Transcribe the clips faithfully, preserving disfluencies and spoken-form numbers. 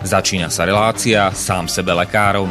Začína sa relácia Sám sebe lekárom.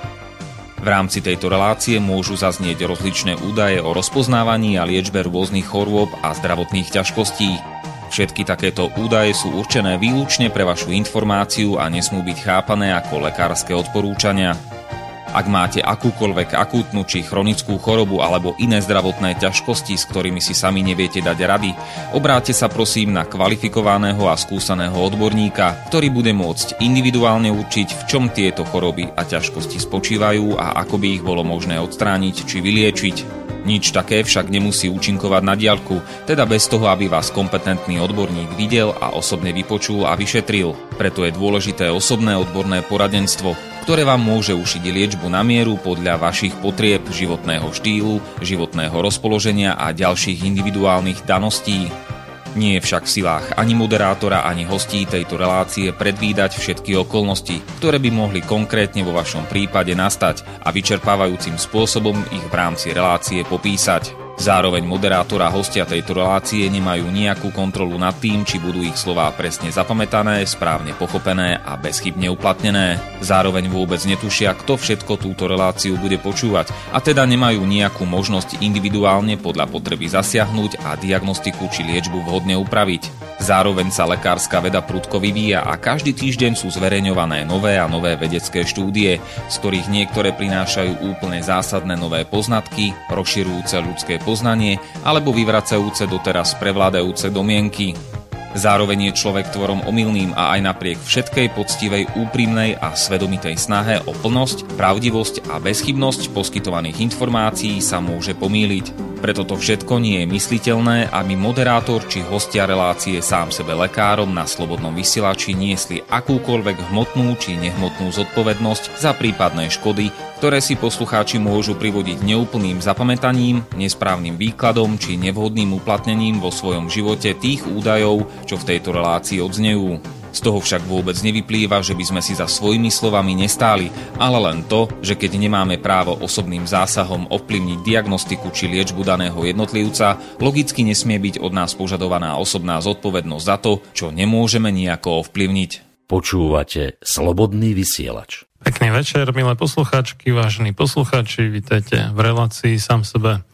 V rámci tejto relácie môžu zaznieť rozličné údaje o rozpoznávaní a liečbe rôznych chorôb a zdravotných ťažkostí. Všetky takéto údaje sú určené výlučne pre vašu informáciu a nesmú byť chápané ako lekárske odporúčania. Ak máte akúkoľvek akútnu či chronickú chorobu alebo iné zdravotné ťažkosti, s ktorými si sami neviete dať rady, obráťte sa prosím na kvalifikovaného a skúseného odborníka, ktorý bude môcť individuálne určiť, v čom tieto choroby a ťažkosti spočívajú a ako by ich bolo možné odstrániť či vyliečiť. Nič také však nemusí účinkovať na diaľku, teda bez toho, aby vás kompetentný odborník videl a osobne vypočul a vyšetril. Preto je dôležité osobné odborné poradenstvo, ktoré vám môže ušiť liečbu na mieru podľa vašich potrieb, životného štýlu, životného rozpoloženia a ďalších individuálnych daností. Nie je však v silách ani moderátora, ani hostí tejto relácie predvídať všetky okolnosti, ktoré by mohli konkrétne vo vašom prípade nastať a vyčerpávajúcim spôsobom ich v rámci relácie popísať. Zároveň moderátor a hostia tejto relácie nemajú nejakú kontrolu nad tým, či budú ich slová presne zapamätané, správne pochopené a bezchybne uplatnené. Zároveň vôbec netušia, kto všetko túto reláciu bude počúvať a teda nemajú nejakú možnosť individuálne podľa potreby zasiahnuť a diagnostiku či liečbu vhodne upraviť. Zároveň sa lekárska veda prudko vyvíja a každý týždeň sú zverejňované nové a nové vedecké štúdie, z ktorých niektoré prinášajú úplne zásadné nové poznatky, rozširujúce ľudské poznanie alebo vyvracajúce doteraz prevládajúce domienky. Zároveň je človek tvorom omylným a aj napriek všetkej poctivej, úprimnej a svedomitej snahe o plnosť, pravdivosť a bezchybnosť poskytovaných informácií sa môže pomýliť. Preto to všetko nie je mysliteľné, aby moderátor či hostia relácie Sám sebe lekárom na slobodnom vysielači niesli akúkoľvek hmotnú či nehmotnú zodpovednosť za prípadné škody, ktoré si poslucháči môžu privodiť neúplným zapamätaním, nesprávnym výkladom či nevhodným uplatnením vo svojom živote tých údajov, čo v tejto relácii odznejú. Z toho však vôbec nevyplýva, že by sme si za svojimi slovami nestáli, ale len to, že keď nemáme právo osobným zásahom ovplyvniť diagnostiku či liečbu daného jednotlivca, logicky nesmie byť od nás požadovaná osobná zodpovednosť za to, čo nemôžeme nejako ovplyvniť. Počúvate Slobodný vysielač. Pekný večer, milé poslucháčky, vážení poslucháči, vítajte v relácii Sám sebe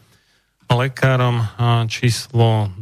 lekárom číslo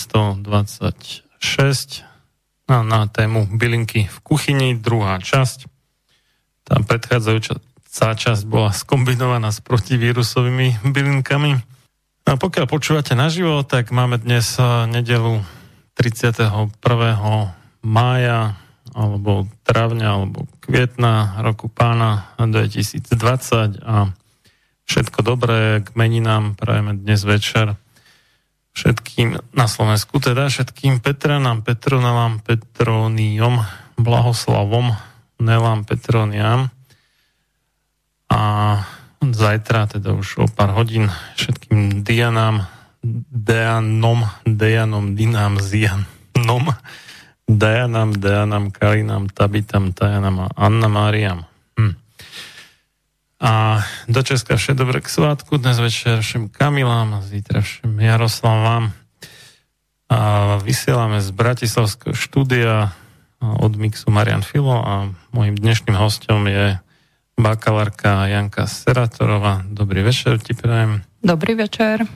dvestodvadsaťšesť. Na, na tému bylinky v kuchyni, druhá časť. Tá predchádzajúca časť bola skombinovaná s protivírusovými bylinkami. A pokiaľ počúvate naživo, tak máme dnes nedeľu tridsiateho prvého mája alebo travňa alebo kvietna roku pána dvetisícdvadsať a všetko dobré k meninám prajeme dnes večer všetkým na Slovensku, teda všetkým Petranám, Petronelám, Petroniom, Blahoslavom, Nelám, Petroniám a zajtra, teda už o pár hodín, všetkým Dianám, Deanom, Dejanom, Dinám, Zianom, Dajanám, Dejanám, Kalinám, Tabitam, Tajanám a Anna Máriám. Hm. A do Česka vše dobre k svátku, dnes večer všem Kamilám a zítra všem Jaroslavám. A vysielame z bratislavského štúdia od Mixu Marian Filo a môjim dnešným hostom je bakalárka Janka Seratorová. Dobrý večer ti prajem. Dobrý večer.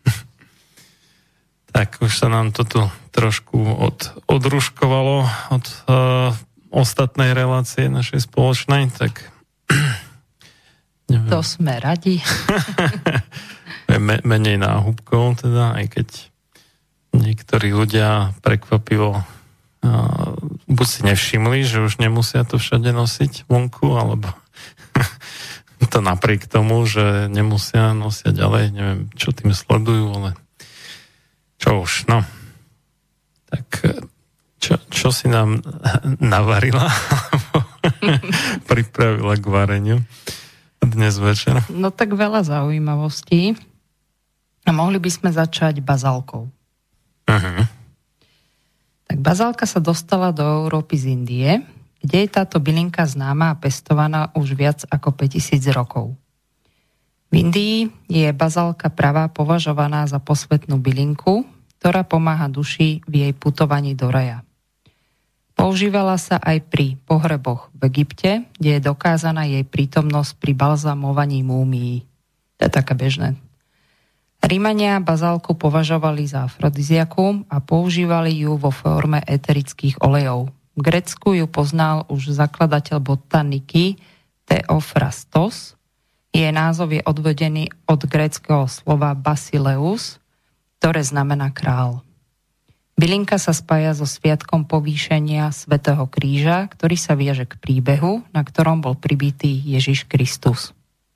Tak už sa nám to tu trošku od, odruškovalo od uh, ostatnej relácie našej spoločnej, tak neviem. To sme radi. Menej náhubkov, teda, aj keď niektorí ľudia prekvapivo uh, buď si nevšimli, že už nemusia to všade nosiť vonku, alebo to napriek tomu, že nemusia nosia ďalej, neviem, čo tým sledujú, ale čo už, no. Tak čo, čo si nám navarila pripravila k vareniu dnes večer? No tak veľa zaujímavostí. A mohli by sme začať bazálkou. Uh-huh. Tak bazálka sa dostala do Európy z Indie, kde je táto bylinka známa a pestovaná už viac ako päťtisíc rokov. V Indii je bazálka pravá považovaná za posvätnú bylinku, ktorá pomáha duši v jej putovaní do raja. Používala sa aj pri pohreboch v Egypte, kde je dokázaná jej prítomnosť pri balzamovaní múmií. To je také bežné. Rímania bazálku považovali za afrodiziakum a používali ju vo forme eterických olejov. V Grécku ju poznal už zakladateľ botaniky Theophrastos. Jej názov je odvedený od gréckeho slova basileus, ktoré znamená král. Bylinka sa spája so sviatkom povýšenia Svätého kríža, ktorý sa viaže k príbehu, na ktorom bol pribitý Ježiš Kristus.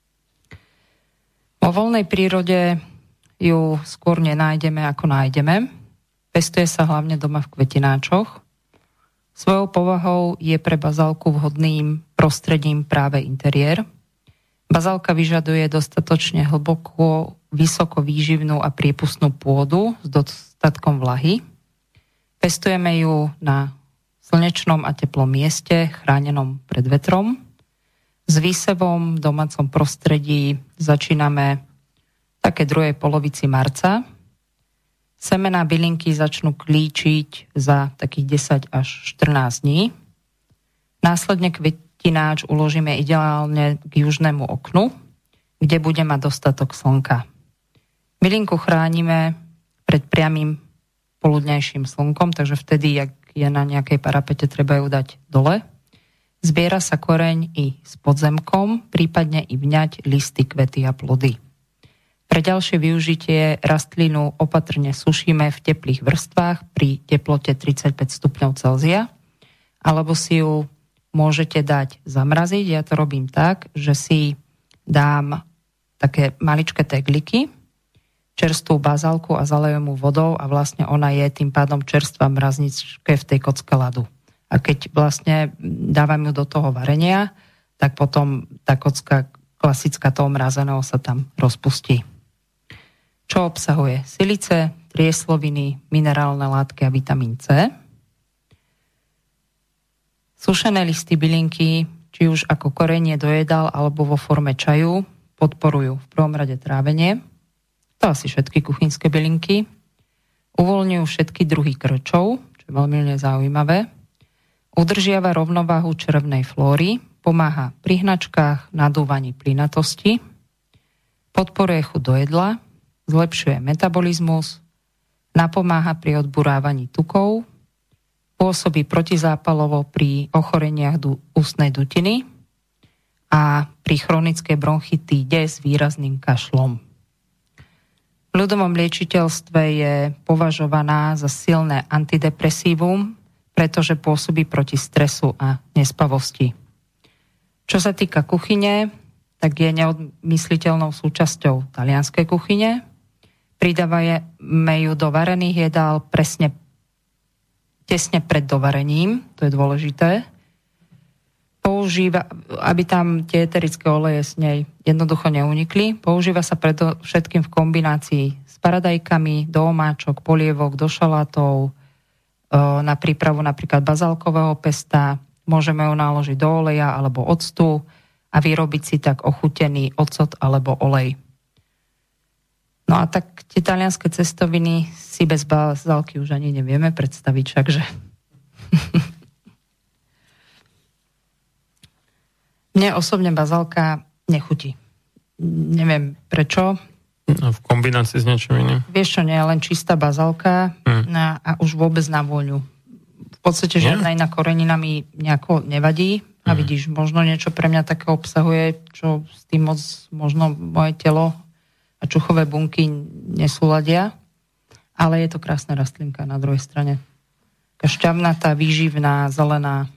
Vo voľnej prírode ju skôr nenájdeme, ako nájdeme. Pestuje sa hlavne doma v kvetináčoch. Svojou povahou je pre bazálku vhodným prostredím práve interiér. Bazálka vyžaduje dostatočne hlbokú, vysoko výživnú a priepustnú pôdu s dostatkom vlahy. Pestujeme ju na slnečnom a teplom mieste, chránenom pred vetrom. S výsevom v domácom prostredí začíname také druhej polovici marca. Semená bylinky začnú klíčiť za takých desať až štrnásť dní. Následne kvetináč uložíme ideálne k južnému oknu, kde bude mať dostatok slnka. Bylinku chránime pred priamym poludnejším slnkom, takže vtedy, ak je na nejakej parapete, treba ju dať dole. Zbiera sa koreň i s podzemkom, prípadne i vňať listy, kvety a plody. Pre ďalšie využitie rastlinu opatrne sušíme v teplých vrstvách pri teplote tridsaťpäť stupňov Celzia, alebo si ju môžete dať zamraziť. Ja to robím tak, že si dám také maličké tegliky, čerstvú bazálku a zalejem mu vodou a vlastne ona je tým pádom čerstvá mrazničke v tej kocke ľadu. A keď vlastne dávam ju do toho varenia, tak potom tá kocka klasická toho mrazeného sa tam rozpustí. Čo obsahuje? Silice, triesloviny, minerálne látky a vitamín C. Sušené listy bylinky, či už ako korenie do jedál alebo vo forme čaju, podporujú v prvom rade trávenie. To asi všetky kuchynské bylinky. Uvoľňujú všetky druhy krčov, čo je veľmi zaujímavé. Udržiava rovnováhu črevnej flóry, pomáha pri hnačkách, nadúvaní plynatosti, podporuje chuť do jedla, zlepšuje metabolizmus, napomáha pri odburávaní tukov, pôsobí protizápalovo pri ochoreniach ústnej dutiny a pri chronickej bronchitíde s výrazným kašlom. V ľudovom liečiteľstve je považovaná za silné antidepresívum, pretože pôsobí proti stresu a nespavosti. Čo sa týka kuchyne, tak je neodmysliteľnou súčasťou talianskej kuchyne. Pridávame ju do varených jedál presne tesne pred dovarením, to je dôležité. Používa, aby tam tie eterické oleje s nej jednoducho neunikli. Používa sa predovšetkým v kombinácii s paradajkami, do omáčok, polievok, do šalátov, na prípravu napríklad bazálkového pesta. Môžeme ju naložiť do oleja alebo octu a vyrobiť si tak ochutený ocot alebo olej. No a tak tie talianske cestoviny si bez bazálky už ani nevieme predstaviť, všakže. Mne osobne bazálka nechutí. Neviem prečo. No, v kombinácii s niečím iným. Vieš čo, nie je len čistá bazálka hmm. na, a už vôbec na vôňu. V podstate žiadna iná korenina mi nejako nevadí. A vidíš, možno niečo pre mňa také obsahuje, čo s tým moc možno moje telo a čuchové bunky nesúladia. Ale je to krásna rastlinka na druhej strane. Taká šťavnatá, výživná, zelená.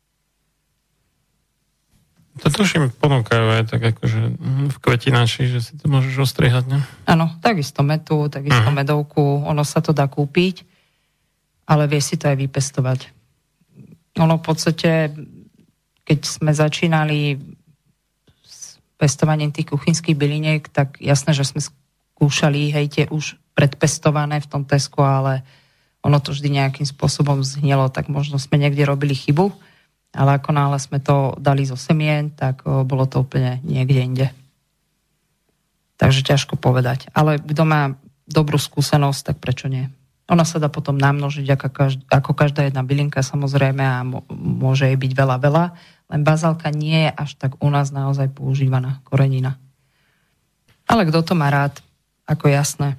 To tuším ponúkajú aj tak akože v kvetináči, že si to môžeš ostrihať, ne? Áno, takisto metu, takisto uh-huh. medovku, ono sa to dá kúpiť, ale vie si to aj vypestovať. Ono v podstate, keď sme začínali s pestovaním tých kuchynských byliniek, tak jasné, že sme skúšali, hej, tie už predpestované v tom Tesku, ale ono to vždy nejakým spôsobom zhnilo, tak možno sme niekde robili chybu. Ale ako náhle sme to dali zo semien, tak bolo to úplne niekde inde. Takže ťažko povedať. Ale kto má dobrú skúsenosť, tak prečo nie? Ona sa dá potom namnožiť ako každá, ako každá jedna bylinka samozrejme a môže jej byť veľa, veľa. Len bazálka nie je až tak u nás naozaj používaná korenina. Ale kto to má rád, ako jasné.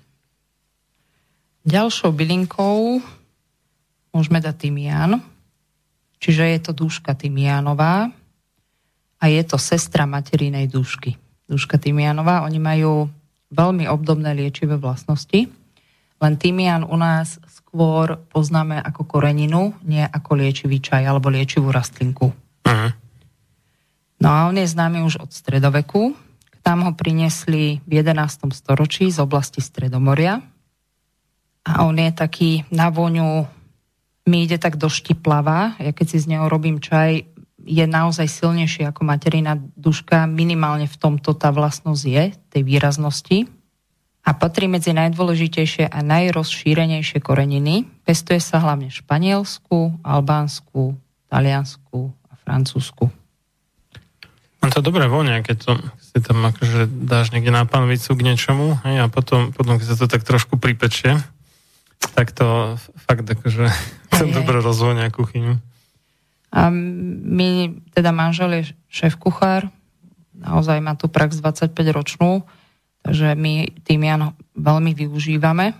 Ďalšou bylinkou môžeme dať tymián, čiže je to dúška tymiánová a je to sestra materinej dúšky. Dúška tymiánová, oni majú veľmi obdobné liečivé vlastnosti, len tymián u nás skôr poznáme ako koreninu, nie ako liečivý čaj alebo liečivú rastlinku. Uh-huh. No a on je známy už od stredoveku. Tam ho priniesli v jedenástom storočí z oblasti Stredomoria. A on je taký na voňu, mi ide tak do štiplava. Ja keď si z neho robím čaj, je naozaj silnejší ako materina duška. Minimálne v tomto tá vlastnosť je, tej výraznosti. A patrí medzi najdôležitejšie a najrozšírenejšie koreniny. Pestuje sa hlavne v Španielsku, Albánsku, Taliansku a Francúzsku. No to dobré vonia, keď to si tam akože dáš niekde na panvicu k niečomu, hej, a potom, potom keď sa to tak trošku pripečie, tak to fakt akože to dobre rozvonia kuchyňu. A my, teda manžel je šéf-kuchár, naozaj má tu prax dvadsaťpäť ročnú, takže my tymián veľmi využívame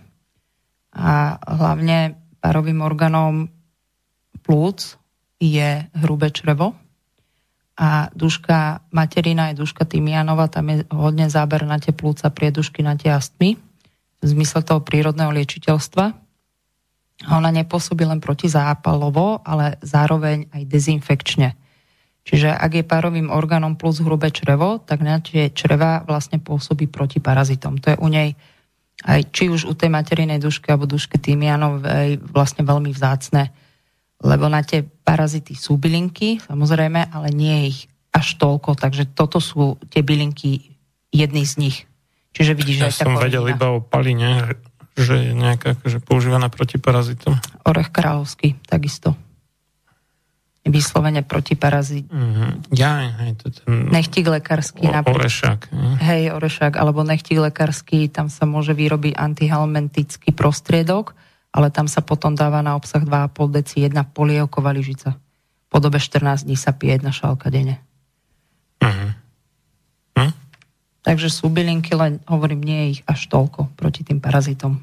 a hlavne párovým orgánom plúc je hrubé črevo a dúška materina je dúška tymiánova, tam je hodne záber na tie plúca, priedušky na tie astmy v zmysle toho prírodného liečiteľstva. A ona nepôsobí len protizápalovo, ale zároveň aj dezinfekčne. Čiže ak je párovým orgánom plus hrubé črevo, tak na tie čreva vlastne pôsobí proti parazitom. To je u nej aj či už u tej materinej dušky alebo dušky tymianovej vlastne veľmi vzácne, lebo na tie parazity sú bylinky, samozrejme, ale nie je ich až toľko, takže toto sú tie bylinky, jedny z nich. Čiže vidíš, ja aj tá som vedel iba o paline, že je nejaká akože používaná proti parazitom. Orech kráľovský, takisto. Vyslovene proti parazit. Mm-hmm. Ja, hej, to ten... Nechtík lekársky. O, orešák. Ne? Hej, orešák, alebo nechtík lekársky, tam sa môže vyrobiť antihelmintický prostriedok, ale tam sa potom dáva na obsah dva a pol deci jedna polievková lyžica. Po dobe štrnásť dní sa pije jedna šálka denne. Mm-hmm. Hm? Takže sú bylinky, len hovorím, nie je ich až toľko proti tým parazitom.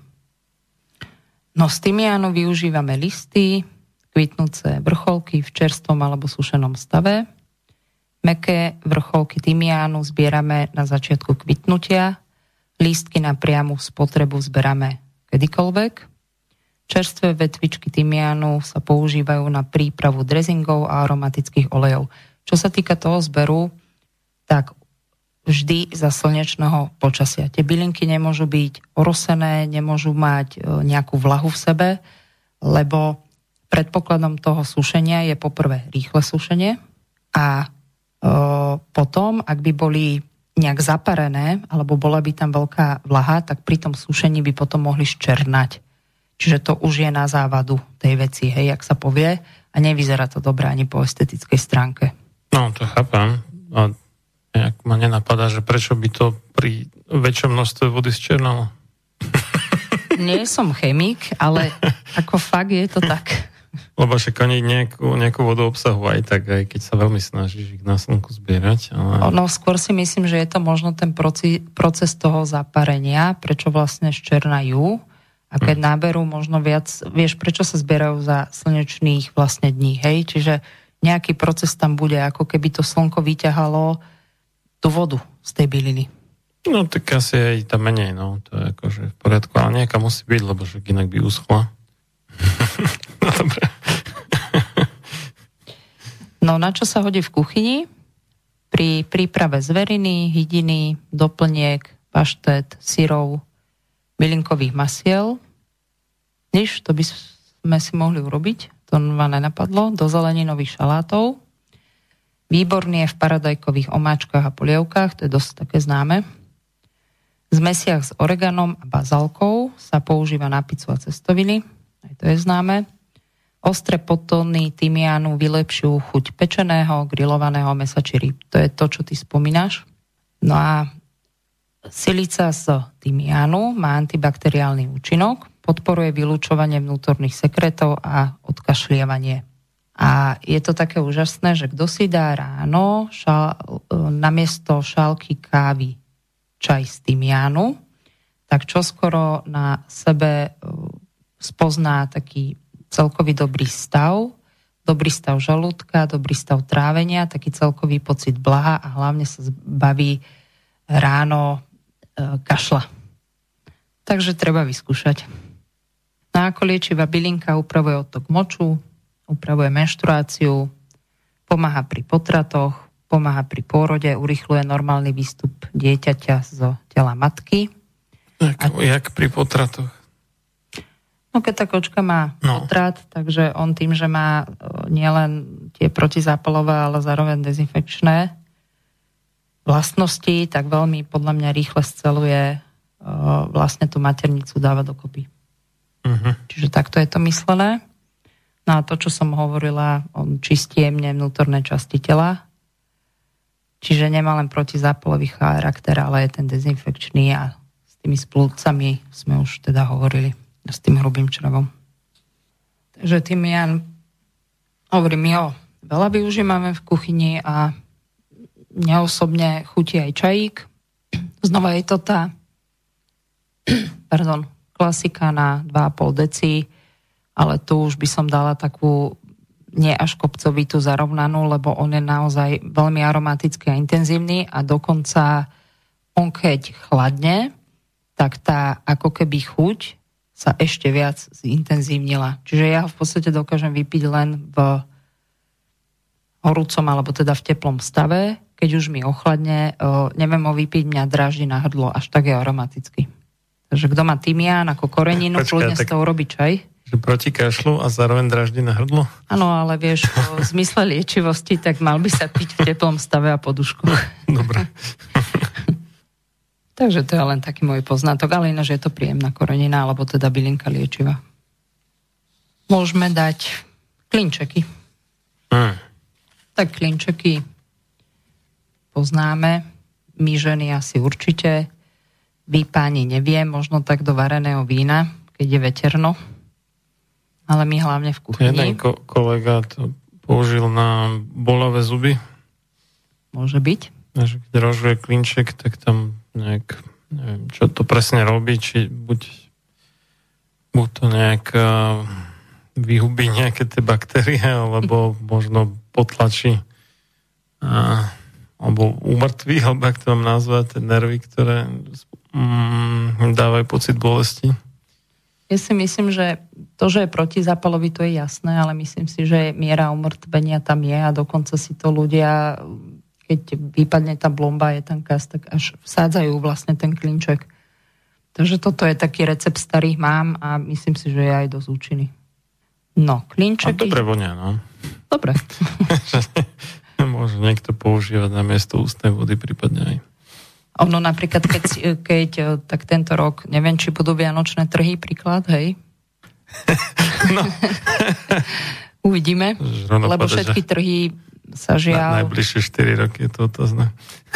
No z tymiánu využívame listy, kvitnúce vrcholky v čerstvom alebo sušenom stave. Mäkké vrcholky tymiánu zbierame na začiatku kvitnutia. Lístky na priamu spotrebu zberáme kedykoľvek. Čerstvé vetvičky tymiánu sa používajú na prípravu dressingov a aromatických olejov. Čo sa týka toho zberu, tak vždy za slnečného počasia. Tie bylinky nemôžu byť orosené, nemôžu mať nejakú vlahu v sebe, lebo predpokladom toho sušenia je poprvé rýchle sušenie a e, potom, ak by boli nejak zaparené, alebo bola by tam veľká vlaha, tak pri tom sušení by potom mohli ščernať. Čiže to už je na závadu tej veci, hej, jak sa povie, a nevyzerá to dobre ani po estetickej stránke. No, to chápam. A nejak ma nenapadá, že prečo by to pri väčšom množstve vody zčernalo. Nie som chemik, ale ako fakt je to tak. Lebo však oni nejakú, nejakú vodu obsahujú aj tak, aj keď sa veľmi snažíš ich na slnku zbierať. Ale... No skôr si myslím, že je to možno ten proces, proces toho zaparenia, prečo vlastne ščernajú a keď hmm. náberú možno viac, vieš, prečo sa zbierajú za slnečných vlastne dní, hej? Čiže nejaký proces tam bude, ako keby to slnko vyťahalo tú vodu z tej byliny. No tak asi aj tam menej, no, to je akože v poriadku, ale nejaká musí byť, lebo však inak by uschla. No dobre. No na čo sa hodí v kuchyni? Pri príprave zveriny, hydiny, doplniek, paštet, syrov, bylinkových masiel. Nič, to by sme si mohli urobiť, to ma nenapadlo, do zeleninových šalátov. Výborný je v paradajkových omáčkach a polievkách, to je dosť také známe. V zmesiach s oreganom a bazálkou sa používa na pizzu a cestoviny, aj to je známe. Ostré podtóny tymiánu vylepšujú chuť pečeného, grillovaného mäsa či rýb. To je to, čo ty spomínaš. No a silica z tymiánu má antibakteriálny účinok, podporuje vylúčovanie vnútorných sekretov a odkašlievanie. A je to také úžasné, že kto si dá ráno šal, namiesto šálky kávy čaj z tymiánu, tak čoskoro na sebe spozná taký celkový dobrý stav, dobrý stav žalúdka, dobrý stav trávenia, taký celkový pocit blaha a hlavne sa zbaví ráno kašla. Takže treba vyskúšať. No ako liečivá bylinka upravuje odtok moču, upravuje menštruáciu, pomáha pri potratoch, pomáha pri pôrode, urýchľuje normálny výstup dieťaťa zo tela matky. Jak, a... jak pri potratoch? No keď tá kočka má no. potrat, takže on tým, že má nielen tie protizápalové, ale zároveň dezinfekčné vlastnosti, tak veľmi podľa mňa rýchle sceluje vlastne tú maternicu, dáva dokopy. Uh-huh. Čiže takto je to myslené. No a to, čo som hovorila, on čistí jemne vnútorné časti tela. Čiže nemá len protizápalový charakter, ale je ten dezinfekčný a s tými splúcami sme už teda hovorili, s tým hrubým črevom. Takže tymián, hovorím, jo, veľa využívame v kuchyni a mňa osobne chutí aj čajík. Znova je to tá pardon, klasika na dva a pol deci, ale tu už by som dala takú nie až kopcovitú zarovnanú, lebo on je naozaj veľmi aromatický a intenzívny a dokonca on keď chladne, tak tá ako keby chuť sa ešte viac zintenzívnila. Čiže ja ho v podstate dokážem vypiť len v horúcom alebo teda v teplom stave. Keď už mi ochladne, neviem ho vypiť, mňa dráždi na hrdlo, až tak je aromatický. Takže kto má tymián ako koreninu, kľudne z toho robí čaj. Že proti kašlu a zároveň dráždi na hrdlo? Áno, ale vieš, v zmysle liečivosti, tak mal by sa piť v teplom stave a podušku. Dobre. Takže to je len taký môj poznatok, ale ináč je to príjemná korenina, alebo teda bylinka liečiva. Môžeme dať klinčeky. Hmm. Tak klinčeky poznáme. My ženy asi určite. Vy páni neviem, možno tak do vareného vína, keď je veterno. Ale my hlavne v kuchyni. Jeden ko- kolega to použil na bolavé zuby. Môže byť. Keď rožuje klinček, tak tam nejak, neviem, čo to presne robí, či buď, buď to nejak uh, vyhubí nejaké tie baktérie, alebo možno potlačí uh, alebo umrtví, alebo ak to mám nazvať, tie nervy, ktoré mm, dávajú pocit bolesti. Ja si myslím, že to, že je protizápalový, to je jasné, ale myslím si, že miera umrtvenia tam je a dokonca si to ľudia, keď vypadne tá blomba, je tam kas, tak až vsádzajú vlastne ten klinček. Takže toto je taký recept starých mám a myslím si, že je aj dosť účinný. No, klinčeky... A dobre vonia, no. Dobre. Môže niekto používať na miesto ústnej vody, prípadne aj. Ono napríklad, keď, keď tak tento rok, neviem, či budú vianočné trhy, príklad, hej? No. Uvidíme, Žrono lebo povedať, všetky trhy sa žiaľ... Na, najbližšie štyri roky je to otázne.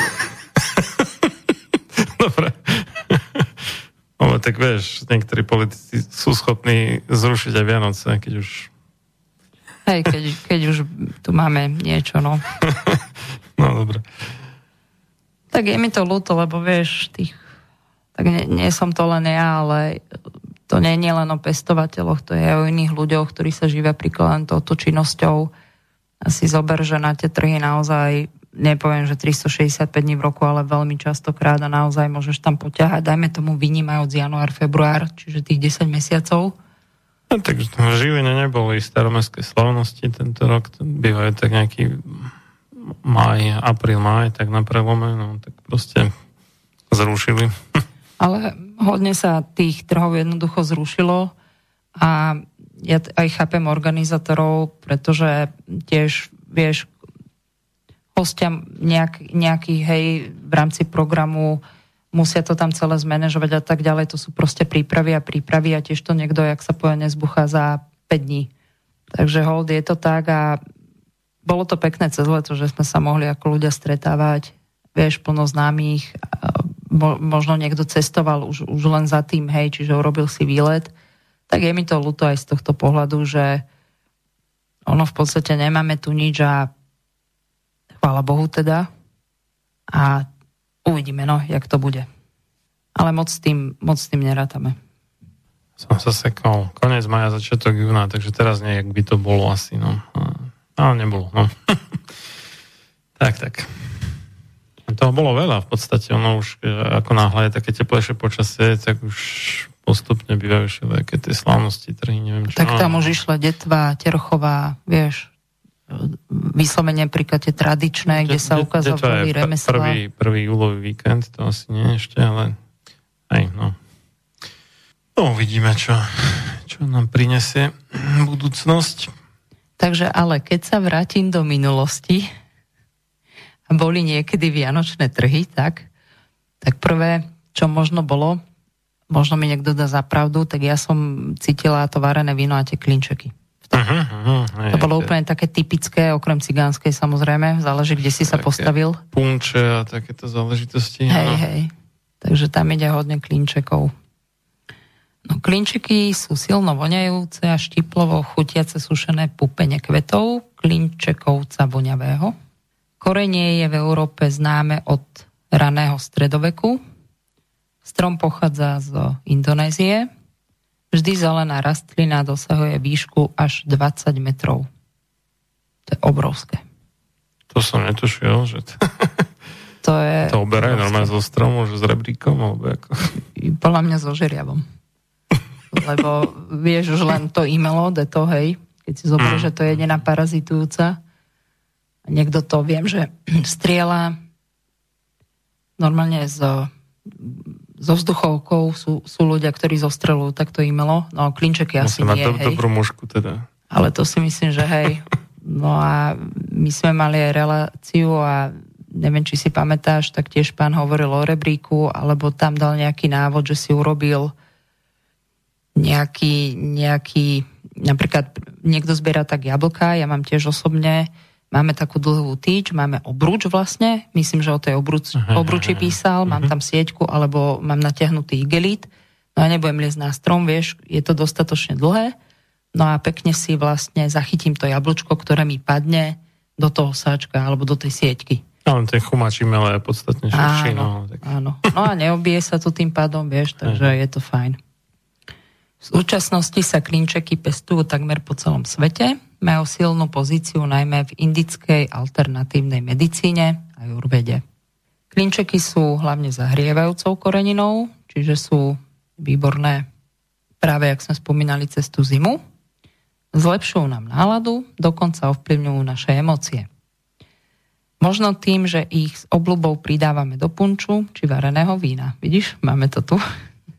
Dobre. O, tak vieš, niektorí politici sú schopní zrušiť aj Vianoce, keď už... Hej, keď, keď už tu máme niečo, no. No, dobre. Tak je mi to ľúto, lebo vieš, tých... Tak nie, nie som to len ja, ale to nie je len o pestovateľoch, to je aj o iných ľuďoch, ktorí sa živia príkladom touto činnosťou. Asi zober, že na tie trhy naozaj, nepoviem, že tristošesťdesiatpäť dní v roku, ale veľmi častokrát a naozaj môžeš tam poťahať, dajme tomu vynímajúc január, február, čiže tých desať mesiacov. No, tak v Žiline neboli staromestské slavnosti tento rok, bývajú tak nejaký máj, apríl, máj, tak na prelome, no tak proste zrušili. Ale hodne sa tých trhov jednoducho zrušilo a ja aj chápem organizátorov, pretože tiež, vieš, hostiam nejak, nejaký, hej, v rámci programu musia to tam celé zmanéžovať a tak ďalej, to sú proste prípravy a prípravy a tiež to niekto, jak sa povie, nezbuchá za päť dní. Takže hold, je to tak a bolo to pekné cez leto, že sme sa mohli ako ľudia stretávať, vieš, plno známych, možno niekto cestoval už, už len za tým, hej, čiže urobil si výlet tak je mi to ľúto aj z tohto pohľadu, že ono v podstate nemáme tu nič a chvála Bohu teda a uvidíme, no, jak to bude. Ale moc s tým, moc s tým nerátame. Som sa sekol. Koniec maja, začiatok júna, takže teraz nie, jak by to bolo asi, no. Ale nebolo, no. tak, tak. A toho bolo veľa v podstate, ono už ako náhle je také teplejšie počasie, tak už postupne bývajú všelijaké tie slávnosti, trhy, neviem čo. Tak tam už išla Detva, Terchová, vieš, vyslovene príklad tie tradičné, kde sa ukázali remeslá. Prvý, prvý júlový víkend, to asi nie ešte, ale aj, no. No, uvidíme, čo, čo nám prinesie budúcnosť. Takže, ale keď sa vrátim do minulosti, a boli niekedy vianočné trhy, tak, tak prvé, čo možno bolo, možno mi niekto dá za pravdu, tak ja som cítila to varené víno a tie klinčeky. Uh-huh, uh-huh, to bolo úplne také typické, okrem cigánskej samozrejme, záleží, kde si sa postavil. Punče a takéto záležitosti. Hej, no. hej. Takže tam ide hodne klinčekov. No, klinčeky sú silno voňajúce a štiplovo chutiace sušené pupene kvetov klinčekovca voňavého. Korenie je v Európe známe od raného stredoveku. Strom pochádza z Indonézie. Vždy zelená rastlina dosahuje výšku až dvadsať metrov. To je obrovské. To som netušil, že to, to je... To oberajú normálne zo stromu, že s rebríkom, alebo ako... Podľa mňa so žeriavom. Lebo vieš, už len to imelo, de to, hej, keď si zoberieš, mm. že to je jediná parazitujúca. Niekto to, viem, že strieľa normálne z, so vzduchovkou sú, sú ľudia, ktorí zostrelujú takto imelo. No, klinčeky asi nie, hej. Dobrú mužku teda. Ale to si myslím, že hej. No a my sme mali aj reláciu a neviem, či si pamätáš, tak tiež pán hovoril o rebríku, alebo tam dal nejaký návod, že si urobil nejaký, nejaký napríklad niekto zbiera tak jablka, ja mám tiež osobne, máme takú dlhú tyč, máme obruč vlastne, myslím, že o tej obruč, obruči písal, mám tam sieťku, alebo mám natiahnutý igelít, no a nebudem liesť na strom, vieš, je to dostatočne dlhé, no a pekne si vlastne zachytím to jablčko, ktoré mi padne do toho sáčka, alebo do tej sieťky. Ale ten chumáč imele je podstatne širší. Áno, no, tak... áno. No a neobije sa tu tým pádom, vieš, takže je to fajn. V súčasnosti sa klinčeky pestujú takmer po celom svete. Majú silnú pozíciu najmä v indickej alternatívnej medicíne a jurvede. Klinčeky sú hlavne zahrievajúcou koreninou, čiže sú výborné práve, jak sme spomínali, cez tú zimu. Zlepšujú nám náladu, dokonca ovplyvňujú naše emócie. Možno tým, že ich s obľubou pridávame do punču či vareného vína. Vidíš, máme to tu.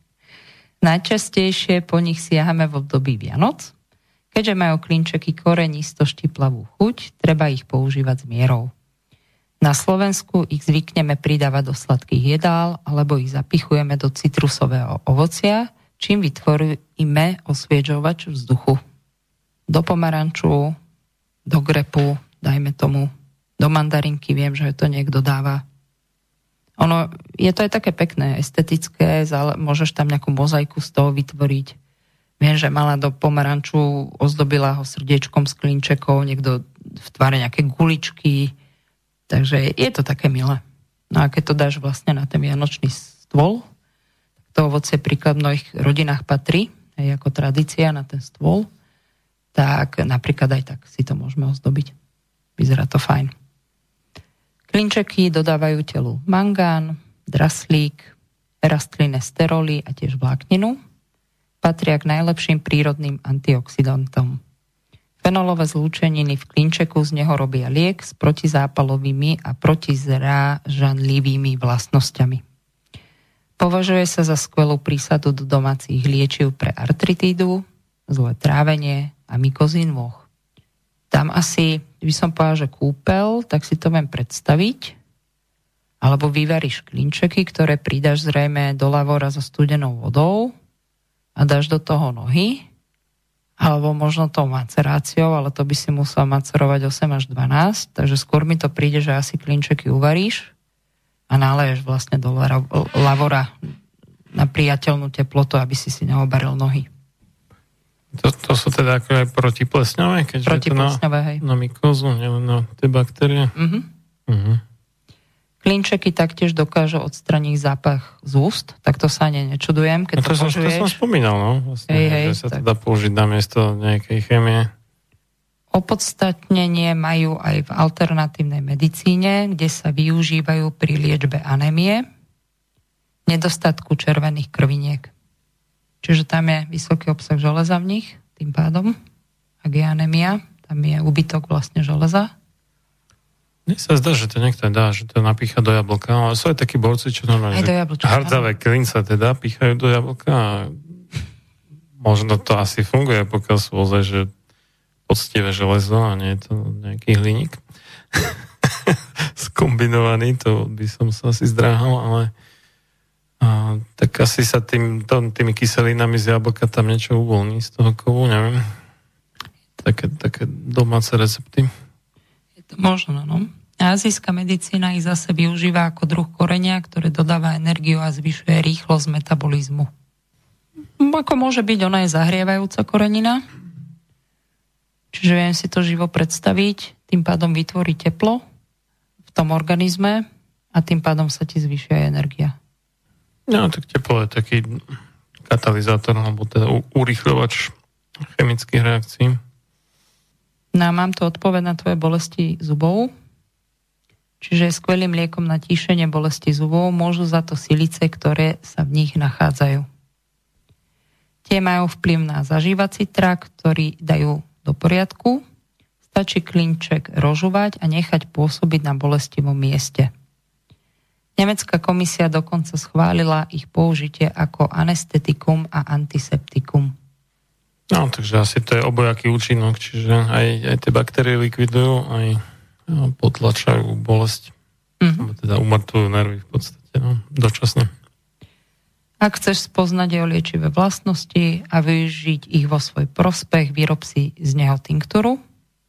Najčastejšie po nich siahame v období Vianoc. Keďže majú klinčeky korenisto štiplavú chuť, treba ich používať s mierou. Na Slovensku ich zvykneme pridávať do sladkých jedál alebo ich zapichujeme do citrusového ovocia, čím vytvoríme osviežovač vzduchu. Do pomaranču, do grepu, dajme tomu, do mandarinky, viem, že to niekto dáva. Ono, je to aj také pekné, estetické, môžeš tam nejakú mozaiku z toho vytvoriť. Viem, že mala do pomaranču, ozdobila ho srdiečkom s klinčekov, niekto v tvare nejaké guličky, takže je to také milé. No a keď to dáš vlastne na ten vianočný stôl, tak to ovocie príklad v mnohých rodinách patrí, aj ako tradícia na ten stôl, tak napríklad aj tak si to môžeme ozdobiť. Vyzerá to fajn. Klinčeky dodávajú telu mangán, draslík, rastlinné steroly a tiež vlákninu. Patria k najlepším prírodným antioxidantom. Fenolové zlúčeniny v klinčeku z neho robia liek s protizápalovými a protizrážanlivými vlastnosťami. Považuje sa za skvelú prísadu do domácich liečiv pre artritídu, zlé trávenie a mykozín nôh. Tam asi, by som povedal, že kúpel, tak si to viem predstaviť. Alebo vyvaríš klinčeky, ktoré pridáš zrejme do lavora so studenou vodou a dáš do toho nohy. Alebo možno tou maceráciou, ale to by si musel macerovať osem až dvanásť. Takže skôr mi to príde, že asi klinčeky uvaríš a náleješ vlastne do lavora na priateľnú teplotu, aby si si neobaril nohy. To, to sú teda ako aj protiplesňové, keďže protiplesňové, je to na, na mykózu, nielen na tie baktérie. Uh-huh. Uh-huh. Klinčeky taktiež dokážu odstraniť zápach z úst, tak to sa ani nečudujem, keď no to, to požuješ. To som spomínal, no. Vlastne, hej, hej, že sa tak. to dá použiť namiesto nejakej chémie. Opodstatnenie majú aj v alternatívnej medicíne, kde sa využívajú pri liečbe anémie, nedostatku červených krviniek. Čiže tam je vysoký obsah železa v nich, tým pádom, ak je anémia, tam je úbytok vlastne železa. Mne sa zdá, že to niekto dá, že to napícha do jablka, ale sú aj takí borci, čo normálne, že hrdzavé klince teda píchajú do jablka a možno to asi funguje, pokiaľ sú ozaj, že poctivé železo a nie je to nejaký hliník skombinovaný, to by som sa asi zdráhal, ale a, tak asi sa tým, to, tými kyselinami z jablka tam niečo uvoľní z toho kovu, neviem. Také, také domáce recepty. Je to možno, no. Ázijská medicína ich zase využíva ako druh korenia, ktoré dodáva energiu a zvyšuje rýchlosť metabolizmu. Ako môže byť, ona je zahrievajúca korenina, čiže viem si to živo predstaviť, tým pádom vytvorí teplo v tom organizme a tým pádom sa ti zvyšuje energia. No, tak teplo je taký katalizátor, alebo teda urýchľovač chemických reakcií. No a mám tu odpoveď na tvoje bolesti zubov. Čiže skvelým liekom na tíšenie bolesti zubov môžu za to silice, ktoré sa v nich nachádzajú. Tie majú vplyv na zažívací trakt, ktorý dajú do poriadku. Stačí klinček rožovať a nechať pôsobiť na bolestivom mieste. Nemecká komisia dokonca schválila ich použitie ako anestetikum a antiseptikum. No, takže asi to je obojaký účinok, čiže aj, aj tie baktérie likvidujú, aj no, potlačajú bolesť. Mm-hmm. Teda umrtvujú nervy v podstate, no, dočasne. Ak chceš spoznať jeho liečivé vlastnosti a využiť ich vo svoj prospech, vyrob si z neho tinktúru.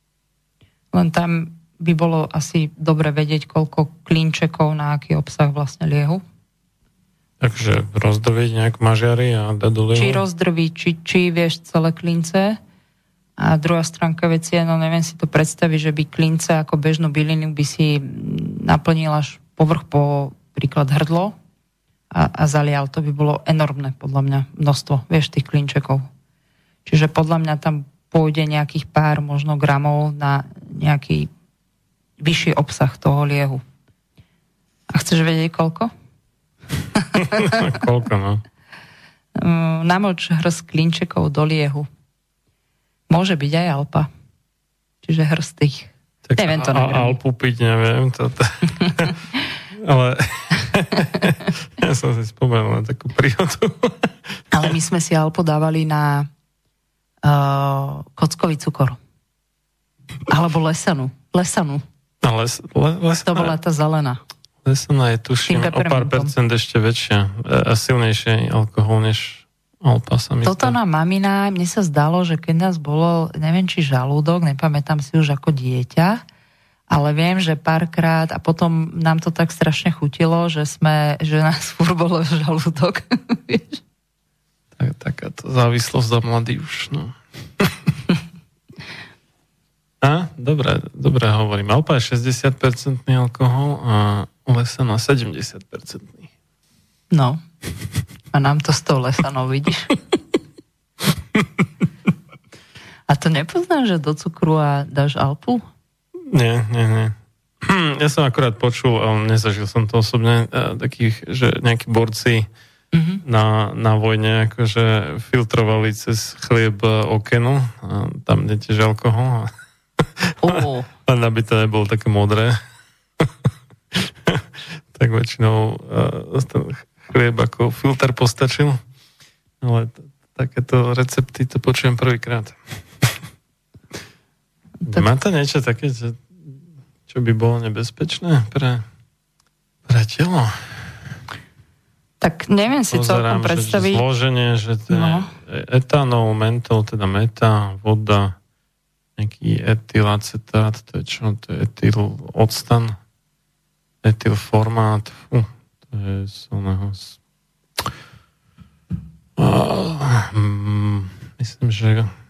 Len tam by bolo asi dobre vedieť, koľko klinčekov na aký obsah vlastne liehu. Takže rozdrviť nejak mažiary a dať do liehu? Či rozdrviť, či, či vieš celé klince. A druhá stránka veci je, no neviem si to predstaviť, že by klince ako bežnú bylinu by si naplnil až povrch po príklad hrdlo a, a zalial. To by bolo enormné, podľa mňa, množstvo, vieš, tých klinčekov. Čiže podľa mňa tam pôjde nejakých pár možno gramov na nejaký vyšší obsah toho liehu. A chceš vedieť koľko? Koľko, no? Namoč hrst klinčekov do liehu. Môže byť aj alpa. Čiže hrst tých. Tak neviem to a, alpu piť, neviem. To, to. Ale ja som si spomenul na takú príhodu. Ale my sme si alpu dávali na uh, kockový cukor. Alebo lesanú. Lesanú. A les, le, lesaná, to bola tá zelená. Lesaná je, tuším, o pár percent ešte väčšia a silnejšie alkohol než alpa sa mi Toto nám mamina, mne sa zdalo, že keď nás bolo, neviem či žalúdok, nepamätám si už ako dieťa, ale viem, že párkrát a potom nám to tak strašne chutilo, že sme, že nás furt bolo žalúdok. tak, takáto závislosť za mladý už, no. A, dobre, dobre hovorím. Alpa je šesťdesiat percent alkohol a lesaná sedemdesiat percent. No. A nám to s tou lesanou, vidíš? A to nepoznáš, že do cukru a dáš alpu? Nie, nie, nie. Ja som akorát počul, ale nezažil som to osobne, takých, že nejakí borci mm-hmm. na, na vojne akože filtrovali cez chlieb okenu a tam nie tiež alkohol. Oh. Len aby to nebolo také modré. Tak väčšinou uh, ten chlieb ako filter postačil. Ale t- takéto recepty to počujem prvýkrát. Tak... Má to niečo také, čo, čo by bolo nebezpečné pre, pre telo? Tak neviem si celkom predstaviť. Že zloženie, že to no. je etanol, mentol, teda meta, voda, nejaký etylacetát, to je čo? To je etyl octan, etylformát, fú, to je silného. Uh, mm, myslím, že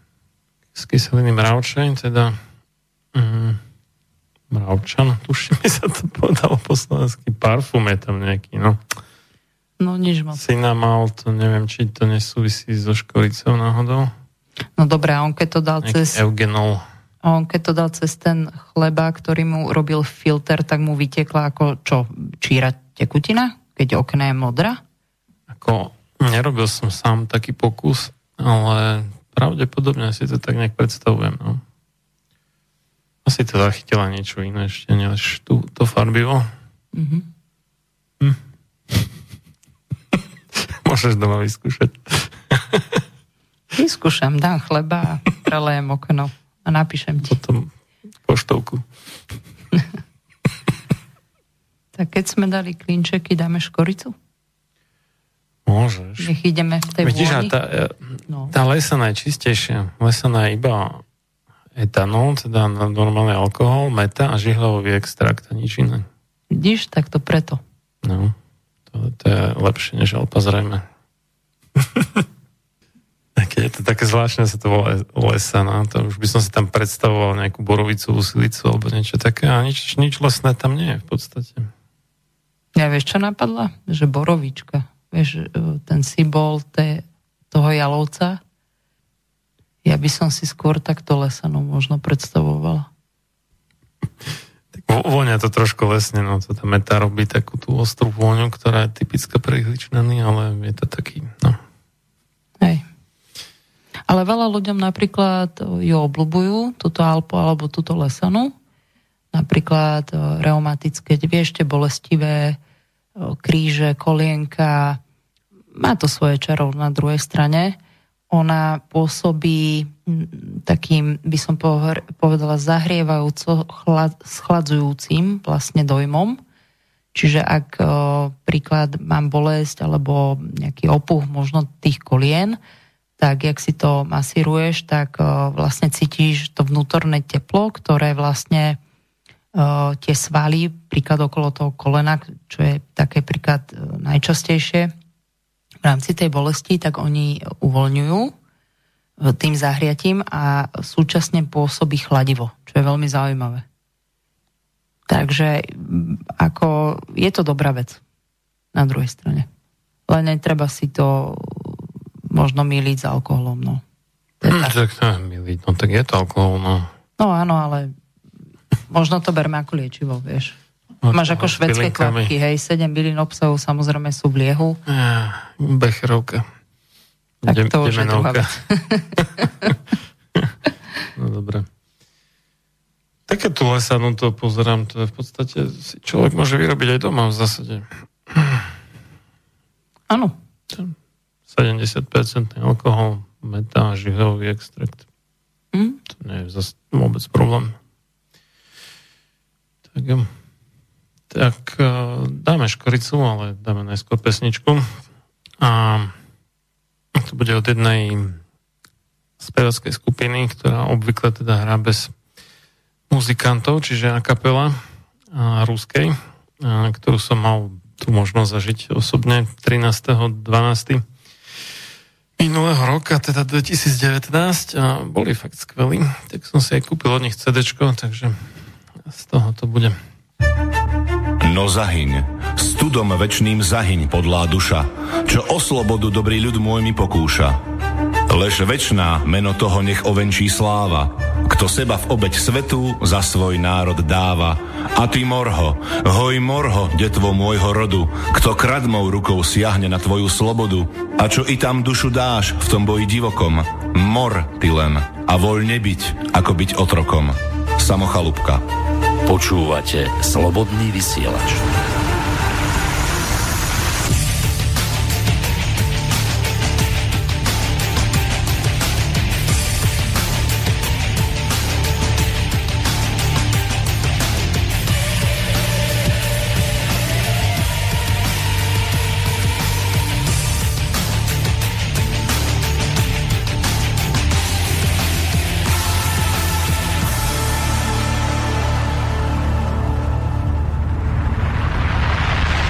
z kyseliny mravčej, teda mm, mravčan, tuším, sa to povedalo po slovensky, parfum je tam nejaký, no. No nič moc. Cinnamal, to neviem, či to nesúvisí so škoricou náhodou. No dobré, a on keď to dal nejaký cez... eugenol. A on keď to dal cez ten chleba, ktorý mu robil filter, tak mu vytekla ako čo, číra tekutina, keď okna je modrá? Ako, nerobil som sám taký pokus, ale pravdepodobne si to tak nejak predstavujem, no. Asi to zachytila niečo iné ešte, než tú, to farbivo. Mm-hmm. Hm. Môžeš doma vyskúšať. Vyskúšam, dám chleba a prelejem okno a napíšem ti. Potom poštovku. Tak keď sme dali klinčeky, dáme škoricu? Môžeš. Nech ideme v tej Vidíš, vôni. tá, no. tá lesaná je čistejšia. Lesaná je iba etanol, teda normálny alkohol, meta a žihlavový extrakt a nič iné. Vidíš, tak to preto. No, to, to je lepšie než alpa zrejme. Keď je to také zvláštne, sa to volá lesaná, to už by som si tam predstavoval nejakú borovicovú silicu alebo niečo také a nič, nič lesné tam nie je v podstate. Ja vieš, čo napadla? Že borovička. Vieš, ten symbol te, toho jalovca. Ja by som si skôr takto lesanú možno predstavovala. Vôňa to trošku lesne, no to tá meta robí takú tú ostrú vôňu, ktorá je typická pre ihličnany, ale je to taký, no. Hej. Ale veľa ľuďom napríklad ju obľúbujú, túto alpu alebo túto lesanú. Napríklad reumatické, vieš, tie bolestivé kríže, kolienka. Má to svoje čaro na druhej strane. Ona pôsobí takým, by som povedala, zahrievajúco, chlad, schladzujúcim vlastne dojmom. Čiže ak o, príklad mám bolesť alebo nejaký opuch možno tých kolien, tak jak si to masíruješ, tak o, vlastne cítiš to vnútorné teplo, ktoré vlastne o, tie svaly, príklad okolo toho kolena, čo je také príklad o, najčastejšie v rámci tej bolesti, tak oni uvoľňujú tým zahriatím a súčasne pôsobí chladivo, čo je veľmi zaujímavé. Takže ako je to dobrá vec na druhej strane. Len netreba si to možno myliť s alkoholom, no. Mm, tak to myliť, no tak je to alkohol, no. No áno, ale možno to berme ako liečivo, vieš. No, máš ako švédske kvapky, hej, sedem bylín obsahu, samozrejme sú v liehu. Ja, becherovka. Tak Dem, to už je druhá vec. No dobre. Také tu lesanú to pozerám, to je v podstate si človek môže vyrobiť aj doma v zásade. Áno. sedemdesiat percent alkohol, meta, žihlavový extrakt. Mm. To nie je zase vôbec problém. Tak jo. Tak dáme škoricu, ale dáme najskôr pesničku. A to bude od jednej spevackej skupiny, ktorá obvykle teda hrá bez muzikantov, čiže a kapela a ruskej, a ktorú som mal tu možnosť zažiť osobne trinásteho decembra minulého roka, teda dvetisícdevätnásť, a boli fakt skvelí. Tak som si aj kúpil od nich cédéčko, takže z toho to bude. No zahyň, studom večným zahyň, podlá duša, čo o slobodu dobrý ľud môj mi pokúša. Lež večná meno toho nech ovenčí sláva, kto seba v obeť svetu za svoj národ dáva. A ty morho, hoj morho, detvo môjho rodu, kto kradmou rukou siahne na tvoju slobodu, a čo i tam dušu dáš v tom boji divokom, mor ty len a voľne byť, ako byť otrokom. Samochalúbka. Počúvate Slobodný vysielač.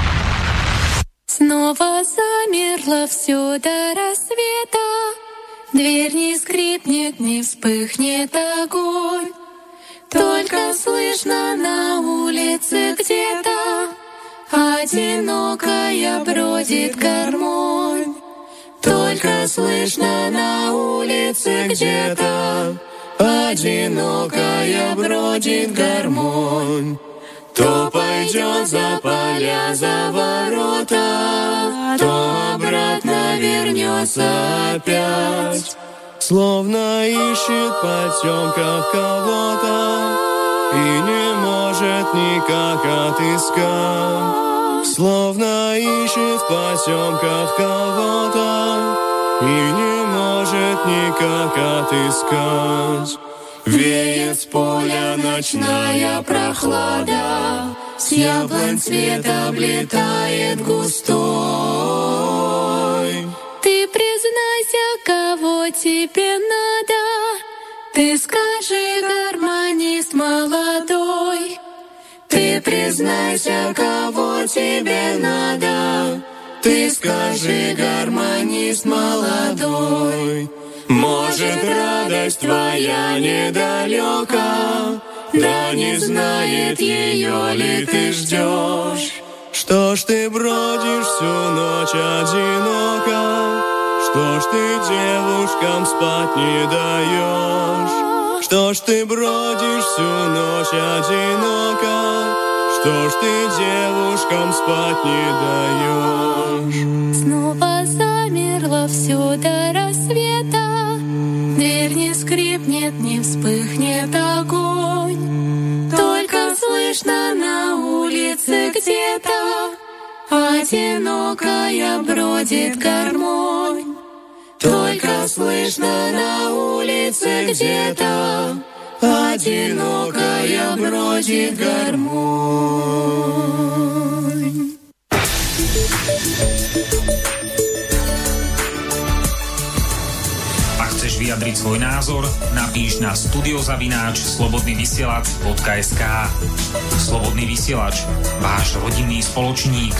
Снова замерло все до рассвета, Дверь не скрипнет, не вспыхнет огонь. Только слышно на улице где-то одинокая бродит гармонь. Только слышно на улице где-то одинокая бродит гармонь. То пойдет за поля, за ворота, то обратно вернется опять. Словно ищет в потемках кого-то и не может никак отыскать. Словно ищет в потемках кого-то и не может никак отыскать. Веет с поля ночная прохлада, с яблонь цвет облетает густой. Ты признайся, кого тебе надо, ты скажи, гармонист молодой. Ты признайся, кого тебе надо, ты скажи, гармонист молодой. Может, радость твоя недалека, да не знает ее ли ты ждешь. Что ж ты бродишь всю ночь одиноко, что ж ты девушкам спать не даешь? Что ж ты бродишь всю ночь одиноко, что ж ты девушкам спать не даешь? Снова замерло все до рассвета, дверь не скрипнет, не вспыхнет огонь. Только слышно на улице где-то одинокая бродит гармонь. Только слышно на улице где-то одинокая бродит гармонь. Ak chceš vyjadriť svoj názor, napíš na studiozavináč slobodnyvysielac bodka es ká. Slobodný vysielač, váš rodinný spoločník.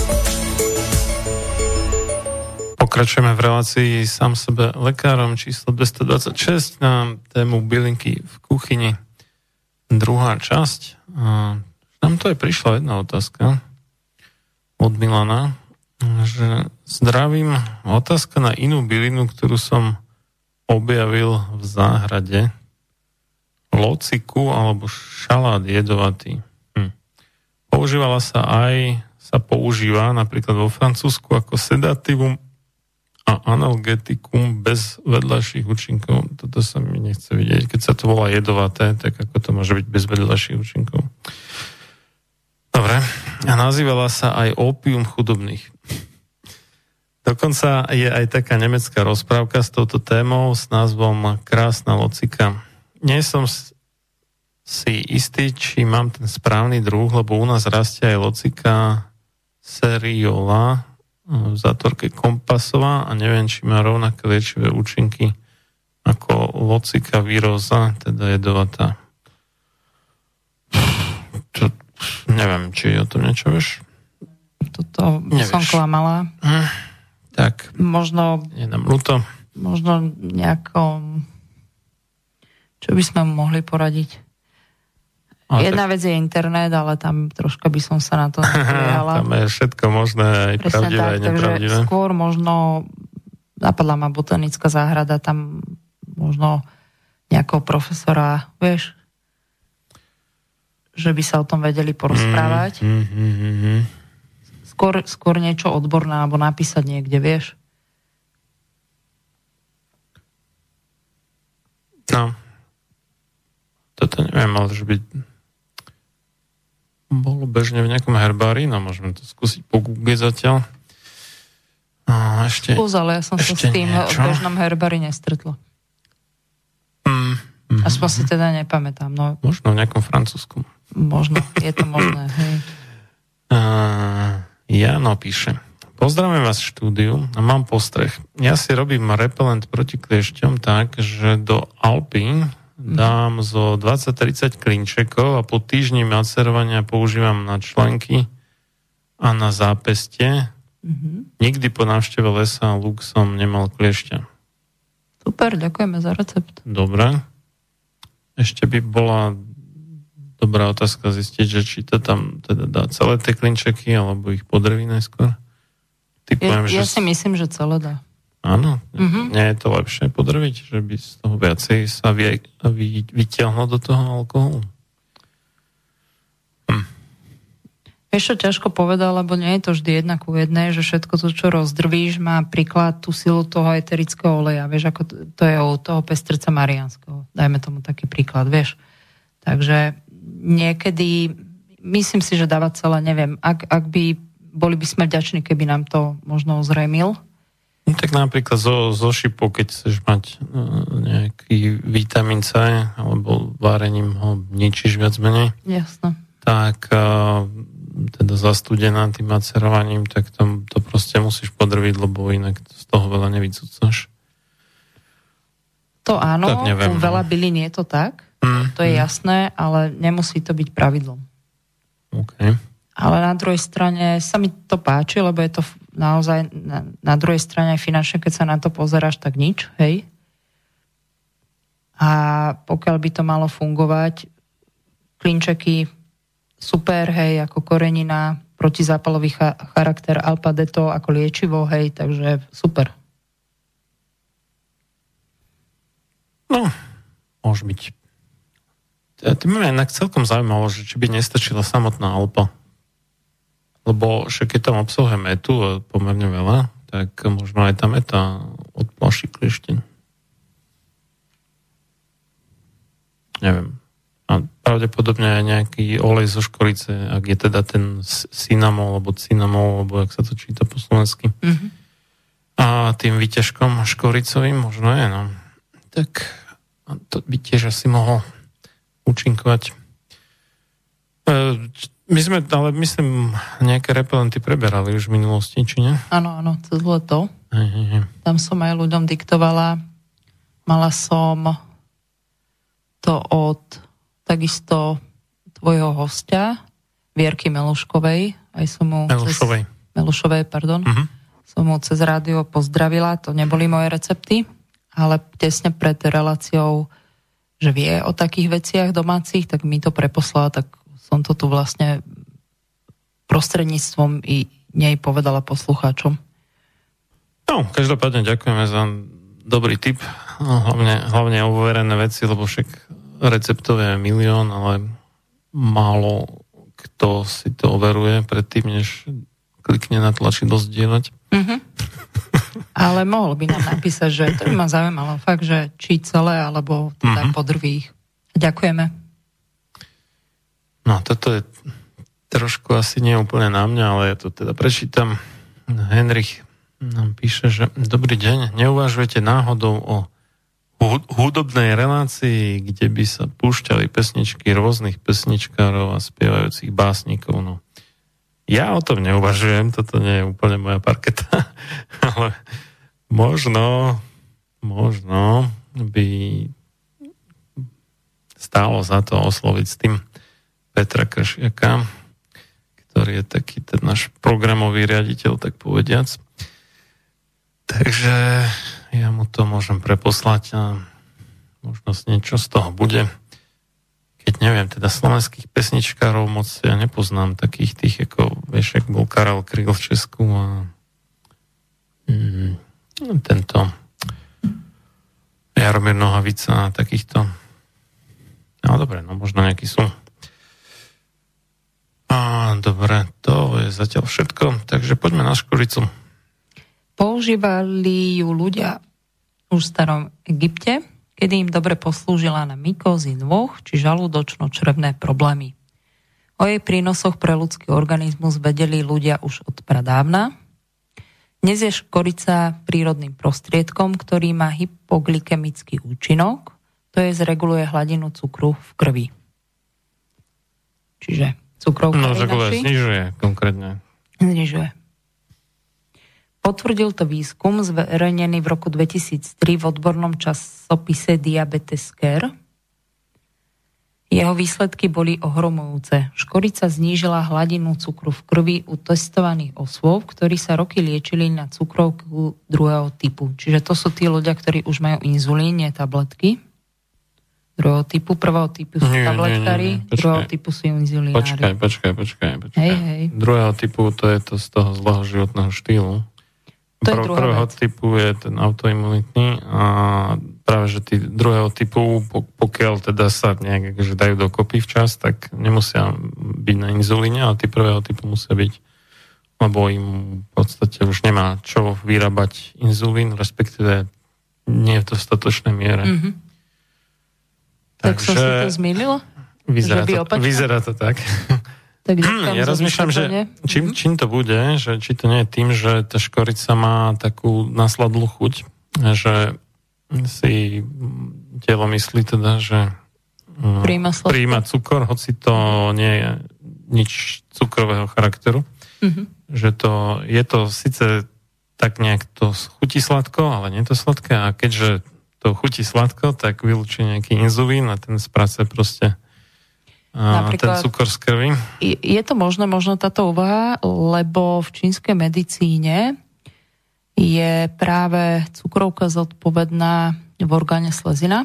Pokračujeme v relácii Sám sebe lekárom číslo dvestodvadsaťšesť na tému bylinky v kuchyni. Druhá časť. A nám to aj prišla jedna otázka od Milana, že zdravím, otázka na inú bylinu, ktorú som objavil v záhrade. Lociku alebo šalát jedovatý. Hm. Používala sa aj, sa používa napríklad vo Francúzsku ako sedatívum a analgetikum bez vedľajších účinkov. Toto sa mi nechce vidieť. Keď sa to volá jedovaté, tak ako to môže byť bez vedľajších účinkov. Dobre. A nazývala sa aj opium chudobných. Dokonca je aj taká nemecká rozprávka s touto témou s názvom Krásna locika. Nie som si istý, či mám ten správny druh, lebo u nás rastie aj locika seriola v zátvorke kompasová a neviem, či má rovnaké liečivé účinky ako locika virosa, teda jedovatá. Čo, neviem, či o tom niečo vieš? Toto Nevieš. Som klamala. Hm, tak. Možno... Je nám ľúto. Možno nejakom... Čo by sme mohli poradiť? Ale Jedna tak... vec je internet, ale tam troška by som sa na to napriala. Tam je všetko možné, aj presne pravdivé, tak, aj nepravdivé. Skôr možno, napadla ma botanická záhrada, tam možno nejakého profesora, vieš, že by sa o tom vedeli porozprávať. Mm, mm, mm, mm. Skôr, skôr niečo odborné, alebo napísať niekde, vieš. No. Toto neviem, ale že by bolo bežne v nejakom herbári, no môžeme to skúsiť pogoogliť zatiaľ. A ešte, Skús, ale ja som sa s tým niečo? v bežnom herbári nestretla. Mm, mm, Aspoň mm. si teda nepamätám. No, možno v nejakom francúzskom. Možno, je to možné, hej. A, Jano píše: Pozdravujem vás v štúdiu a mám postreh. Ja si robím repelent proti kliešťom tak, že do Alpín dám zo dvadsať tridsať klinčekov a po týždni macerovania používam na členky a na zápestie. Mm-hmm. Nikdy po návšteve lesa a lúk som nemal kliešťa. Super, ďakujeme za recept. Dobre. Ešte by bola dobrá otázka zistiť, že či to tam teda dá celé tie klinčeky, alebo ich podrví najskôr. Typujem, ja, ja že... si myslím, že celé dá. Áno, mm-hmm. Nie je to lepšie podrviť, že by z toho viacej sa vy, vy, vytiahlo do toho alkoholu? Hm. Ešte ťažko povedať, lebo nie je to vždy jedna ku jednej, že všetko to, čo rozdrvíš, má príklad tú silu toho eterického oleja. Vieš, ako to, to je u toho pestrca mariánskeho. Dajme tomu taký príklad, vieš. Takže niekedy, myslím si, že dávať celé, neviem, ak, ak by, boli by sme vďační, keby nám to možno ozrejmil. No, tak napríklad zo, zo šipov, keď chceš mať uh, nejaký vitamín C, alebo várením ho ničíš viac menej. Jasné. Tak uh, teda zastudená tým macerovaním, tak to, to proste musíš podrviť, lebo inak z toho veľa nevycúcaš. To áno, tak neviem, u veľa bylín je to tak, mm, to je mm. jasné, ale nemusí to byť pravidlom. Okay. Ale na druhej strane sa mi to páči, lebo je to naozaj na, na druhej strane aj finančne, keď sa na to pozeráš, tak nič, hej. A pokiaľ by to malo fungovať, klinčeky super, hej, ako korenina, protizápalový cha- charakter, alpa-deto ako liečivo, hej, takže super. No, môže byť. Ty ma inak celkom zaujímalo, že či by nestačila samotná alpa. Lebo však keď tam obsahuje metu pomerne veľa, tak možno aj tá meta odplaší kliešteň. Neviem. A pravdepodobne aj nejaký olej zo škorice, ak je teda ten cinamol, alebo cinamol, alebo jak sa to číta po slovensky. Mm-hmm. A tým výťažkom škoricovým možno je, no. Tak to by tiež asi mohol účinkovať. My sme, ale myslím, nejaké repelenty preberali už v minulosti, či nie? Áno, áno, cez leto. Hej, hej, hej. Tam som aj ľuďom diktovala. Mala som to od takisto tvojho hostia, Vierky Meluškovej. Aj som mu Melušovej. Cez, Melušovej, pardon. Uh-huh. Som mu cez rádio pozdravila. To neboli moje recepty, ale tesne pred reláciou, že vie o takých veciach domácich, tak mi to preposlala, tak som to tu vlastne prostredníctvom i nej povedala poslucháčom. No, každopádne ďakujeme za dobrý tip. No, hlavne, hlavne overené veci, lebo však receptov je milión, ale málo kto si to overuje predtým, než klikne na tlačidlo zdieľať. Mm-hmm. Ale mohol by nám napísať, že to by ma zaujímalo fakt, že či celé, alebo teda mm-hmm. podrví ich. Ďakujeme. No, toto je trošku asi nie úplne na mňa, ale ja to teda prečítam. Henrich nám píše, že dobrý deň, neuvažujete náhodou o hudobnej relácii, kde by sa púšťali pesničky rôznych pesničkárov a spievajúcich básnikov. No, ja o tom neuvažujem, toto nie je úplne moja parketa, ale možno, možno by stálo za to osloviť s tým Petra Kršiaka, ktorý je taký ten náš programový riaditeľ, tak povediac. Takže ja mu to môžem preposlať a možno niečo z toho bude. Keď neviem, teda slovenských pesničkárov moc ja nepoznám, takých tých, ako vieš, ak bol Karel Kryl v Česku a mm, tento Jaromír Nohavica a takýchto. No dobre, no možno nejaký sú. Á, dobre, to je zatiaľ všetko, takže poďme na škoricu. Používali ju ľudia už v starom Egypte, kedy im dobre poslúžila na mykózy nôh či žalúdočno-črevné problémy. O jej prínosoch pre ľudský organizmus vedeli ľudia už od pradávna. Dnes je škorica prírodným prostriedkom, ktorý má hypoglykemický účinok, to je zreguluje hladinu cukru v krvi. Čiže cukrovka no, naši znižuje konkrétne. Znižuje. Potvrdil to výskum zverejnený v roku dvetisíctri v odbornom časopise Diabetes Care. Jeho výsledky boli ohromujúce. Škorica znížila hladinu cukru v krvi u testovaných osôb, ktorí sa roky liečili na cukrovku druhého typu. Čiže to sú tí ľudia, ktorí už majú inzulín, nie tabletky. Druhého typu, prvého typu sú nie, tabletkári, nie, nie, nie. druhého typu sú inzulinári. Počkaj, počkaj, počkaj. počkaj. Hej, hej. Druhého typu to je to z toho zlého životného štýlu. To je Prv, prvého vec. Typu je ten autoimunitný a práve, že tí druhého typu, pokiaľ teda sa nejak že dajú dokopy včas, tak nemusia byť na inzulíne, ale tí prvého typu musia byť, lebo im v podstate už nemá čo vyrábať inzulín, respektíve nie v dostatočnej miere. Mm-hmm. Tak som si to zmýlila? Vyzerá, to, vyzerá to tak. Tak ja rozmýšľam, že čím, čím to bude, že či to nie je tým, že tá škorica má takú nasladlú chuť, že si telo myslí teda, že príjma, príjma cukor, hoci to nie je nič cukrového charakteru. Mm-hmm. Že to, je to síce tak nejak to chutí sladko, ale nie je to sladké a keďže to chutí sladko, tak vylúči nejaký inzulín a ten spracuje proste ten cukor z krvi. Je to možné, možno táto úvaha, lebo v čínskej medicíne je práve cukrovka zodpovedná v orgáne slezina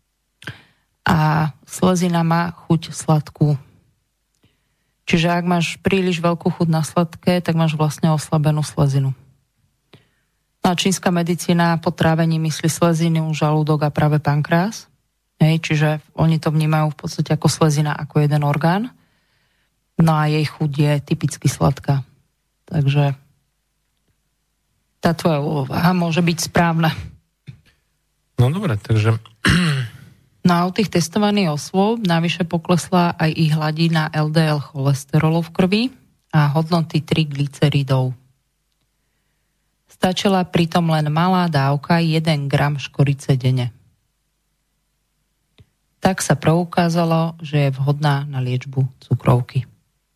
a slezina má chuť sladkú. Čiže ak máš príliš veľkú chuť na sladké, tak máš vlastne oslabenú slezinu. A čínska medicína po trávení myslí slezinu, žalúdok a práve pankreas. Hej, čiže oni to vnímajú v podstate ako slezina, ako jeden orgán. No a jej chuť je typicky sladká. Takže tá tvoja úvaha môže byť správna. No dobre, takže... No a u tých testovaných osôb navyše poklesla aj ich hladina el dé el cholesterolu v krvi a hodnoty triglyceridov. Stačila pritom len malá dávka jeden gram škorice denne. Tak sa preukázalo, že je vhodná na liečbu cukrovky.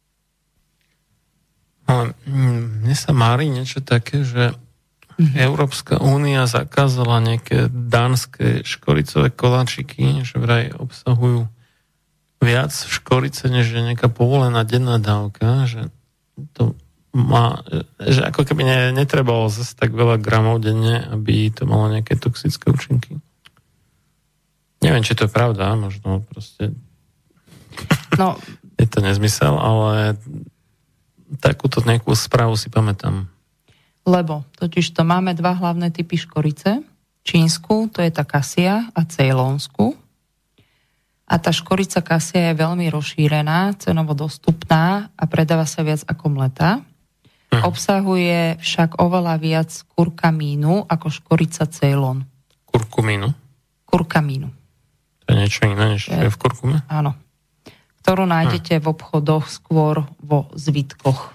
Ale mne sa mári niečo také, že mm-hmm. Európska únia zakázala nejaké dánske škoricové koláčiky, že vraj obsahujú viac škorice, než je nejaká povolená denná dávka, že to má, že ako keby ne, netrebalo zase tak veľa gramov denne, aby to malo nejaké toxické účinky. Neviem, či to je pravda, možno proste no, je to nezmysel, ale takúto nejakú správu si pamätám. Lebo totiž to máme dva hlavné typy škorice. Čínsku, to je tá kasia a cejlónsku. A tá škorica kasia je veľmi rozšírená, cenovo dostupná a predáva sa viac ako mleta. Hm. Obsahuje však oveľa viac kurkamínu ako škorica cejlón. Kurkumínu? Kurkamínu. To je niečo iné, než je v kurkume? Áno. Ktorú nájdete hm. v obchodoch skôr vo zvitkoch.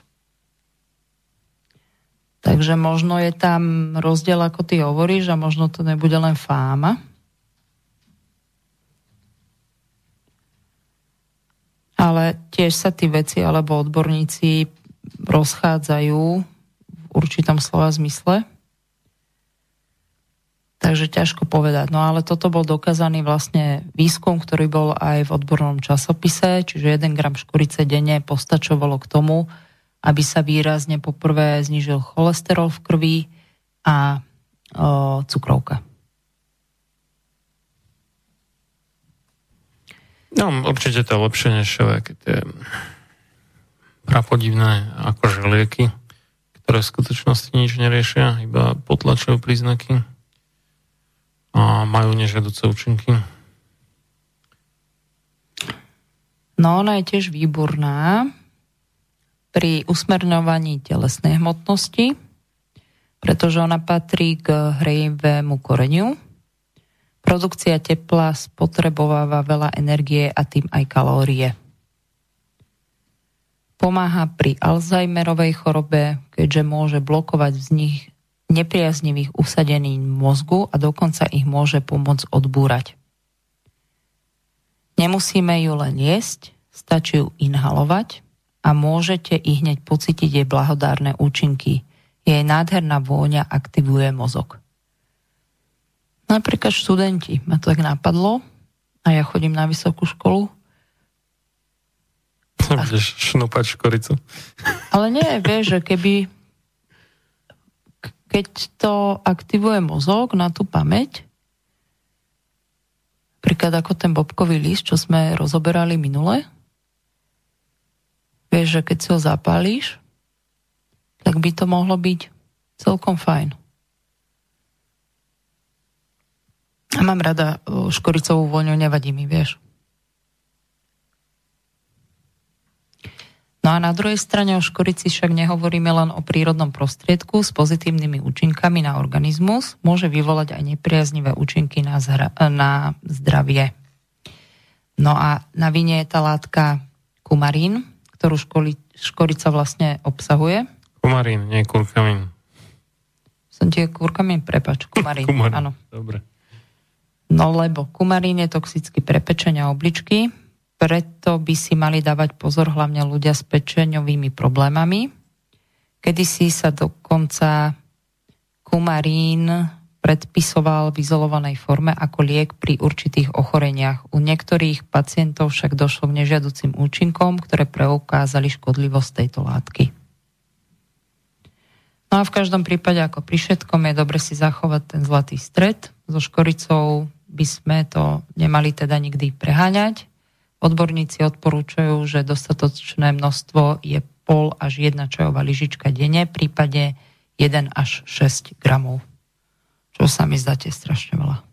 Takže možno je tam rozdiel, ako ty hovoríš, a možno to nebude len fáma. Ale tiež sa tí veci alebo odborníci rozchádzajú v určitom slova zmysle. Takže ťažko povedať. No ale toto bol dokázaný vlastne výskum, ktorý bol aj v odbornom časopise, čiže jeden gram škorice denne postačovalo k tomu, aby sa výrazne poprvé znížil cholesterol v krvi a o, cukrovka. No, určite to je lepšie než všetky tie prapodivné akože lieky, ktoré v skutočnosti nič neriešia, iba potlačujú príznaky a majú nežiaduce účinky. No, ona je tiež výborná pri usmerňovaní telesnej hmotnosti, pretože ona patrí k hrejivému koreniu. Produkcia tepla spotrebováva veľa energie a tým aj kalórie. Pomáha pri Alzheimerovej chorobe, keďže môže blokovať vznik nepriaznivých usadení mozgu a dokonca ich môže pomôcť odbúrať. Nemusíme ju len jesť, stačí ju inhalovať a môžete i hneď pocítiť jej blahodárne účinky. Jej nádherná vôňa aktivuje mozog. Napríklad študenti, ma to tak napadlo, a ja chodím na vysokú školu, Budeš šnúpať škoricu. Ale nie, vieš, že keby keď to aktivuje mozog na tú pamäť, príklad ako ten bobkový list, čo sme rozoberali minule, vieš, že keď si ho zapálíš, tak by to mohlo byť celkom fajn. A mám rada škoricovú vôňu, nevadí mi, vieš. No a na druhej strane o škorici však nehovoríme len o prírodnom prostriedku s pozitívnymi účinkami na organizmus, môže vyvolať aj nepriaznivé účinky na, zhra- na zdravie. No a na víne je tá látka kumarín, ktorú školi- škorica vlastne obsahuje. Kumarín, nie kurkamín. Som ti kurkamín, prepač, kumarín. Kumarín, áno. Dobre. No lebo kumarín je toxický pre pečeň a obličky, preto by si mali dávať pozor hlavne ľudia s pečeňovými problémami. Kedysi sa dokonca kumarín predpisoval v izolovanej forme ako liek pri určitých ochoreniach. U niektorých pacientov však došlo k nežiaducim účinkom, ktoré preukázali škodlivosť tejto látky. No a v každom prípade, ako pri všetkom, je dobre si zachovať ten zlatý stred. So škoricou by sme to nemali teda nikdy preháňať. Odborníci odporúčajú, že dostatočné množstvo je pol až jedna čajová lyžička denne, v prípade jeden až šesť gramov. Čo sa mi zdá tiež strašne veľa.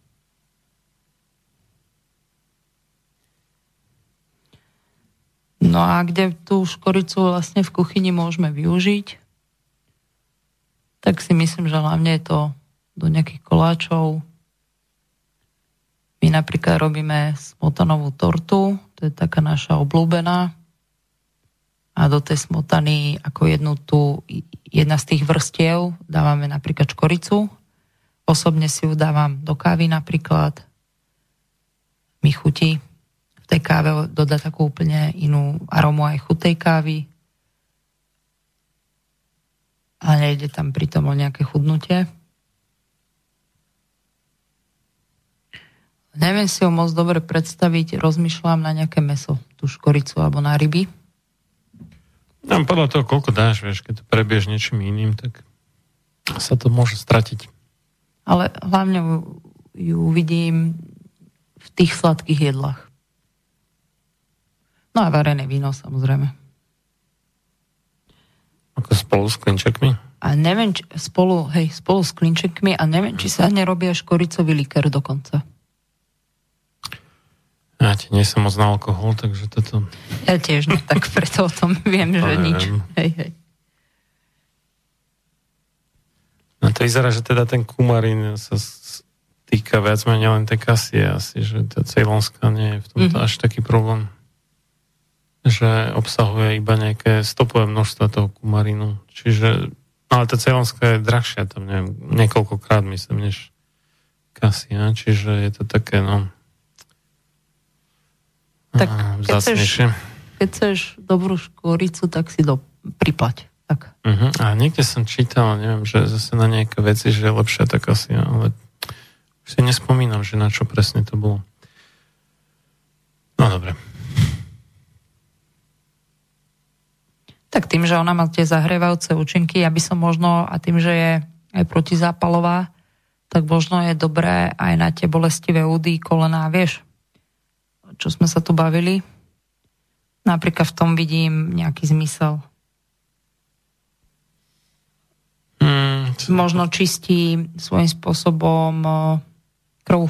No a kde tú škoricu vlastne v kuchyni môžeme využiť, tak si myslím, že hlavne je to do nejakých koláčov. My napríklad robíme smotanovú tortu, to je taká naša obľúbená. A do tej smotany ako jednu tú, jedna z tých vrstiev dávame napríklad škoricu. Osobne si ju dávam do kávy napríklad. Mi chutí v tej káve dodať takú úplne inú arómu aj chuť tej kávy. A nejde tam pritom o nejaké chudnutie. Neviem si ho moc dobre predstaviť, rozmýšľam na nejaké mäso, tú škoricu alebo na ryby. No, podľa toho, koľko dáš, vieš, keď to prebieš niečím iným, tak sa to môže stratiť. Ale hlavne ju vidím v tých sladkých jedlách. No a varené víno, samozrejme. Ako spolu s klinčekmi? A neviem, či spolu, hej, spolu s klinčekmi a neviem, či sa nerobia škoricový likér dokonca. Ja ti nie som moc na alkohol, takže toto... Ja tiež, no tak preto o tom viem, že neviem. nič. Hej, hej. No to vyzerá, že teda ten kumarín sa týka viac menej len tej kasie asi, že tá cejlonská nie je v tomto mm-hmm. až taký problém. Že obsahuje iba nejaké stopové množstva toho kumarínu. Čiže, ale tá cejlonská je drahšia, tam neviem, niekoľkokrát myslím, než kasia, čiže je to také, no... Tak keď chceš, keď chceš dobrú škoricu, tak si do, priplať. Tak. Uh-huh. A niekde som čítal, neviem, že zase na nejaké veci, že je lepšia tá kasia, ale už si nespomínam, že na čo presne to bolo. No dobre. Tak tým, že ona má tie zahrievajúce účinky, ja by som možno, a tým, že je aj protizápalová, tak možno je dobré aj na tie bolestivé údy, kolená, vieš, čo sme sa tu bavili. Napríklad v tom vidím nejaký zmysel. Hmm. Možno čistí svojím spôsobom krv.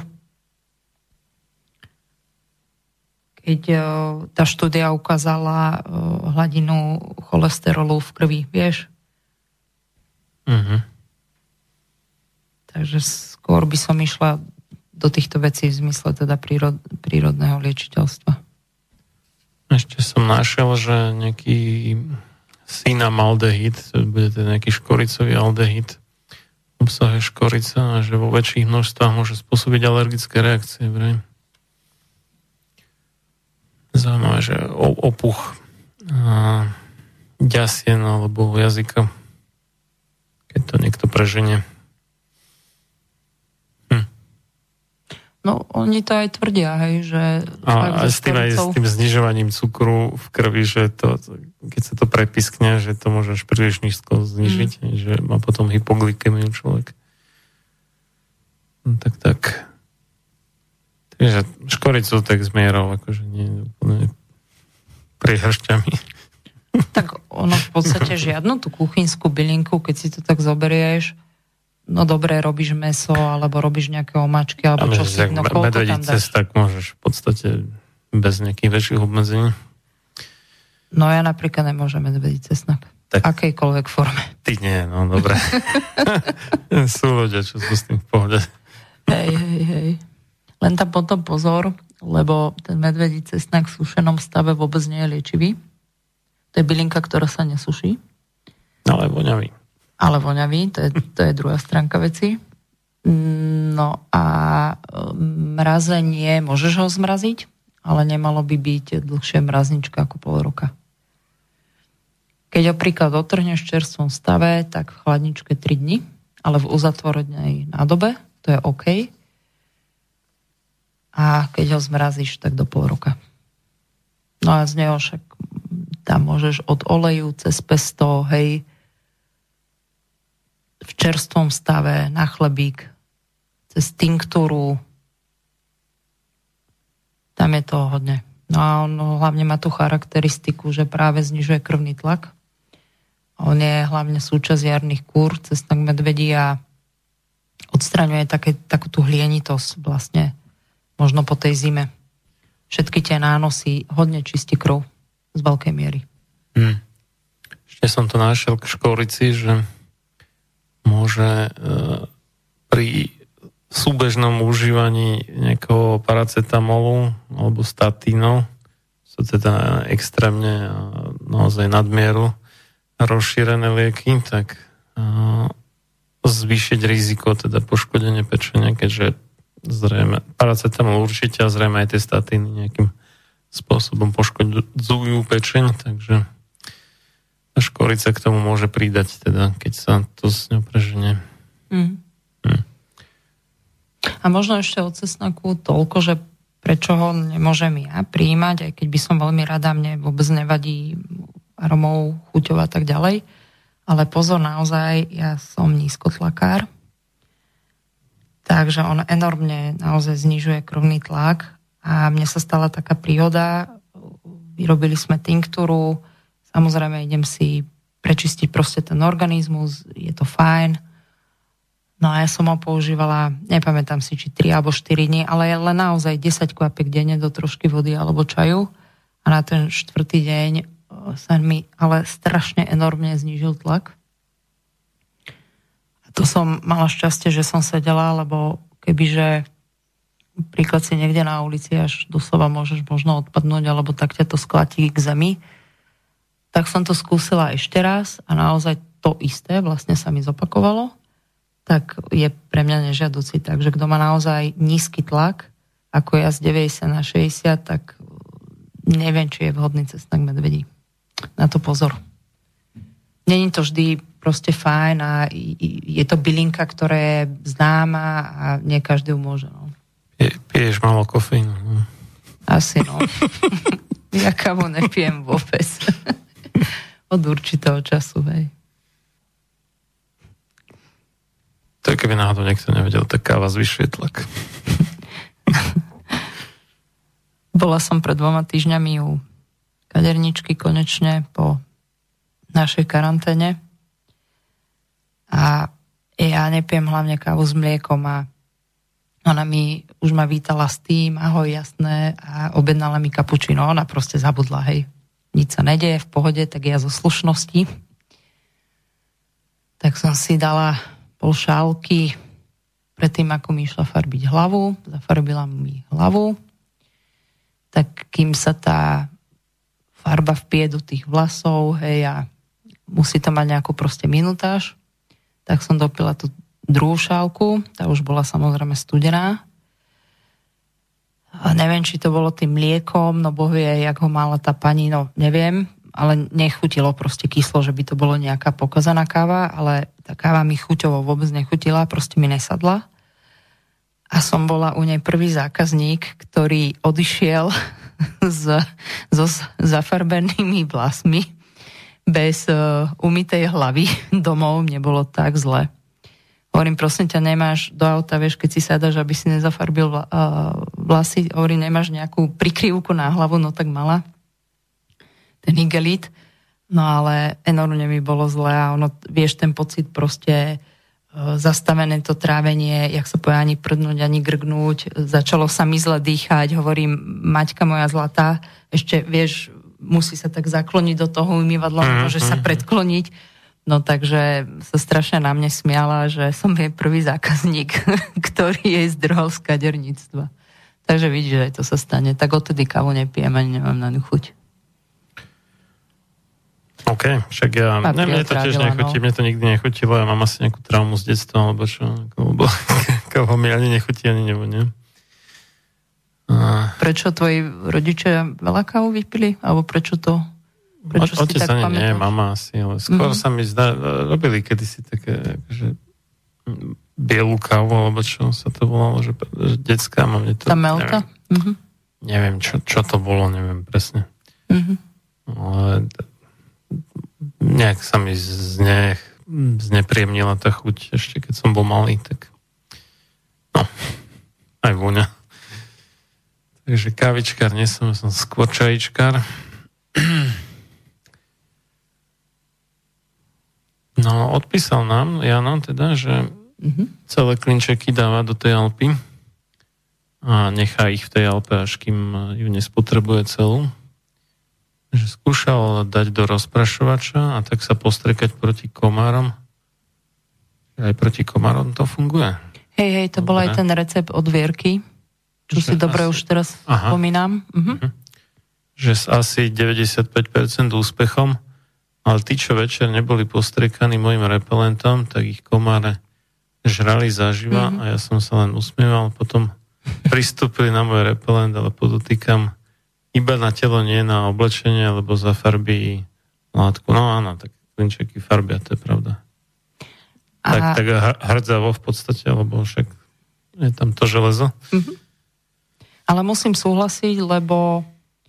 Keď tá štúdia ukázala hladinu cholesterolu v krvi, vieš? Mhm. Takže skôr by som išla do týchto vecí v zmysle teda prírod, prírodného liečiteľstva. Ešte som našiel, že nejaký cinamaldehyd, to bude teda nejaký škoricový aldehyd, obsahuje škorica a že vo väčších množstvách môže spôsobiť alergické reakcie. Vraj. Zaujímavé, že opuch a ďasien alebo jazyka, keď to niekto preženie. No, oni to aj tvrdia, hej, že... A, a s, tým aj s tým znižovaním cukru v krvi, že to, keď sa to prepiskne, že to môžeš príliš nízko znižiť, mm. že má potom hypoglykemiu človek. No, tak, tak. Takže škoricu tak zmierol, akože nie úplne priehršťami. Tak ono v podstate žiadnu tú kuchynskú bylinku, keď si to tak zoberieš, no dobre, robíš meso, alebo robíš nejaké omáčky, alebo čo si, no koľko tam dáš? Tak môžeš v podstate bez nejakých väčších obmedzení. No ja napríklad nemôžem medvedí cesnak. Tak. V akejkoľvek forme. Ty nie, no dobre. Sú ľudia, čo sú s tým v pohode. Hej, hej, hej. Len tam potom pozor, lebo ten medvedí cesnak v sušenom stave vôbec nie je liečivý. To je bylinka, ktorá sa nesuší. Ale voňavý. Ale voňavý, to je, to je druhá stránka veci. No a mrazenie, môžeš ho zmraziť, ale nemalo by byť dlhšie mraznička ako pol roka. Keď ho príklad otrhneš v čerstvom stave, tak v chladničke tri dni, ale v uzatvorenej nádobe, to je OK. A keď ho zmrazíš, tak do pol roka. No a z neho však tam môžeš od oleju cez pesto, hej, v čerstvom stave, na chlebík, cez tinktúru. Tam je toho hodne. No a on hlavne má tú charakteristiku, že práve znižuje krvný tlak. On je hlavne súčasť jarných kúr, cesnak medvedí a odstraňuje také, takú tú hlienitosť vlastne možno po tej zime. Všetky tie nánosy hodne čistí krv z veľkej miery. Hmm. Ešte som to našiel k škorici, že môže e, pri súbežnom užívaní nejakého paracetamolu alebo statínov, sú teda extrémne naozaj nadmieru rozšírené lieky, tak e, zvýšiť riziko teda poškodenie pečenia, keďže zrejme paracetamol určite a zrejme aj tie statíny nejakým spôsobom poškodzujú pečeň, takže škorica k tomu môže pridať, teda, keď sa to s ňou preženie. Mm. Mm. A možno ešte od cesnaku toľko, že prečo ho nemôžem ja prijímať, aj keď by som veľmi rada, mne vôbec nevadí aromou, chuťou a tak ďalej. Ale pozor, naozaj, ja som nízkotlakár, takže on enormne naozaj znižuje krvný tlak a mne sa stala taká príhoda, vyrobili sme tinktúru. Samozrejme, idem si prečistiť proste ten organizmus, je to fajn. No a ja som ho používala, nepamätám si, či tri alebo štyri dní, ale len naozaj desať kvapiek denne do trošky vody alebo čaju. A na ten štvrtý deň sa mi ale strašne enormne znížil tlak. A to som mala šťastie, že som sedela, lebo kebyže príklad si niekde na ulici až doslova môžeš možno odpadnúť, alebo tak ťa to sklatí k zemi, tak som to skúsila ešte raz a naozaj to isté vlastne sa mi zopakovalo, tak je pre mňa nežiaducí. Takže kto má naozaj nízky tlak, ako ja z deväťdesiat na šesťdesiat, tak neviem, či je vhodný cesnak medvedí. Na to pozor. Není to vždy proste fajn a je to bylinka, ktorá je známa a nie každý ju môže. No. Piješ málo kofeínu. No. Asi no. Ja kávu nepijem vôbec. Od určitého času, hej. To je, keby náhodou niekto nevedel, tak káva zvyšuje tlak. Bola som pred dvoma týždňami u kaderničky konečne po našej karanténe a ja nepijem hlavne kávu s mliekom a ona mi už ma vítala s tým, ahoj, jasné, a objednala mi kapučino. Ona proste zabudla, hej. Nič sa nedeje, v pohode, tak ja zo slušnosti. Tak som si dala pol šálky predtým, ako mi išla farbiť hlavu. Zafarbila mi hlavu. Tak kým sa tá farba vpije do tých vlasov, hej, a musí to mať nejakú proste minutáž, tak som dopila tú druhú šálku, tá už bola samozrejme studená. A neviem, či to bolo tým mliekom, no boh vie, jak ho mala tá pani, no neviem, ale nechutilo proste kyslo, že by to bolo nejaká pokazaná káva, ale tá káva mi chuťovo vôbec nechutila, proste mi nesadla. a som bola u nej prvý zákazník, ktorý odišiel s, so zafarbenými vlasmi bez uh, umytej hlavy domov. Mne bolo tak zle. Hovorím, prosím ťa, nemáš do auta, vieš, keď si sadáš, aby si nezafarbil vla, uh, vlasy, hovorím, nemáš nejakú prikryvku na hlavu, no tak mala ten igelit, no ale enormne mi bolo zle a ono, vieš, ten pocit proste uh, zastavené to trávenie, jak sa povie, ani prdnúť, ani grgnúť, začalo sa mi zle dýchať, hovorím, Maťka moja zlatá, ešte, vieš, musí sa tak zakloniť do toho umývadla, mm-hmm. môže sa predkloniť. No takže sa strašne na mne smiala, že som jej prvý zákazník, ktorý jej zdrhol z kaderníctva. Takže vidíš, že aj to sa stane. Tak odtedy kávu nepijem, ani nemám na ňu chuť. OK, však ja... Ne, mne to tiež nechutí, no. Mne to nikdy nechutilo. Ja mám asi nejakú traumu z detstva, alebo čo, lebo kávo mi ani nechutí, ani nevonia. A... Prečo tvoji rodičia veľa kávu vypili? Alebo prečo to... Prečo o, otec ani nie, mama asi, ale skôr mm-hmm. sa mi zdá, robili kedysi také, že bielú kávu, alebo čo sa to volalo, že, že detská, mám to... Tá melka? Neviem, mm-hmm. neviem čo, čo to bolo, neviem presne. Mm-hmm. Ale nejak sa mi zne, znepríjemnila tá chuť, ešte keď som bol malý, tak no, aj vôňa. Takže kávičkár nie som, som skôr čajičkár. No, odpísal nám, Jano, teda, že mm-hmm. celé klinčeky dáva do tej Alpy a nechá ich v tej Alpe, až kým ju nespotrebuje celú. Že skúšal dať do rozprašovača a tak sa postrekať proti komárom. Aj proti komárom to funguje. Hej, hej, to dobre. Bol aj ten recept od Vierky, čo že si dobre asi... už teraz Aha. spomínam. Mhm. Že s asi deväťdesiatpäť percent úspechom. Ale tí, čo večer neboli postriekaní mojim repelentom, tak ich komáre žrali zaživa mm-hmm. a ja som sa len usmieval. Potom pristúpili na môj repelent, ale podotýkam iba na telo, nie na oblečenie, lebo zafarbí látku. No áno, tak klinčeky farbia, to je pravda. A... Tak, tak hrdzavo v podstate, lebo však je tam to železo. Mm-hmm. Ale musím súhlasiť, lebo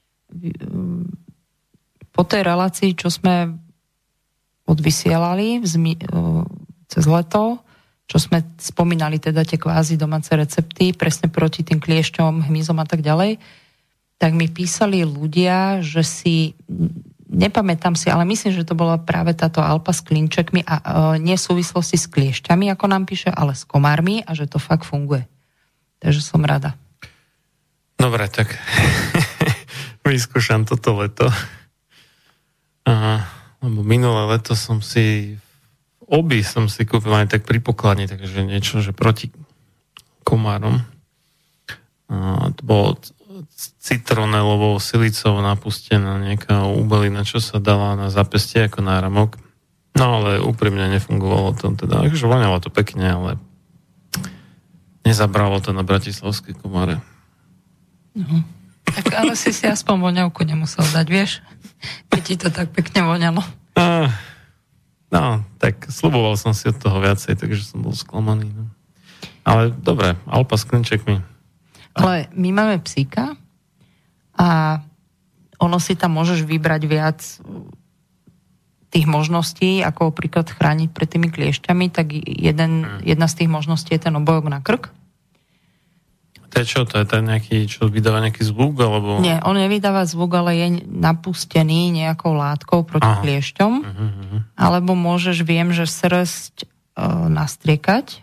po tej relácii, čo sme odvysielali zmi, cez leto, čo sme spomínali teda tie kvázi domáce recepty, presne proti tým kliešťom, hmyzom a tak ďalej, tak mi písali ľudia, že si, nepamätám si, ale myslím, že to bola práve táto Alpa s klinčekmi a e, nie v súvislosti s kliešťami, ako nám píše, ale s komármi a že to fakt funguje. Takže som rada. Dobre, tak vyskúšam toto leto. Aha, lebo minulé leto som si obi som si kúpil aj tak pri pokladni, takže niečo, že proti komárom. A to bolo citronelovou silicou napustená nejaká úbelina, čo sa dala na zápestie ako náramok. No ale úprimne nefungovalo to teda. Takže voňalo to pekne, ale nezabralo to na bratislavské komáre. No. Tak ale si si aspoň voňavku nemusel dať, vieš? Keď ti to tak pekne voňalo. No, no, tak sľuboval som si od toho viacej, takže som bol sklamaný. No. Ale dobre, Alpa s klinčekmi. Ale my máme psíka a ono si tam môžeš vybrať viac tých možností, ako príklad chrániť pred tými kliešťami, tak jeden, hmm. jedna z tých možností je ten obojok na krk. To je čo? To je ten nejaký, čo vydáva nejaký zvuk? Alebo... Nie, on nevydáva zvuk, ale je napustený nejakou látkou proti Aha. kliešťom. Uh-huh, uh-huh. Alebo môžeš, viem, že srst uh, nastriekať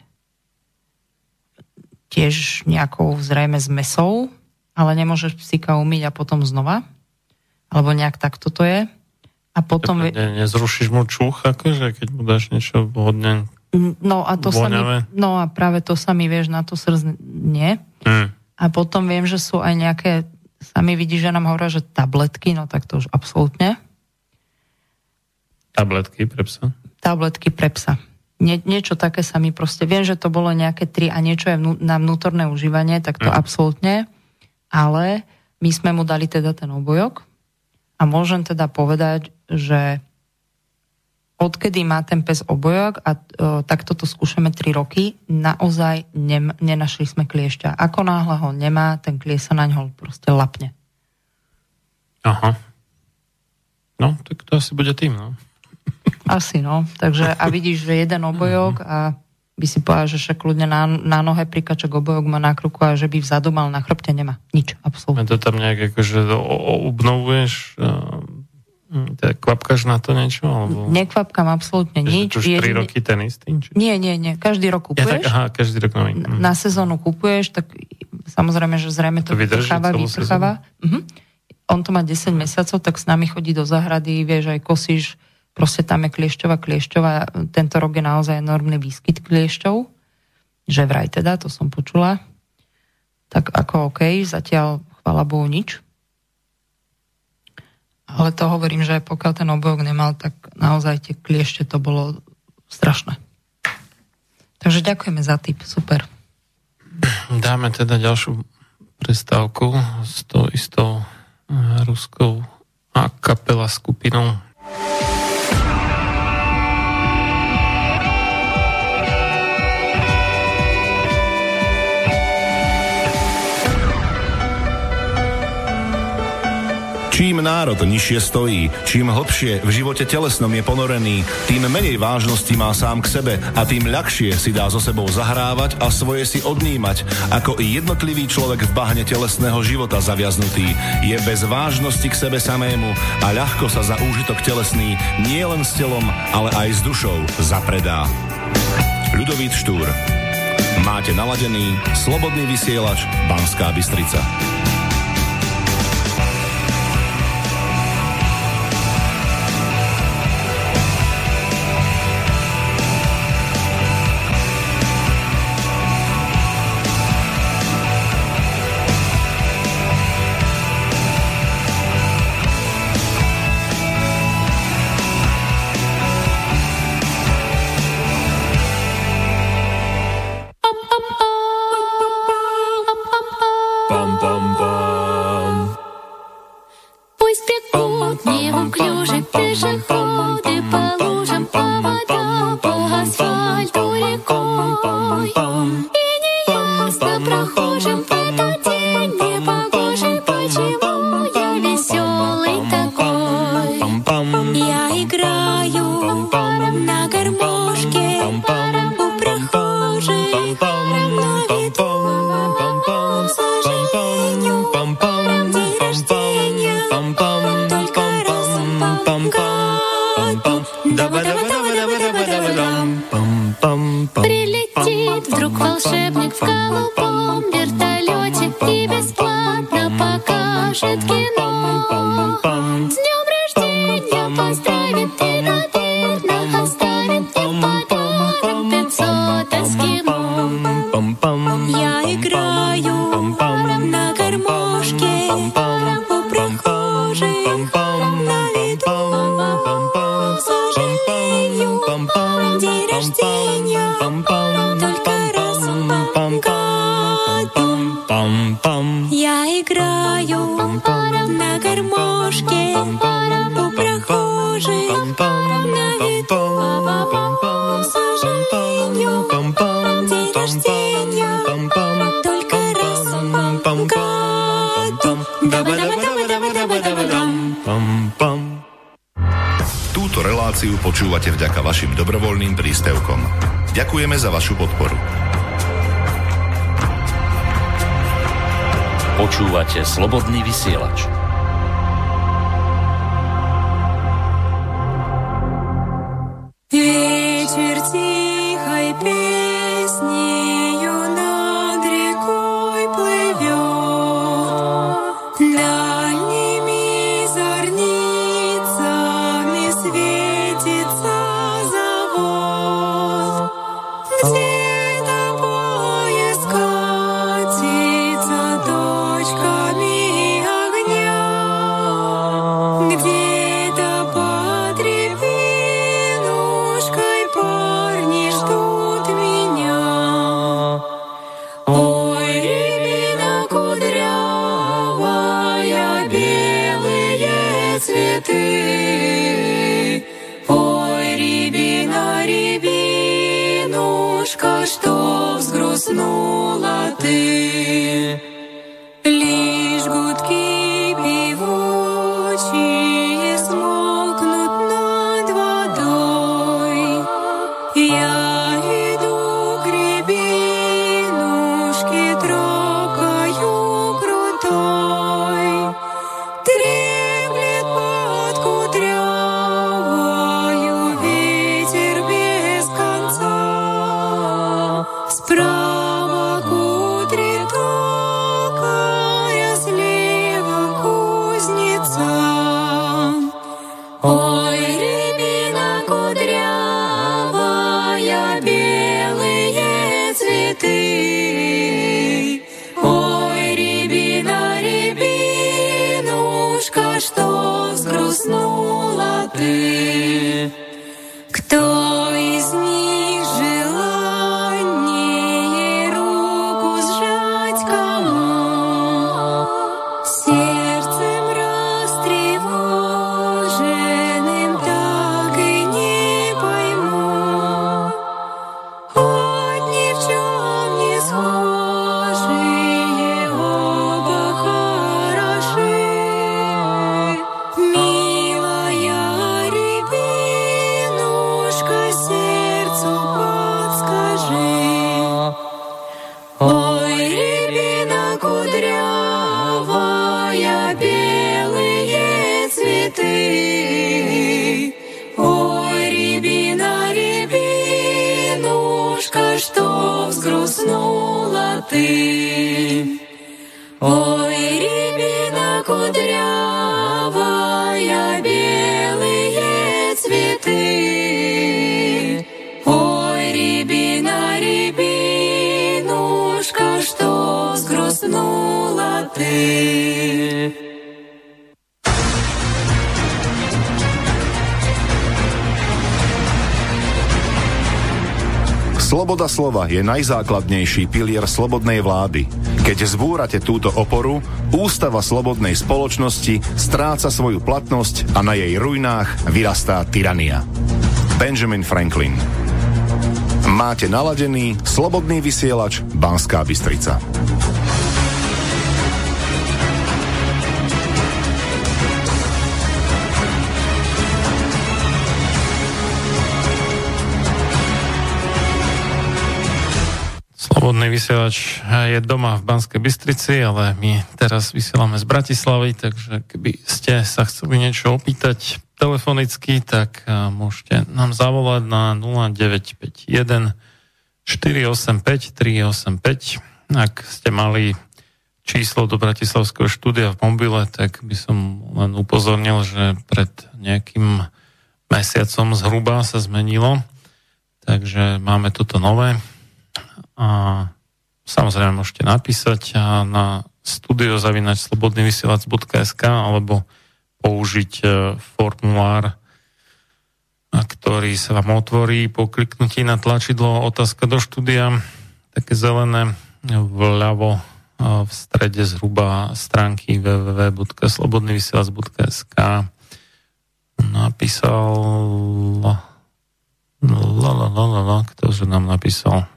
tiež nejakou zrejme zmesou, ale nemôžeš psíka umyť a potom znova. Alebo nejak takto to je. A potom... Ne, nezrušíš mu čuch, akože, keď mu dáš niečo vhodne... No a to sa mi, no a práve to sa mi, vieš, na to srdc nie. Hmm. A potom viem, že sú aj nejaké, sami vidí, že nám hovoria, že tabletky, no tak to už absolútne. Tabletky pre psa? Tabletky pre psa. Nie, niečo také sa mi proste, viem, že to bolo nejaké tri a niečo je vnú, na vnútorné užívanie, tak to hmm. absolútne. Ale my sme mu dali teda ten obojok a môžem teda povedať, že odkedy má ten pes obojok a o, takto to skúšame tri roky, naozaj nem, nenašli sme kliešťa. Ako náhle ho nemá, ten kliešť sa na ňo proste lapne. Aha. No, tak to asi bude tým, no. Asi, no. Takže a vidíš, že jeden obojok a by si povedal, že však ľudne na, na nohe prikačok obojok má na kruku a že by vzadu mal na chrbte, nemá. Nič, absolútne. A to tam nejak akože obnovuješ... Teda kvapkáš na to niečo? Alebo... Nekvapkám absolútne nič. Už tri roky ten istý? Či... Nie, nie, nie. Každý rok kupuješ. Ja, tak, aha, každý rok nový. Mhm. Na sezónu kupuješ, tak samozrejme, že zrejme to, to vyprcháva, vyprcháva. Mhm. On to má desať mesiacov, tak s nami chodí do záhrady, vieš, aj kosíš, proste tam je kliešťová, kliešťová. Tento rok je naozaj enormný výskyt kliešťov. Že vraj teda, to som počula. Tak ako OK, zatiaľ chvála Bohu nič. Ale to hovorím, že pokiaľ ten obojok nemal, tak naozaj tie kliešte to bolo strašné. Takže ďakujeme za tip, super. Dáme teda ďalšiu prestávku s tou istou ruskou a kapela skupinou. Čím národ nižšie stojí, čím hlbšie v živote telesnom je ponorený, tým menej vážnosti má sám k sebe a tým ľahšie si dá so sebou zahrávať a svoje si odnímať, ako i jednotlivý človek v bahne telesného života zaviaznutý. Je bez vážnosti k sebe samému a ľahko sa za úžitok telesný nie len s telom, ale aj s dušou zapredá. Ľudovít Štúr. Máte naladený Slobodný vysielač Banská Bystrica. Túto reláciu počúvate vďaka vašim dobrovoľným príspevkom. Ďakujeme za vašu podporu. Počúvate Slobodný vysielač. Вечер тихой песнею над рекой плывет, дальними зорницами светится завод. Где-то поезд катится точками огня, где-то под рябинушкой парни ждут меня. Ой, рябина кудрявая, белые цветы. Ой, рыбинушка, что взгрустнула ты. Лишь гудки певучие смолкнут над водой. Я иду к рябинушке, трогаю крутой. Треплет под кудрявою ветер без конца. Справа кудрит слева кузница. Ой, рябина кудрявая, белые цветы. Ой, рябина, рябинушка, что взгрустнула ты. Кто из них желаннее руку сжать кому? Сердцем растревоженным так и не пойму. От ни в чем не схожие оба хороши. Милая рябинушка, сердцу подскажи. Ой, рябина кудрявая, белые цветы. Ой, рябина, рябинушка, что взгрустнула ты. Ой, рябина кудрявая, белые цветы. Ой, рябина, рябинушка, что взгрустнула ты. Sloboda slova je najzákladnejší pilier slobodnej vlády. Keď zbúrate túto oporu, ústava slobodnej spoločnosti stráca svoju platnosť a na jej ruinách vyrastá tyrania. Benjamin Franklin. Máte naladený slobodný vysielač Banská Bystrica. Slobodný vysielač je doma v Banskej Bystrici, ale my teraz vysielame z Bratislavy, takže keby ste sa chceli niečo opýtať telefonicky, tak môžete nám zavolať na nula deväť päť jeden štyri osem päť tri osem päť. Ak ste mali číslo do bratislavského štúdia v mobile, tak by som len upozornil, že pred nejakým mesiacom zhruba sa zmenilo, takže máme toto nové. A samozrejme môžete napísať na studio zavináč slobodný vysielač bodka es ká alebo použiť formulár, ktorý sa vám otvorí po kliknutí na tlačidlo otázka do štúdia, také zelené vľavo v strede zhruba stránky w w w bodka slobodný vysielač bodka es ká. Napísal la la la la la, ktože nám napísal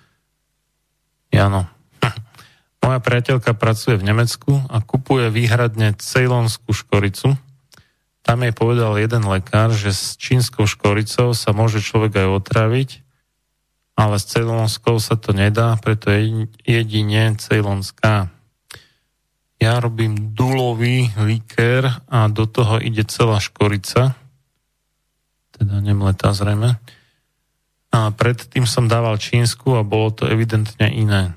Jano. Moja priateľka pracuje v Nemecku a kupuje výhradne cejlonskú škoricu. Tam jej povedal jeden lekár, že s čínskou škoricou sa môže človek aj otraviť, ale s cejlonskou sa to nedá, preto je jedine cejlonská. Ja robím dulový likér a do toho ide celá škorica, teda nemletá zrejme. A predtým som dával čínsku a bolo to evidentne iné.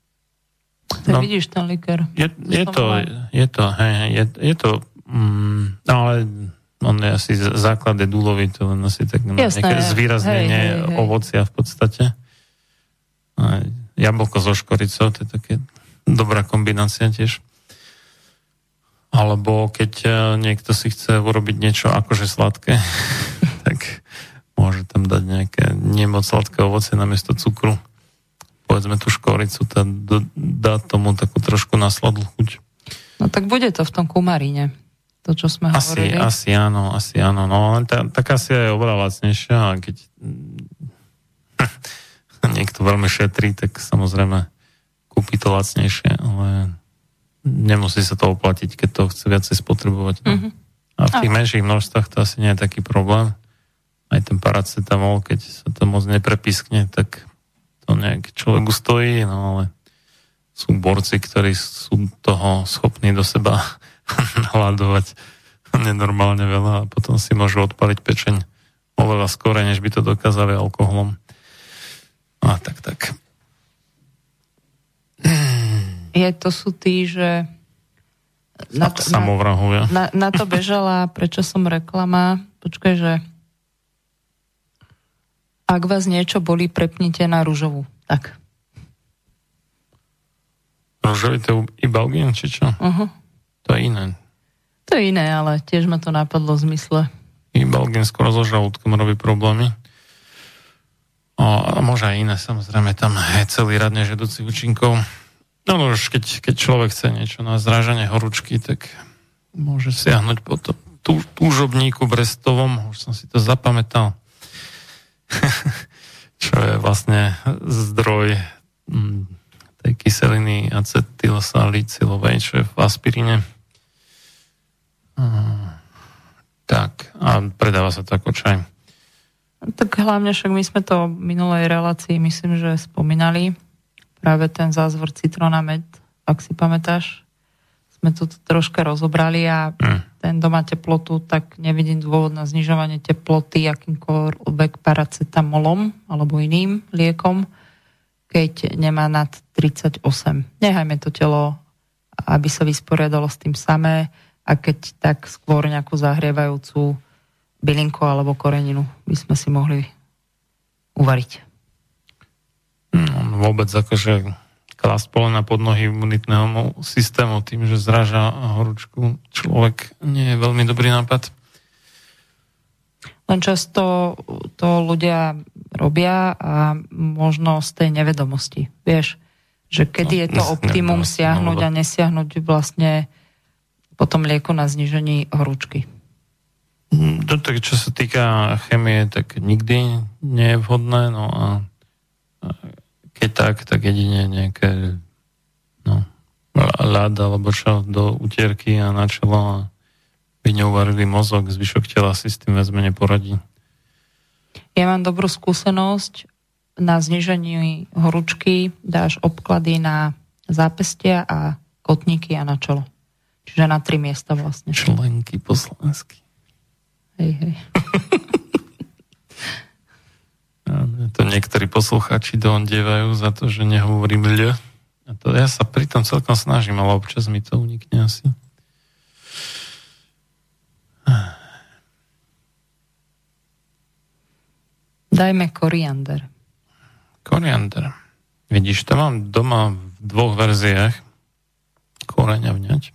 No, vidíš ten likér. Je, je, to, je to, hej, je, je to, mm, ale on je asi základ je dúlový, to len asi tak nejaké zvýraznenie hej, hej, hej. ovocia v podstate. A jablko so škoricou, to je také dobrá kombinácia tiež. Alebo keď niekto si chce urobiť niečo akože sladké, tak môže tam dať nejaké nemoc sladké ovocie namiesto cukru. Povedzme tú škoricu, tá dá tomu takú trošku nasladlú chuť. No tak bude to v tom kumaríne, to, čo sme asi, hovorili. Asi áno, asi áno. No len tá, taká si je oveľa lacnejšia a keď niekto veľmi šetrí, tak samozrejme kúpi to lacnejšie, ale nemusí sa to oplatiť, keď to chce viacej spotrebovať. No. Mm-hmm. A v tých menších množstvách to asi nie je taký problém. Aj ten paracetamol, keď sa to moc neprepiskne, tak to nejak človek ustojí, no ale sú borci, ktorí sú toho schopní do seba naladovať nenormálne veľa a potom si môžu odpaliť pečeň oveľa skôr, než by to dokázali alkoholom. A tak, tak. Je, to sú tí, že na to, samovrahovia. Na, na to bežala, prečo som reklama, počkaj, že ak vás niečo bolí, prepnite na ružovú. Tak. Ružový to je Ibalgin, či čo? Uh-huh. To je iné. To je iné, ale tiež ma to napadlo v zmysle. Ibalgin skoro so žalúdkom robí problémy. A môže aj iné, samozrejme, tam je celý rad nežiaducich účinkov. No už keď, keď človek chce niečo na zrážanie horúčky, tak môže siahnuť po to tú, túžobníku brestovom, už som si to zapamätal, čo je vlastne zdroj m, tej kyseliny acetylsalicylovej, čo je v aspiríne. Hmm, tak, a predáva sa to ako čaj. Tak hlavne však my sme to v minulej relácii, myslím, že spomínali, práve ten zázvor citrona med, ak si pamätáš, sme to troška rozobrali a mm. ten doma teplotu, tak nevidím dôvod na znižovanie teploty akýmkoľvek paracetamolom alebo iným liekom, keď nemá nad tridsaťosem. Nechajme to telo, aby sa vysporiadalo s tým samé a keď tak skôr nejakú zahrievajúcu bylinku alebo koreninu by sme si mohli uvariť. No, vôbec akože klásť pole na podnohy imunitného systému tým, že zráža horúčku človek, nie je veľmi dobrý nápad. Len často to ľudia robia a možno z tej nevedomosti. Vieš, že kedy no, je to optimum siahnuť a nesiahnuť vlastne potom lieku na znížení horúčky. To, tak, čo sa týka chemie, tak nikdy nie je vhodné, no a keď tak, tak jedine nejaké no, ľad alebo čo do utierky a na čelo a by neuvarili mozog, zvyšok tela si s tým vezme neporadí. Ja mám dobrú skúsenosť. Na znižení horúčky dáš obklady na zápestia a kotníky a na čelo. Čiže na tri miesta vlastne. Členky po slovensky. Hej, hej. To niektorí poslucháči dondievajú za to, že nehovorím ľ. A to ja sa pri tom celkom snažím, ale občas mi to unikne asi. Dajme koriander. Koriander. Vidíš, to mám doma v dvoch verziách. Koreňa vňať.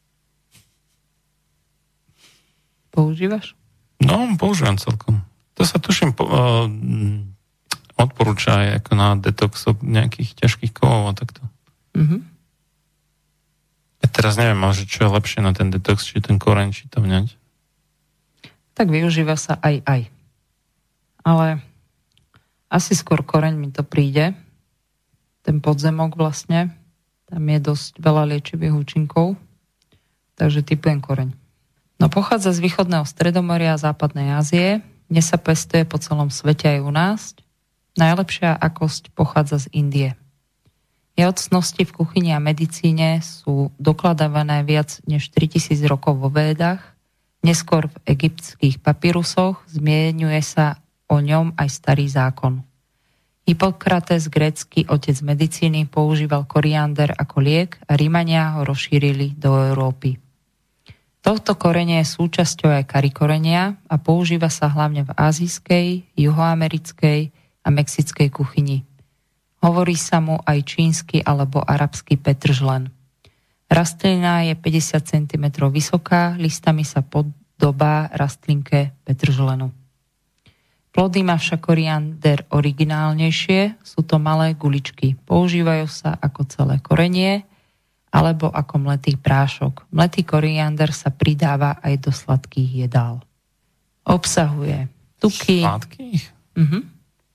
Používaš? No, používam celkom. To sa tuším po, uh, odporúča aj ako na detox nejakých ťažkých kovov a takto. Mm-hmm. Ja teraz neviem, ale čo je lepšie na ten detox, či ten koreň, či to vňať. Tak využíva sa aj aj. Ale asi skôr koreň mi to príde. Ten podzemok vlastne. Tam je dosť veľa liečivých účinkov. Takže typujem koreň. No pochádza z východného Stredomoria a západnej Ázie. Dnes sa pestuje po celom svete aj u nás. Najlepšia akosť pochádza z Indie. Jeho cnosti v kuchyni a medicíne sú dokladávané viac než tritisíc rokov vo Védach. Neskôr v egyptských papírusoch zmieňuje sa o ňom aj starý zákon. Hippokrates, grécky otec medicíny, používal koriander ako liek a Rímania ho rozšírili do Európy. Tohto korene je súčasťou aj karikorenia a používa sa hlavne v ázijskej, juhoamerickej a mexickej kuchyni. Hovorí sa mu aj čínsky alebo arabský petržlen. Rastlina je päťdesiat centimetrov vysoká, listami sa podobá rastlinke petržlenu. Plody má však koriander originálnejšie, sú to malé guličky. Používajú sa ako celé korenie alebo ako mletý prášok. Mletý koriander sa pridáva aj do sladkých jedál. Obsahuje tuky. Sladkých? Mhm. To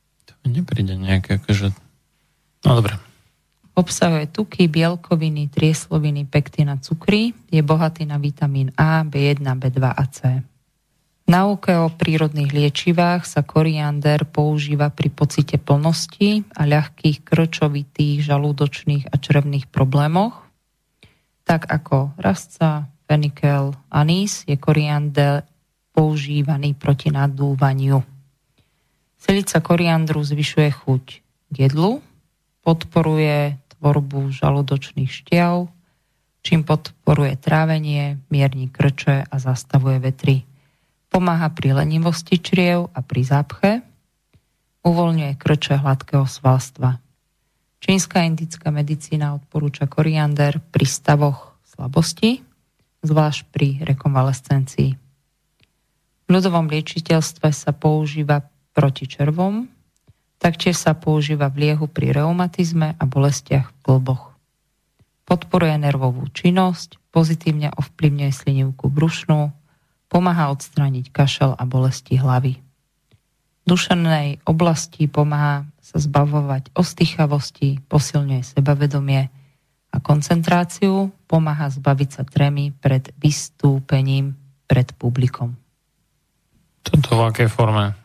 Nepríde nejaké akože... No dobre. Obsahuje tuky, bielkoviny, triesloviny, pektín a cukry. Je bohatý na vitamín A, bé jedna, bé dva a C. V náuke o prírodných liečivách sa koriander používa pri pocite plnosti a ľahkých krčovitých, žalúdočných a črevných problémoch. Tak ako rastca, fenikel, anís, je koriander používaný proti nadúvaniu. Silica koriandru zvyšuje chuť k jedlu, podporuje tvorbu žalúdočných šťav, čím podporuje trávenie, mierni krče a zastavuje vetry. Pomáha pri lenivosti čriev a pri zápche, uvoľňuje krče hladkého svalstva. Čínska indická medicína odporúča koriander pri stavoch slabosti, zvlášť pri rekonvalescencii. V ľudovom liečiteľstve sa používa proti červom, taktiež sa používa v liehu pri reumatizme a bolestiach v klboch. Podporuje nervovú činnosť, pozitívne ovplyvňuje slinivku brušnú, pomáha odstrániť kašel a bolesti hlavy. V duševnej oblasti pomáha sa zbavovať ostýchavosti, posilňuje sebavedomie a koncentráciu, pomáha zbaviť sa trémy pred vystúpením pred publikom. Toto v akej forme?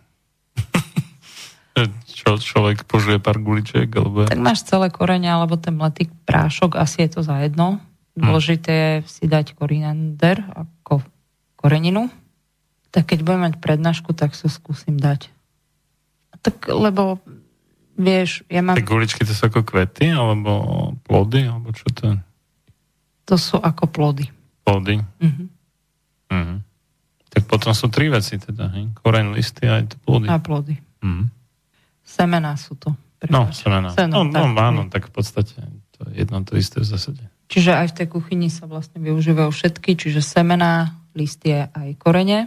Čo človek požuje pár guličiek? Alebo... Tak máš celé korene alebo ten mletý prášok, asi je to za jedno. Dôležité je si dať koriander ako koreninu. Tak keď budem mať prednášku, tak sa skúsim dať. Tak, lebo vieš, ja mám... Tak guličky to sú ako kvety, alebo plody, alebo čo to je? To sú ako plody. Plody? Mhm. Mhm. Tak potom sú tri veci teda, hej? Koreň, listy a aj to plody. A plody. Mhm. Semená sú to. No, semená. Seno, no, tak, no, áno, tak v podstate to je jedno to isté v zásade. Čiže aj v tej kuchyni sa vlastne využívajú všetky, čiže semená, listie aj korene.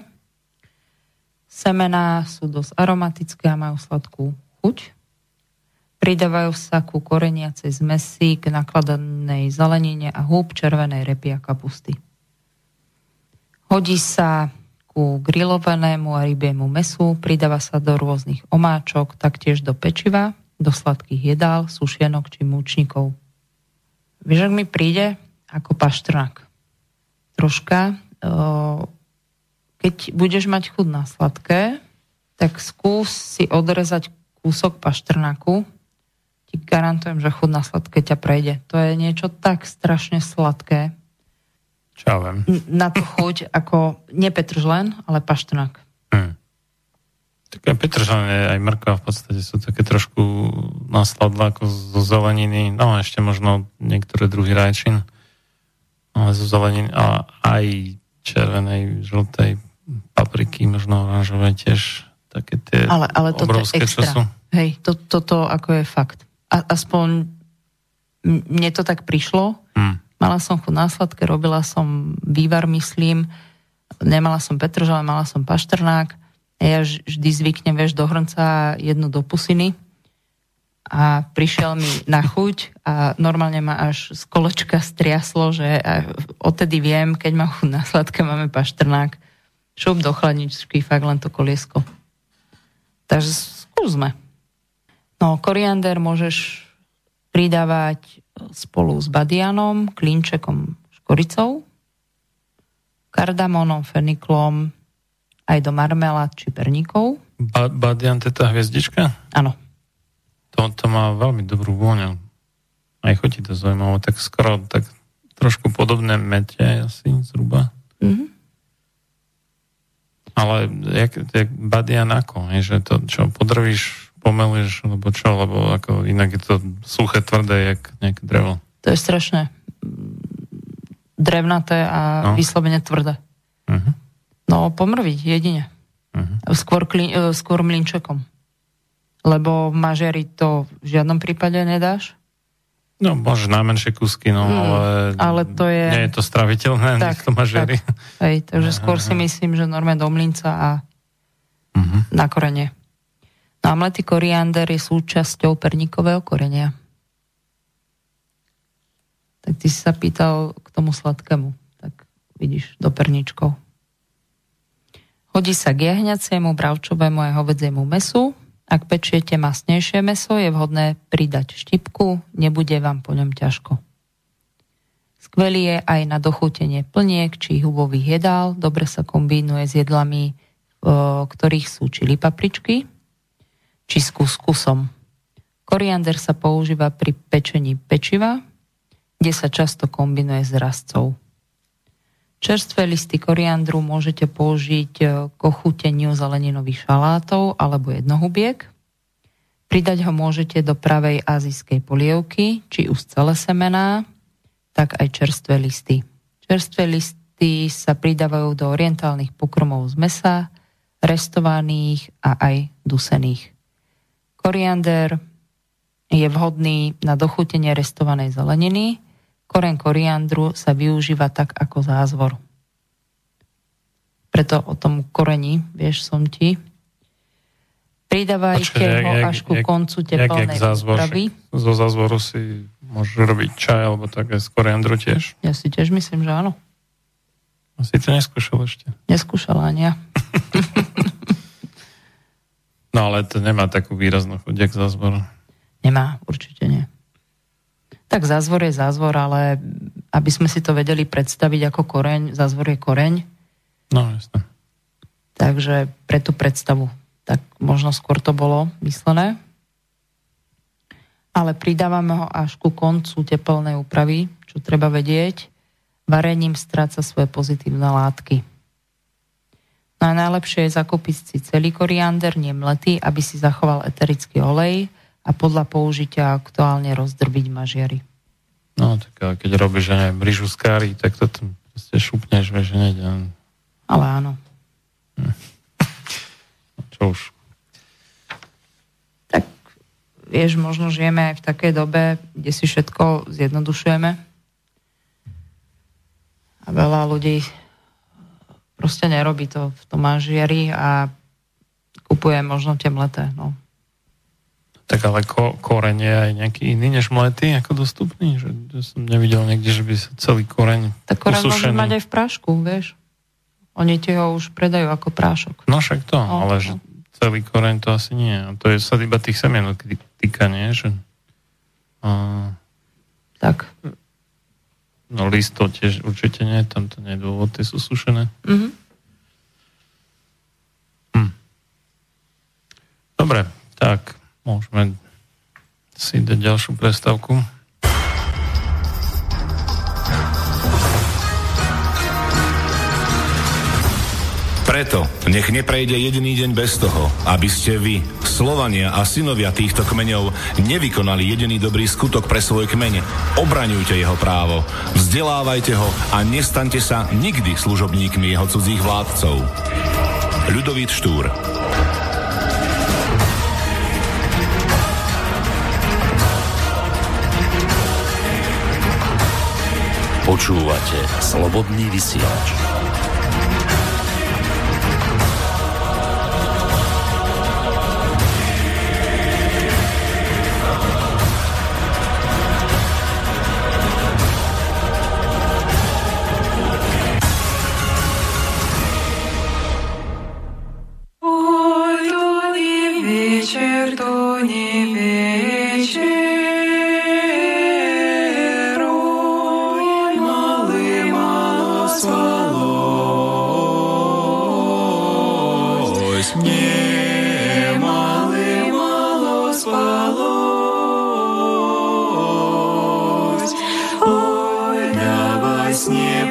Semená sú dosť aromatické a majú sladkú chuť. Pridávajú sa ku koreniacej zmesi k nakladanej zelenine a húb červenej repy a kapusty. Hodí sa ku grillovanému a rybiemu mesu, pridáva sa do rôznych omáčok, taktiež do pečiva, do sladkých jedál, sušienok či múčnikov. Vieš, ak mi príde ako paštrnák. Troška, keď budeš mať chuť na sladké, tak skús si odrezať kúsok paštrnáku. Ti garantujem, že chuť na sladké ťa prejde. To je niečo tak strašne sladké. Čo ja viem. Na tú chuť ako nie petržlen, ale paštrnák. Hmm. Tak aj petržlen aj mrkva v podstate sú také trošku nasladlé ako zo zeleniny. No ešte možno niektoré druhy rajčín. Ale zo zeleniny a aj červenej, žltej papriky, možno oranžové tiež také tie ale, ale obrovské, čo sú. Hej, to, toto ako je fakt. A, aspoň mne to tak prišlo. Hmm. Mala som chuť na sladké, robila som vývar, myslím. Nemala som petržlen, mala som paštrnák. Ja vždy zvyknem, vieš, do hrnca jednu do pusiny. A prišiel mi na chuť a normálne ma až z kolečka striaslo, že odtedy viem, keď mám chuť na sladké, máme paštrnák. Šup do chladničky, fakt len to koliesko. Takže skúsme. No, koriander môžeš pridávať spolu s badianom, klinčekom, škoricou, kardamónom, feniklom, aj do marmelád či perníkov. Ba- badian, to je tá hviezdička? Áno. To, to má veľmi dobrú vôňu. Aj chutí to zaujímavé, tak skoro tak trošku podobné mete asi zhruba. Mm-hmm. Ale jak, jak badian ako? Je, že to čo, podrvíš, pomelíš, alebo čo, lebo ako inak je to suché, tvrdé, jak nejaké drevo. To je strašné drevnaté a no. Vyslovene tvrdé. Uh-huh. No, pomrviť jedine. Uh-huh. Skôr, klin, skôr mlínčekom. Lebo mažeri to v žiadnom prípade nedáš. No, môžeš na menšie kusky, no, mm, ale, ale to je... nie je to straviteľné, tak, nech to mažeri. Tak, hej, takže skôr si myslím, že normálne do mlínca a uh-huh. na korene. No a mletý koriander je súčasťou perníkového korenia. Tak ty si sa pýtal k tomu sladkému. Tak vidíš, do perničkov. Hodí sa k jahňaciemu, bravčovému a hovädziemu mesu Ak pečiete masnejšie mäso, je vhodné pridať štipku, nebude vám po ňom ťažko. Skvelý je aj na dochutenie plniek či hubových jedál, dobre sa kombinuje s jedlami, v ktorých sú čili papričky, či s kuskusom. Koriander sa používa pri pečení pečiva, kde sa často kombinuje s rastcov. Čerstvé listy koriandru môžete použiť k ochuteniu zeleninových šalátov alebo jednohubiek. Pridať ho môžete do pravej azijskej polievky, či už celé semená, tak aj čerstvé listy. Čerstvé listy sa pridávajú do orientálnych pokrmov z mesa, restovaných a aj dusených. Koriander je vhodný na dochutenie restovanej zeleniny. Koreň koriandru sa využíva tak ako zázvor. Preto o tom koreni, vieš, som ti. Pridávajte Počkej, ho jak, až ku jak, koncu teplnej úpravy. Zo zázvoru si môžeš robiť čaj, alebo tak aj z koriandru tiež? Ja si tiež myslím, že áno. Si to neskúšal ešte? Neskúšala ani ja. No ale to nemá takú výraznú chuť, jak zázvor. Nemá, určite nie. Tak zázvor je zázvor, ale aby sme si to vedeli predstaviť ako koreň, zázvor je koreň. No, jasné. Takže pre tú predstavu. Tak možno skôr to bolo myslené. Ale pridávame ho až ku koncu teplnej úpravy, čo treba vedieť. Varením stráca svoje pozitívne látky. No a najlepšie je zakúpiť si celý koriander, nie mletý, aby si zachoval eterický olej a podľa použitia aktuálne rozdrbiť mažiary. No, tak ale keď robíš, že neviem, ryžu z káry, tak to tam proste šupneš, vieš, že nejde. Ale áno. Hm. Čo už? Tak, vieš, možno žijeme aj v takej dobe, kde si všetko zjednodušujeme. A veľa ľudí proste nerobí to v tom mažiari a kupuje možno tie mleté, no. Tak ale ko, koreň je aj nejaký iný než mletý, ako dostupný? Že, že som nevidel niekde, že by sa celý koreň tak koreň usušený. môže mať aj v prášku, vieš. Oni ti ho už predajú ako prášok. No však to, no, ale no. že celý koreň to asi nie. A to je sa iba tých semienok týka, nie? Že, a, tak. No list to tiež určite nie, tam to nie je dôvod, tie sú sušené. Mhm. Hm. Dobre, tak môžeme si dať ďalšiu prestávku. Preto nech neprejde jediný deň bez toho, aby ste vy, Slovania a synovia týchto kmeňov, nevykonali jediný dobrý skutok pre svoj kmeň. Obraňujte jeho právo, vzdelávajte ho a nestaňte sa nikdy služobníkmi jeho cudzích vládcov. Ľudovít Štúr. Počúvate Slobodný vysielač. Ой, то не вечер, то не вечер. Мне мало-мало спалось, ой, да во сне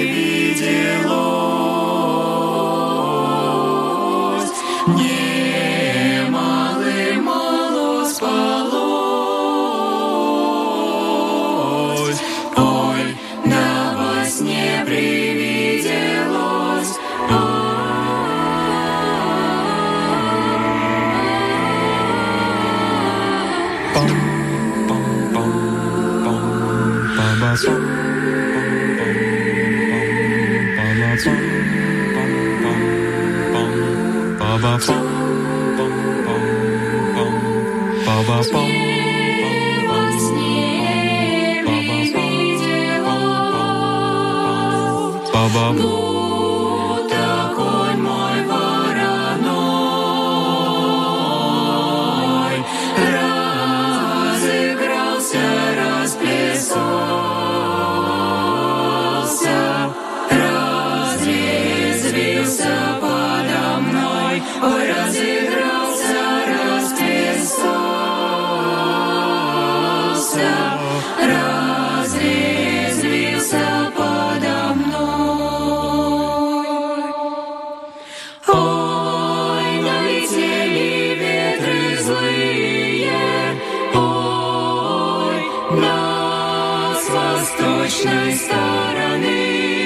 привиделось. Мне мало-мало спалось, ой, да во сне привиделось. Будто конь мой вороной явился подо мной, ой, разыгрался, расписался, разрезвился подо мной. Ой, налетели ветры злые, ой, нас с восточной стороны.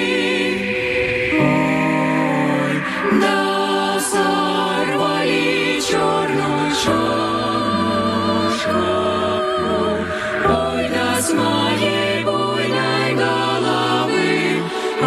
Ой, нас сорвали черную шапку, ой, да с моей буйной головы.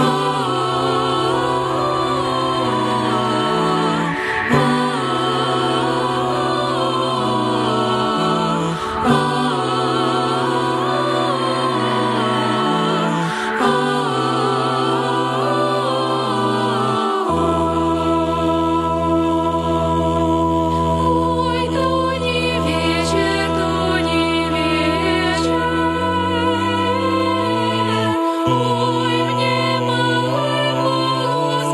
Ой, то не вечер, то не вечер. Ой, мне малый голос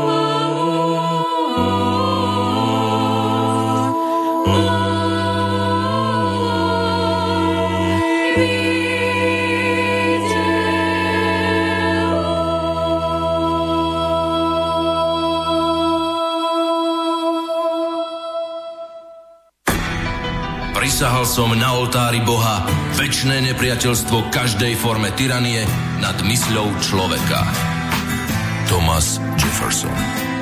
Prisahal som na oltári Boha večné nepriateľstvo každej forme tyranie nad mysľou človeka. Thomas Jefferson.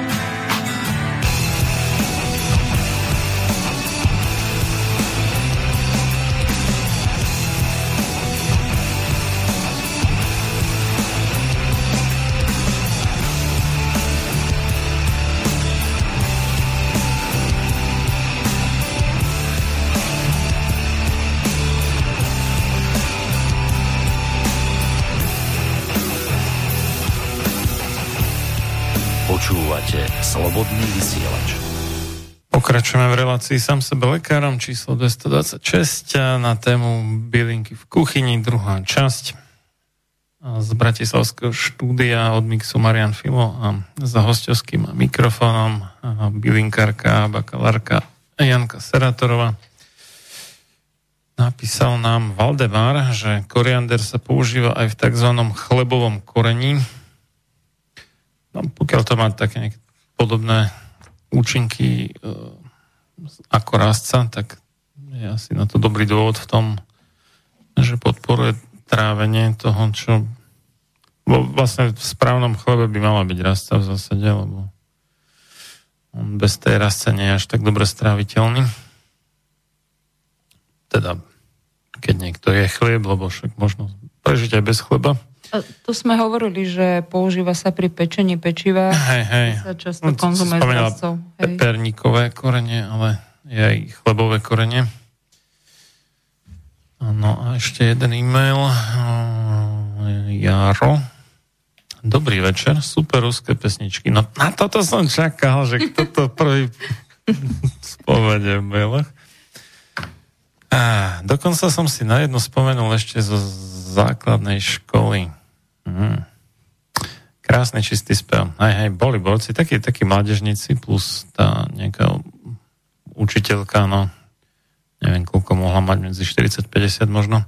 Počúvate Slobodný vysielač. Pokračujeme v relácii Sám sebe lekárom číslo dvestodvadsaťšesť na tému bylinky v kuchyni, druhá časť. Z bratislavského štúdia od mixu Marian Filo a za hosťovským mikrofónom bylinkárka, bakalárka Janka Serátorová. Napísal nám Valdemar, že koriander sa používa aj v takzvanom chlebovom korení. No, pokiaľ to má také nejaké podobné účinky e, ako rastca, tak je asi na to dobrý dôvod v tom, že podporuje trávenie toho, čo vlastne v správnom chlebe by mala byť rastca v zásade, lebo on bez tej rastce nie je až tak dobre stráviteľný. Teda, keď niekto je chlieb, lebo však možno prežiť aj bez chleba. To sme hovorili, že používa sa pri pečení pečiva. Hej, hej. Sa často no, konzumuje s rastcou. Peperníkové korene, ale je aj chlebové korene. No a ešte jeden e-mail. Jaro. Dobrý večer, super ruské pesničky. No na toto som čakal, že kto to prvý spovedie v mailoch. A dokonca som si na jednu spomenul ešte zo základnej školy. Hmm. Krásny čistý spev. Aj, aj, boli borci, takí, takí mládežníci plus tá nejaká učiteľka, no neviem, koľko mohla mať, medzi štyridsať päťdesiat možno.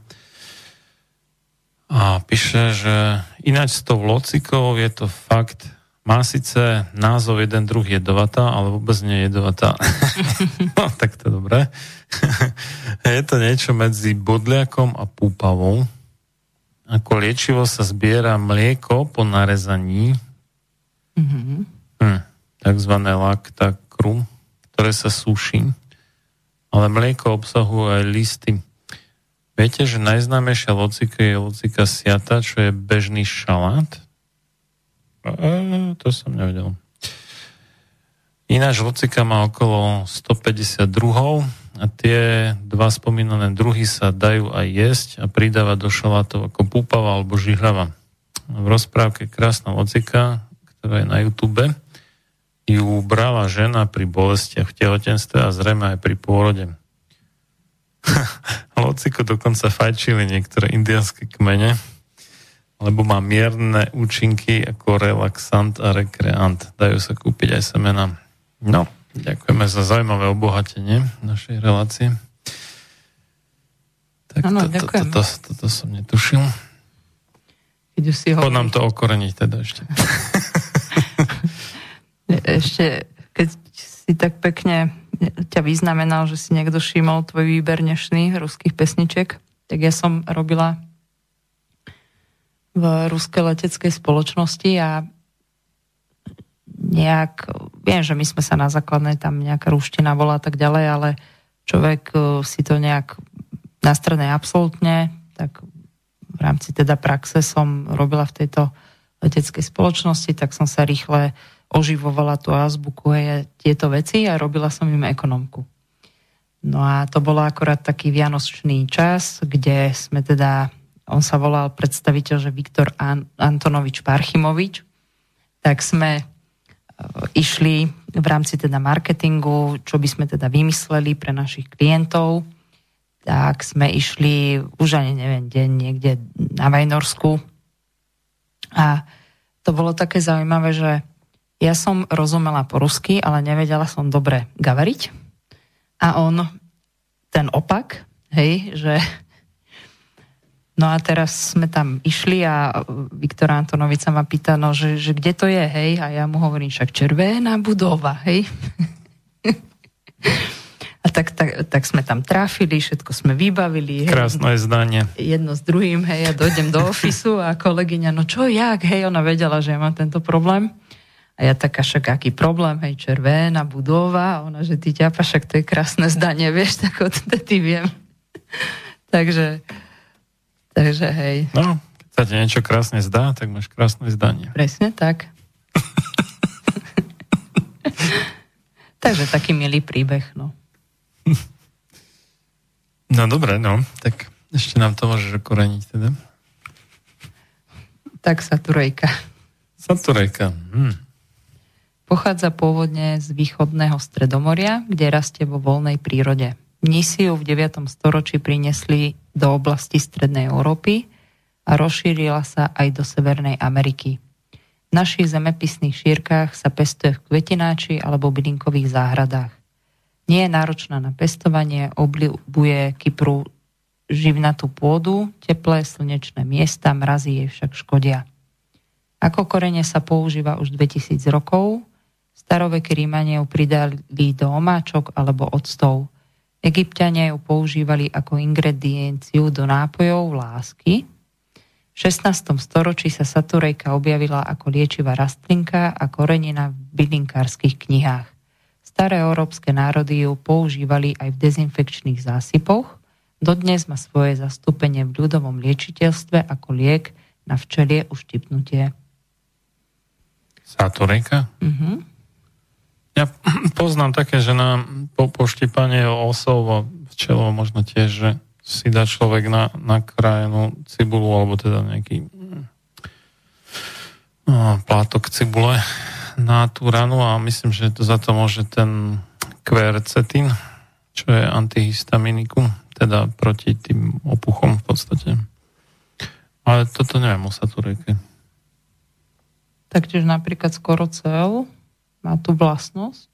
A píše, že ináč s tou locikou je to fakt, má síce názov jeden druh jedovatá, ale vôbec nie je jedovatá. No, tak to je dobré. Je to niečo medzi bodliakom a púpavou. Ako liečivo sa zbiera mlieko po narezaní, mm-hmm. hm, takzvané lactacrum, ktoré sa suší, ale mlieko obsahuje aj listy. Viete, že najznámejšia locika je locika siata, čo je bežný šalát? E, to som nevedel. Ináč locika má okolo stopäťdesiat druhov a tie dva spomínané druhy sa dajú aj jesť a pridávať do šalátov ako púpava alebo žihlava. V rozprávke Krásna locika, ktorá je na YouTube, ju brala žena pri bolestiach v tehotenstve a zrejme aj pri pôrode. Lociku dokonca fajčili niektoré indiánske kmene. lebo má mierne účinky ako relaxant a rekreant. Dajú sa kúpiť aj semena. No, ďakujeme za zaujímavé obohatenie našej relácie. Tak ano, to, to, to, to, to, to som netušil. Keď už si ho... Poď nám to okoreniť teda ešte. Ešte, keď si tak pekne ťa vyznamenal, že si niekto všimol tvoj výber dnešných ruských pesničiek, tak ja som robila v ruskej leteckej spoločnosti a nejak, viem, že my sme sa na základnej, tam nejaká ruština bola a tak ďalej, ale človek si to nejak na strednej absolútne, tak v rámci teda praxe som robila v tejto leteckej spoločnosti, tak som sa rýchle oživovala tú azbuku a tieto veci a robila som im ekonomku. No a to bolo akorát taký vianočný čas, kde sme teda, on sa volal predstaviteľ, že Viktor An- Antonovič Parchimovič, tak sme išli v rámci teda marketingu, čo by sme teda vymysleli pre našich klientov, tak sme išli už ani neviem, deň niekde na Vajnorsku a to bolo také zaujímavé, že ja som rozumela po rusky, ale nevedela som dobre gavariť a on ten opak, hej, že no a teraz sme tam išli a Viktor Antonovič sa ma pýta, no, že, že kde to je, hej, a ja mu hovorím, však červená budova, hej. A tak, tak, tak sme tam trafili, všetko sme vybavili. Krásne zdanie. Jedno s druhým, hej, ja dojdem do ofisu a kolegyňa, no čo, jak, hej, ona vedela, že ja mám tento problém. A ja taká, však aký problém, hej, červená budova, a ona, že ty ťapa, však to je krásne zdanie, vieš, tak od ty viem. takže, takže, hej. No, keď sa ti niečo krásne zdá, tak máš krásne zdanie. Presne tak. Takže taký milý príbeh, no. No dobre, no, tak ešte nám to môžeš okoreniť teda. Tak Saturejka. Saturejka, hm. Pochádza pôvodne z východného Stredomoria, kde rastie vo voľnej prírode. Mnísi ju v deviatom storočí priniesli do oblasti Strednej Európy a rozšírila sa aj do Severnej Ameriky. V našich zemepisných šírkach sa pestuje v kvetináči alebo bylinkových záhradách. Nie je náročná na pestovanie, obľúbuje Kypru živnatú pôdu, teplé slnečné miesta, mrazy jej však škodia. Ako korene sa používa už dvetisíc rokov, staroveké Rímania ju pridali do omáčok alebo octov. Egypťania ju používali ako ingredienciu do nápojov lásky. V šestnástom storočí sa saturejka objavila ako liečivá rastlinka a korenina v bylinkárskych knihách. Staré európske národy ju používali aj v dezinfekčných zásypoch. Dodnes má svoje zastúpenie v ľudovom liečiteľstve ako liek na včelie uštipnutie. Saturejka? Mhm. Ja poznám také, že na po, poštípanie osov a včelov možno tiež, že si dá človek na, na krajenú cibulu, alebo teda nejaký no, plátok cibule na tú ranu a myslím, že to za to môže ten quercetin, čo je antihistaminikum, teda proti tým opuchom v podstate. Ale toto neviem o saturejke. Taktiež napríklad skorocel má tú vlastnosť.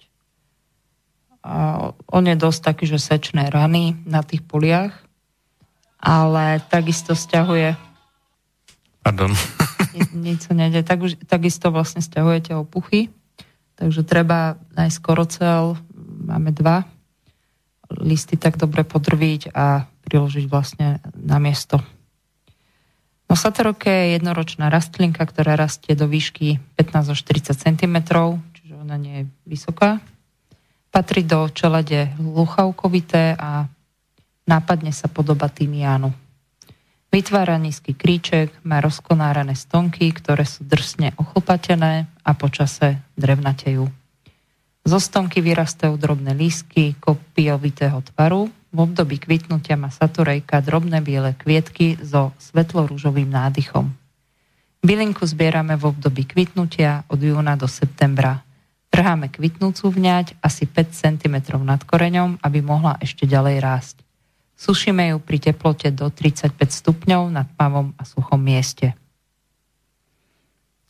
A on je dosť taký, že sečné rany na tých poliach, ale takisto sťahuje Pardon. Nič sa nejde. Tak, takisto vlastne sťahujete opuchy. Takže treba nájsť skorocel. Máme dva listy tak dobre podrviť a priložiť vlastne na miesto. No saturejka je jednoročná rastlinka, ktorá rastie do výšky pätnásť až tridsať centimetrov, čiže ona nie je vysoká. Patrí do čelade luchavkovité a nápadne sa podobá tymiánu. Vytvára nízky kríček, má rozkonárané stonky, ktoré sú drsne ochlpatené a počase drevnatejú. Zo stonky vyrastajú drobné lístky kopijovitého tvaru. V období kvitnutia má saturejka drobné biele kvietky so svetlo-ružovým nádychom. Bylinku zbierame v období kvitnutia od júna do septembra. Trháme kvitnúcu vňať asi päť centimetrov nad koreňom, aby mohla ešte ďalej rásť. Sušíme ju pri teplote do tridsaťpäť stupňov na tmavom a suchom mieste.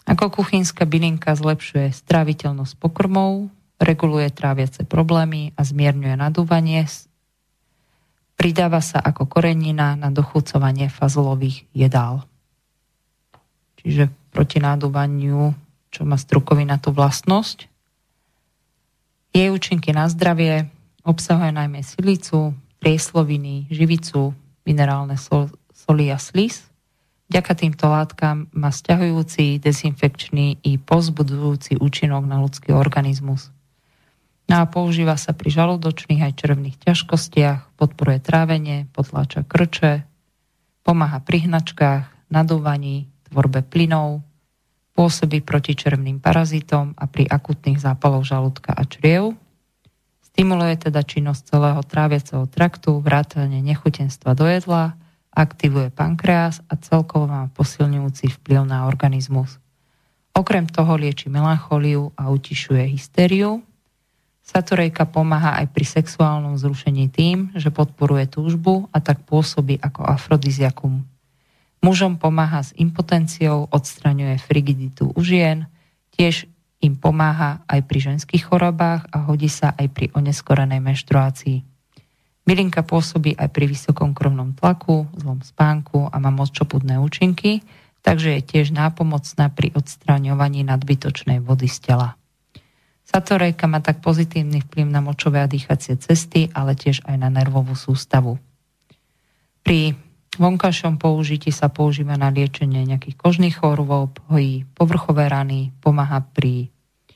Ako kuchynská bylinka zlepšuje stráviteľnosť pokrmov, reguluje tráviace problémy a zmierňuje nadúvanie. Pridáva sa ako korenina na dochucovanie fazolových jedál. Čiže proti nadúvaniu, čo má strukovina tú vlastnosť. Jej účinky na zdravie obsahuje najmä silicu, priesloviny, živicu, minerálne sol, soli a slis. Vďaka týmto látkam má sťahujúci, dezinfekčný i povzbudzujúci účinok na ľudský organizmus. No a používa sa pri žalúdočných aj črevných ťažkostiach, podporuje trávenie, potláča krče, pomáha pri hnačkách, nadúvaní, tvorbe plynov, pôsobí proti črevným parazitom a pri akutných zápaloch žalúdka a čriev. Stimuluje teda činnosť celého tráviaceho traktu, vrátane nechutenstva do jedla, aktivuje pankreas a celkovo má posilňujúci vplyv na organizmus. Okrem toho lieči melanchóliu a utišuje hystériu. Saturejka pomáha aj pri sexuálnom zrušení tým, že podporuje túžbu a tak pôsobí ako afrodiziakum. Mužom pomáha s impotenciou, odstraňuje frigiditu u žien, tiež im pomáha aj pri ženských chorobách a hodí sa aj pri oneskorenej menštruácii. Bylinka pôsobí aj pri vysokom krvnom tlaku, zlom spánku a má močopudné účinky, takže je tiež nápomocná pri odstraňovaní nadbytočnej vody z tela. Saturejka má tak pozitívny vplyv na močové a dýchacie cesty, ale tiež aj na nervovú sústavu. Pri vonkajšom použití sa používa na liečenie nejakých kožných chorôb, hojí povrchové rany, pomáha pri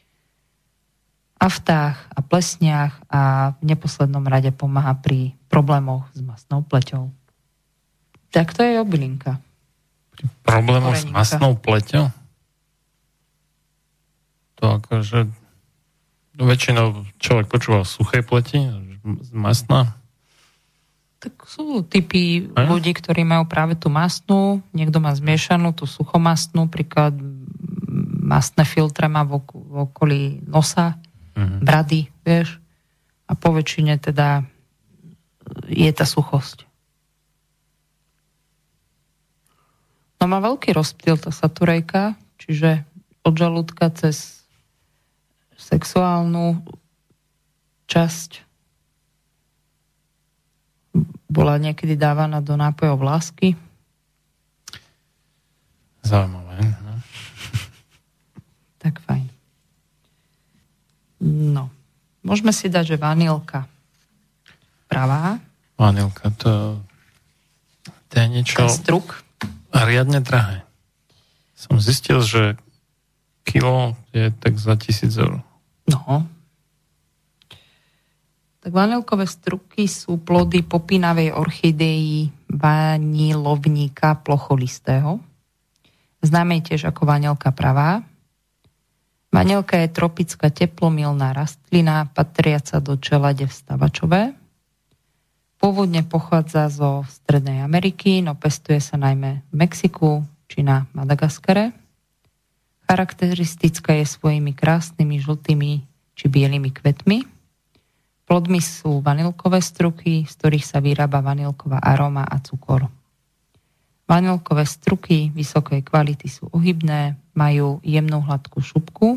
aftách a plesniach a v neposlednom rade pomáha pri problémoch s masnou pleťou. Tak to je bylinka. Pri problémoch s masnou pleťou? To akože väčšinou človek počúva o suchej pleti, masná. Tak sú typy Aj? ľudí, ktorí majú práve tú masnú, niekto má zmiešanú, tú suchomastnú, príklad mastné filtre má v, ok- v okolí nosa, uh-huh. brady, vieš, a po väčšine teda je tá suchosť. No má veľký rozptyl tá saturejka, čiže od žalúdka cez sexuálnu časť bola niekedy dávaná do nápojov lásky. Zaujímavé. No. Tak fajn. No. Môžeme si dať, že vanilka pravá. Vanilka, to, to je niečo Kastruk. riadne drahé. Som zistil, že kilo je tak za tisíc eur. No. Tak vanilkové struky sú plody popínavej orchidei vanilovníka plocholistého. Známe tiež ako vanilka pravá. Vanilka je tropická teplomilná rastlina, patriaca do čelade vstavačové. Pôvodne pochádza zo Strednej Ameriky, no pestuje sa najmä v Mexiku či na Madagaskare. Charakteristická je svojimi krásnymi žltými či bielými kvetmi. Plodmi sú vanilkové struky, z ktorých sa vyrába vanilková aróma a cukor. Vanilkové struky vysokej kvality sú ohybné, majú jemnú hladkú šupku,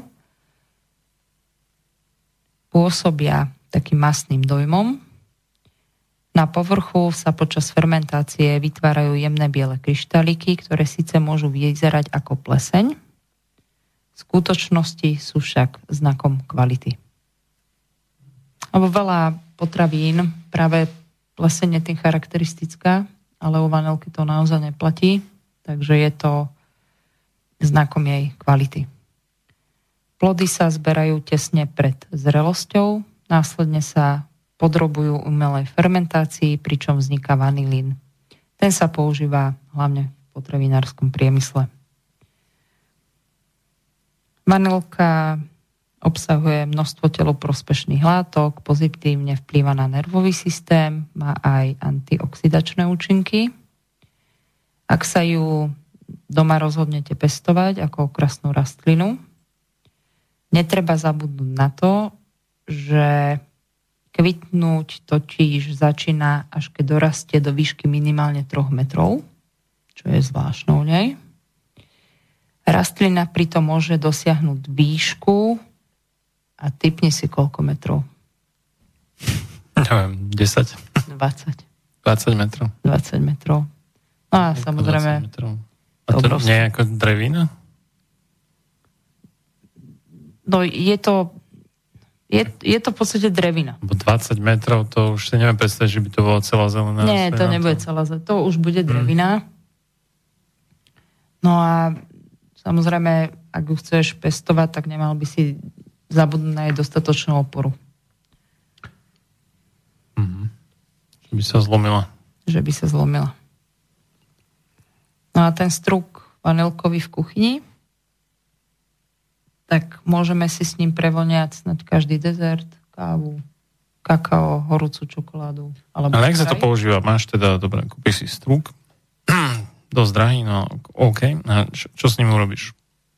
pôsobia takým mastným dojmom. Na povrchu sa počas fermentácie vytvárajú jemné biele kryštáliky, ktoré síce môžu vyzerať ako pleseň, v skutočnosti sú však znakom kvality. Lebo veľa potravín, práve pleseň je tým charakteristická, ale u vanilky to naozaj neplatí, takže je to znakom jej kvality. Plody sa zberajú tesne pred zrelosťou, následne sa podrobujú umelej fermentácii, pričom vzniká vanilín. Ten sa používa hlavne v potravinárskom priemysle. Vanilka obsahuje množstvo teloprospešných látok, pozitívne vplýva na nervový systém, má aj antioxidačné účinky. Ak sa ju doma rozhodnete pestovať ako okrasnú rastlinu, netreba zabudnúť na to, že kvitnúť totiž začína, až keď dorastie do výšky minimálne troch metrov, čo je zvláštne u nej. Rastlina pritom môže dosiahnuť výšku a typni si koľko metrov. Neviem, desať? dvadsať. dvadsať metrov. dvadsať metrov. No a Ako samozrejme... dvadsať metrov. A to nie je ako drevina? No je to... Je, je to v podstate drevina. Bo dvadsať metrov, to už si neviem predstaviť, že by to bolo celá zelená. Nie, to nebude celá zelená. To už bude drevina. Hmm. No a samozrejme, ak ju chceš pestovať, tak nemal by si zabudnúť na jej dostatočnú oporu. Mm-hmm. Že by sa zlomila. Že by sa zlomila. No a ten struk vanilkový v kuchyni, tak môžeme si s ním prevoňať snad každý dezert, kávu, kakao, horúcu čokoládu. Alebo ale jak sa to používa? Máš teda, dobre, kúpiš si struk, dosť drahý, no OK. A čo, čo s ním urobíš?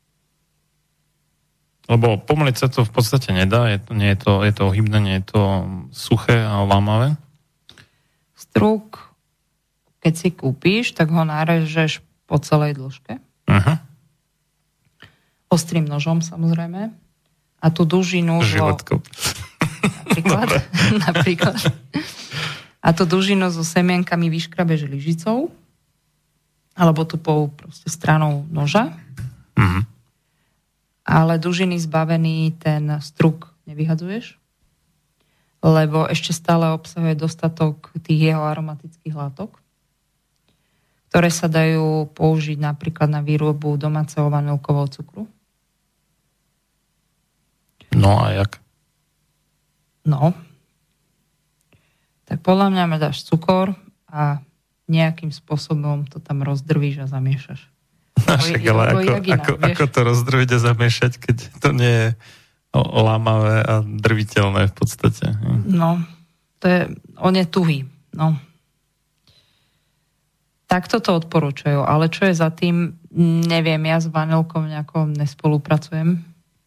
Lebo pomaliť sa to v podstate nedá, je to, nie je to, je to ohybné, nie je to suché a lámavé. Struk, keď si kúpiš, tak ho nárežeš po celej dĺžke. Uh-huh. Ostrým nožom, samozrejme. A tú dužinu... Životkou. Napríklad. napríklad. A tú dužinu so semienkami vyškrabeš lyžicou alebo tupou proste stranou noža. Uh-huh. Ale dužiny zbavený ten struk nevyhadzuješ, lebo ešte stále obsahuje dostatok tých jeho aromatických látok, ktoré sa dajú použiť napríklad na výrobu domáceho vanilkového cukru. No a jak? No. Tak podľa mňa dáš cukor a nejakým spôsobom to tam rozdrvíš a zamiešaš. Však, ale ako, ako, ako to rozdrviť a zamiešať, keď to nie je lámavé a drviteľné v podstate. No, to je, on je tuhý. No. Takto to odporúčajú, ale čo je za tým, neviem, ja s vanilkou nejako nespolupracujem.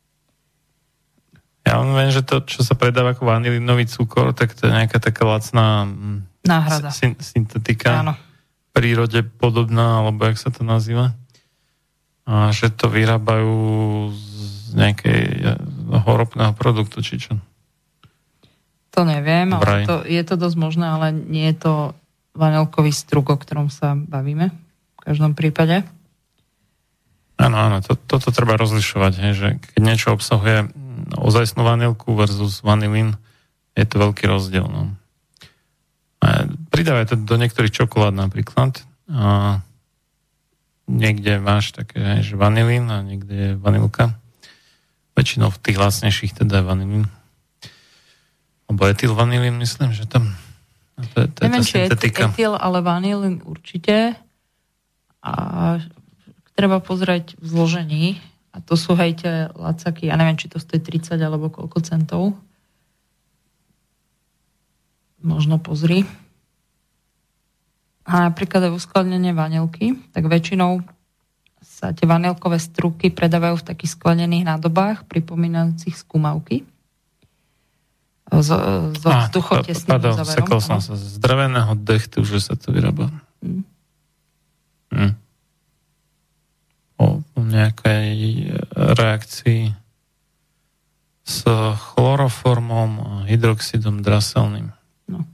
Ja viem, že to, čo sa predáva ako vanilinový cukor, tak to je nejaká taká lacná náhrada. Sy- syntetika. Áno. Prírode podobná, alebo jak sa to nazýva. A že to vyrábajú z nejakej horopného produktu, či čo? To neviem, ale to, je to dosť možné, ale nie je to vanilkový struk, o ktorom sa bavíme v každom prípade. Áno, áno, to, toto treba rozlišovať, hej, že keď niečo obsahuje ozajstnú vanilku versus vanilín, je to veľký rozdiel. No. Pridávaj to do niektorých čokolád napríklad a niekde máš také, hej, že vanilín a niekde je vanilka. Väčšinou v tých lacnejších teda je vanilín. Alebo etylvanilín, myslím, že tam to je, to je neviem, či syntetika. Etyl, ale vanilín určite. A treba pozrieť v zložení. A to sú hej tie lacaky. Ja neviem, či to stojí tridsať alebo koľko centov. Možno pozri. A napríklad aj uskladnenie vanilky, tak väčšinou sa tie vanilkové struky predávajú v takých sklenených nádobách, pripomínajúcich skúmavky. So, so vzduchotesným pardon, záverom. Sekol som sa z dreveného dechtu, že sa to vyrába. Hmm. Hmm. O nejakej reakcii s chloroformom a hydroxidom draselným. No.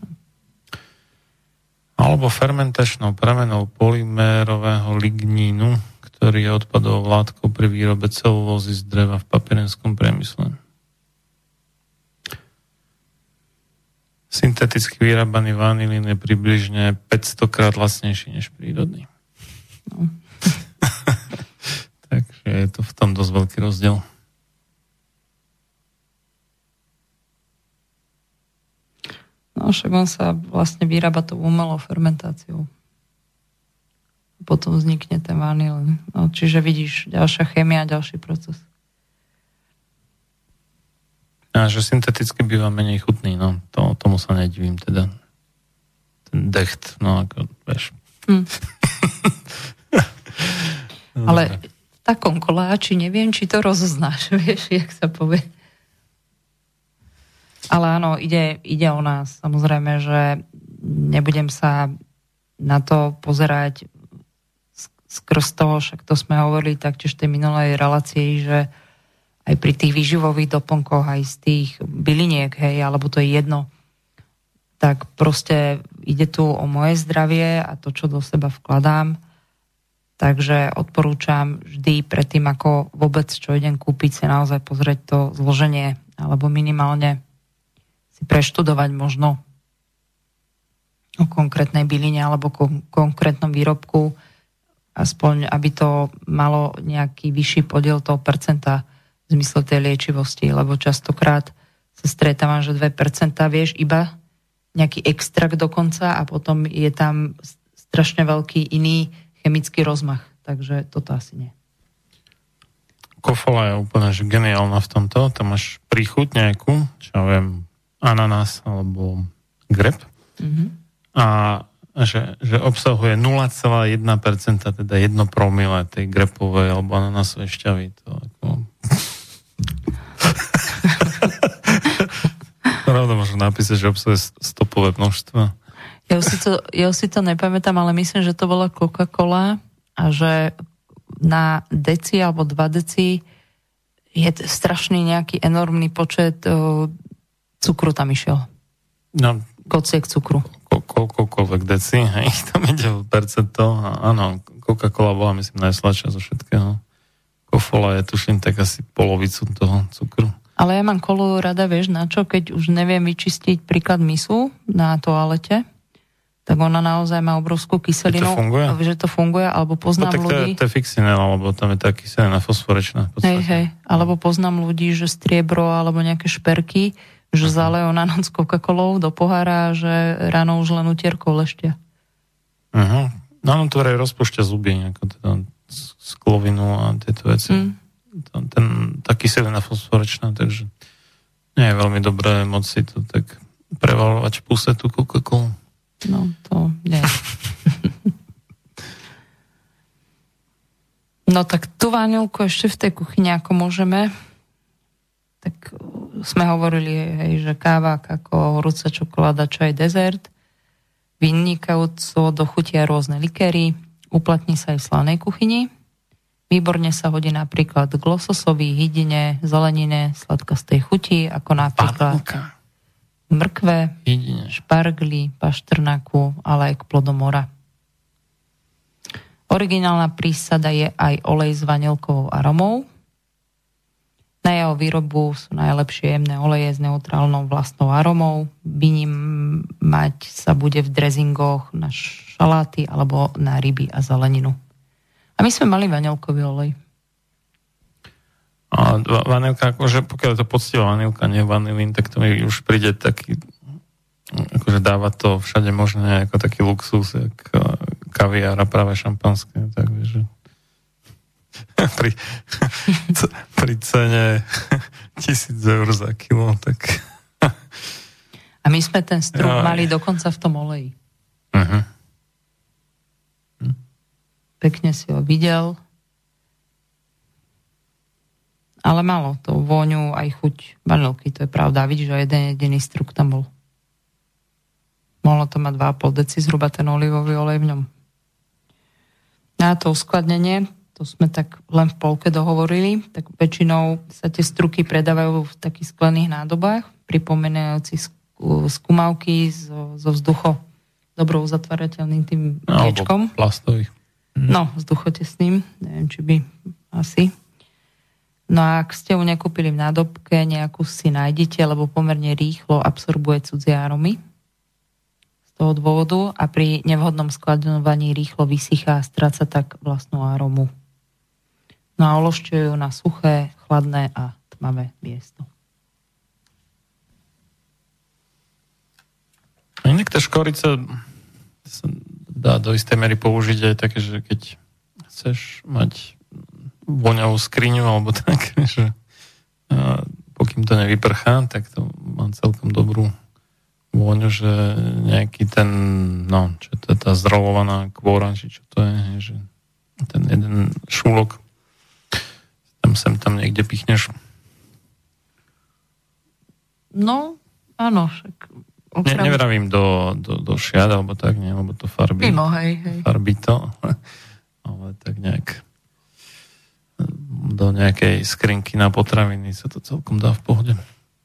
Alebo fermentačnou premenou polymérového lignínu, ktorý je odpadovou látkou pri výrobe celulózy z dreva v papierenskom priemysle. Synteticky vyrábaný vanilín je približne päťsto krát lacnejší než prírodný. No. Takže je to v tom dosť veľký rozdiel. No však on sa vlastne vyrába tou umelou fermentáciou. Potom vznikne ten vanilín. No, čiže vidíš, ďalšia chémia, ďalší proces. A že synteticky býva menej chutný, no to, tomu sa nedivím teda. Ten decht, no ako, vieš. Hm. Ale v takom koláči neviem, či to rozoznáš, vieš, jak sa povie. Ale áno, ide, ide o nás. Samozrejme, že nebudem sa na to pozerať skrz toho, však to sme hovorili taktiež tej minulej relácii, že aj pri tých výživových doplnkoch, aj z tých byliniek, hej, alebo to je jedno, tak proste ide tu o moje zdravie a to, čo do seba vkladám. Takže odporúčam vždy predtým, ako vôbec čo idem kúpiť, si naozaj pozrieť to zloženie, alebo minimálne si preštudovať možno o konkrétnej byline alebo kon- konkrétnom výrobku, aspoň aby to malo nejaký vyšší podiel toho percenta v zmysle tej liečivosti, lebo častokrát sa stretávam, že dve percentá vieš iba nejaký extrakt dokonca a potom je tam strašne veľký iný chemický rozmach, takže toto asi nie. Kofola je úplne že geniálna v tomto, tam máš príchuť nejakú, čo ja viem, ananás alebo grep mm-hmm. a že, že obsahuje nula celá jedna percenta, teda jedno promile tej grepovej alebo ananásovej šťavy. To ako... Pravda, možno napísať, že obsahuje stopové množstvo. Ja si, to, ja si to nepamätám, ale myslím, že to bola Coca-Cola a že na deci alebo dva deci je strašný nejaký enormný počet uh, cukru tam išiel. No, kociek cukru. Ko, koľkoľvek deci, hej, tam ide o percento. A áno, Coca-Cola bola, myslím, najsladšia zo všetkého. Kofola je, tuším, tak asi polovicu toho cukru. Ale ja mám kolu rada, vieš, na čo? Keď už neviem vyčistiť príklad misu na toalete, tak ona naozaj má obrovskú kyselinu. To funguje? Že to funguje, alebo poznám no, tak ľudí... to je, je fixinel, alebo tam je tá kyselina fosforečná. Hej, hej. Alebo poznám ľudí, že striebro alebo nejaké šperky, že uh-huh. zalejú na noc Coca-Colou do pohára, že ráno už len utierkou leštia. Uh-huh. No, no to vraj rozpúšťa zuby, ako teda sklovinu a tieto veci. Mm. Ten, ten, tá kyselina fosforečná, takže nie je veľmi dobré moc si to tak prevalovať v puse tú Coca-Colu. No, to nie. No tak tú vanilku ešte v tej kuchyni, ako môžeme, tak sme hovorili, hej, že káva, kakao, horúca čokoláda, čaj, dezert, vynikajúco dochutia rôzne likéry, uplatní sa aj v slanej kuchyni. Výborne sa hodí napríklad k lososovi, hydine, zelenine, sladkastej chuti, ako napríklad Panelka. mrkve, Hydine. špargli, paštrnaku, ale aj k plodom mora. Originálna prísada je aj olej s vanilkovou aromou. Na jeho výrobu sú najlepšie jemné oleje s neutrálnou vlastnou aromou. Vyním mať sa bude v drezingoch na šaláty alebo na ryby a zeleninu. A my sme mali vanilkový olej. A vanilka, akože pokiaľ je to poctivá vanilka, nie vanilín, tak to mi už príde taký, akože dáva to všade možné ako taký luxus, jak kaviár a práve šampanské, tak vieš, že pri, pri cene tisíc eur za kilo, tak... A my sme ten struh ja, mali dokonca v tom oleji. Uh-huh. Pekne si ho videl. Ale malo to vôňu aj chuť vanilky, to je pravda. Vidíš, že jeden jediný struk tam bol. Mohlo to mať dva a pol deci zhruba ten olivový olej v ňom. Na to uskladnenie, to sme tak len v polke dohovorili, tak väčšinou sa tie struky predávajú v takých sklených nádobách, pripomínajúcich skumavky zo, zo vzducho dobrou uzatvárateľným tým viečkom. Alebo plastových. No, vzduchotesným, neviem, či by asi. No a ak ste ju nekúpili v nádobke, nejakú si nájdete, lebo pomerne rýchlo absorbuje cudzie aromy z toho dôvodu a pri nevhodnom skladňovaní rýchlo vysychá a stráca tak vlastnú aromu. No a uložte ju na suché, chladné a tmavé miesto. A inak tá škorica sa dá do istej mery použiť aj také, že keď chceš mať voňavú skriňu alebo tak, že pokým to nevyprchá, tak to má celkom dobrú vôňu, že nejaký ten, no, čo to je tá zrolovaná kvôra, či čo to je, že ten jeden šúlok tam sem tam niekde pichneš. No, áno, však Ne, nevravím do, do, do šiat, alebo tak, nie, lebo to farbí. Mimo, hej, hej. Farbí to. ale tak nejak do nejakej skrinky na potraviny sa to celkom dá v pohode.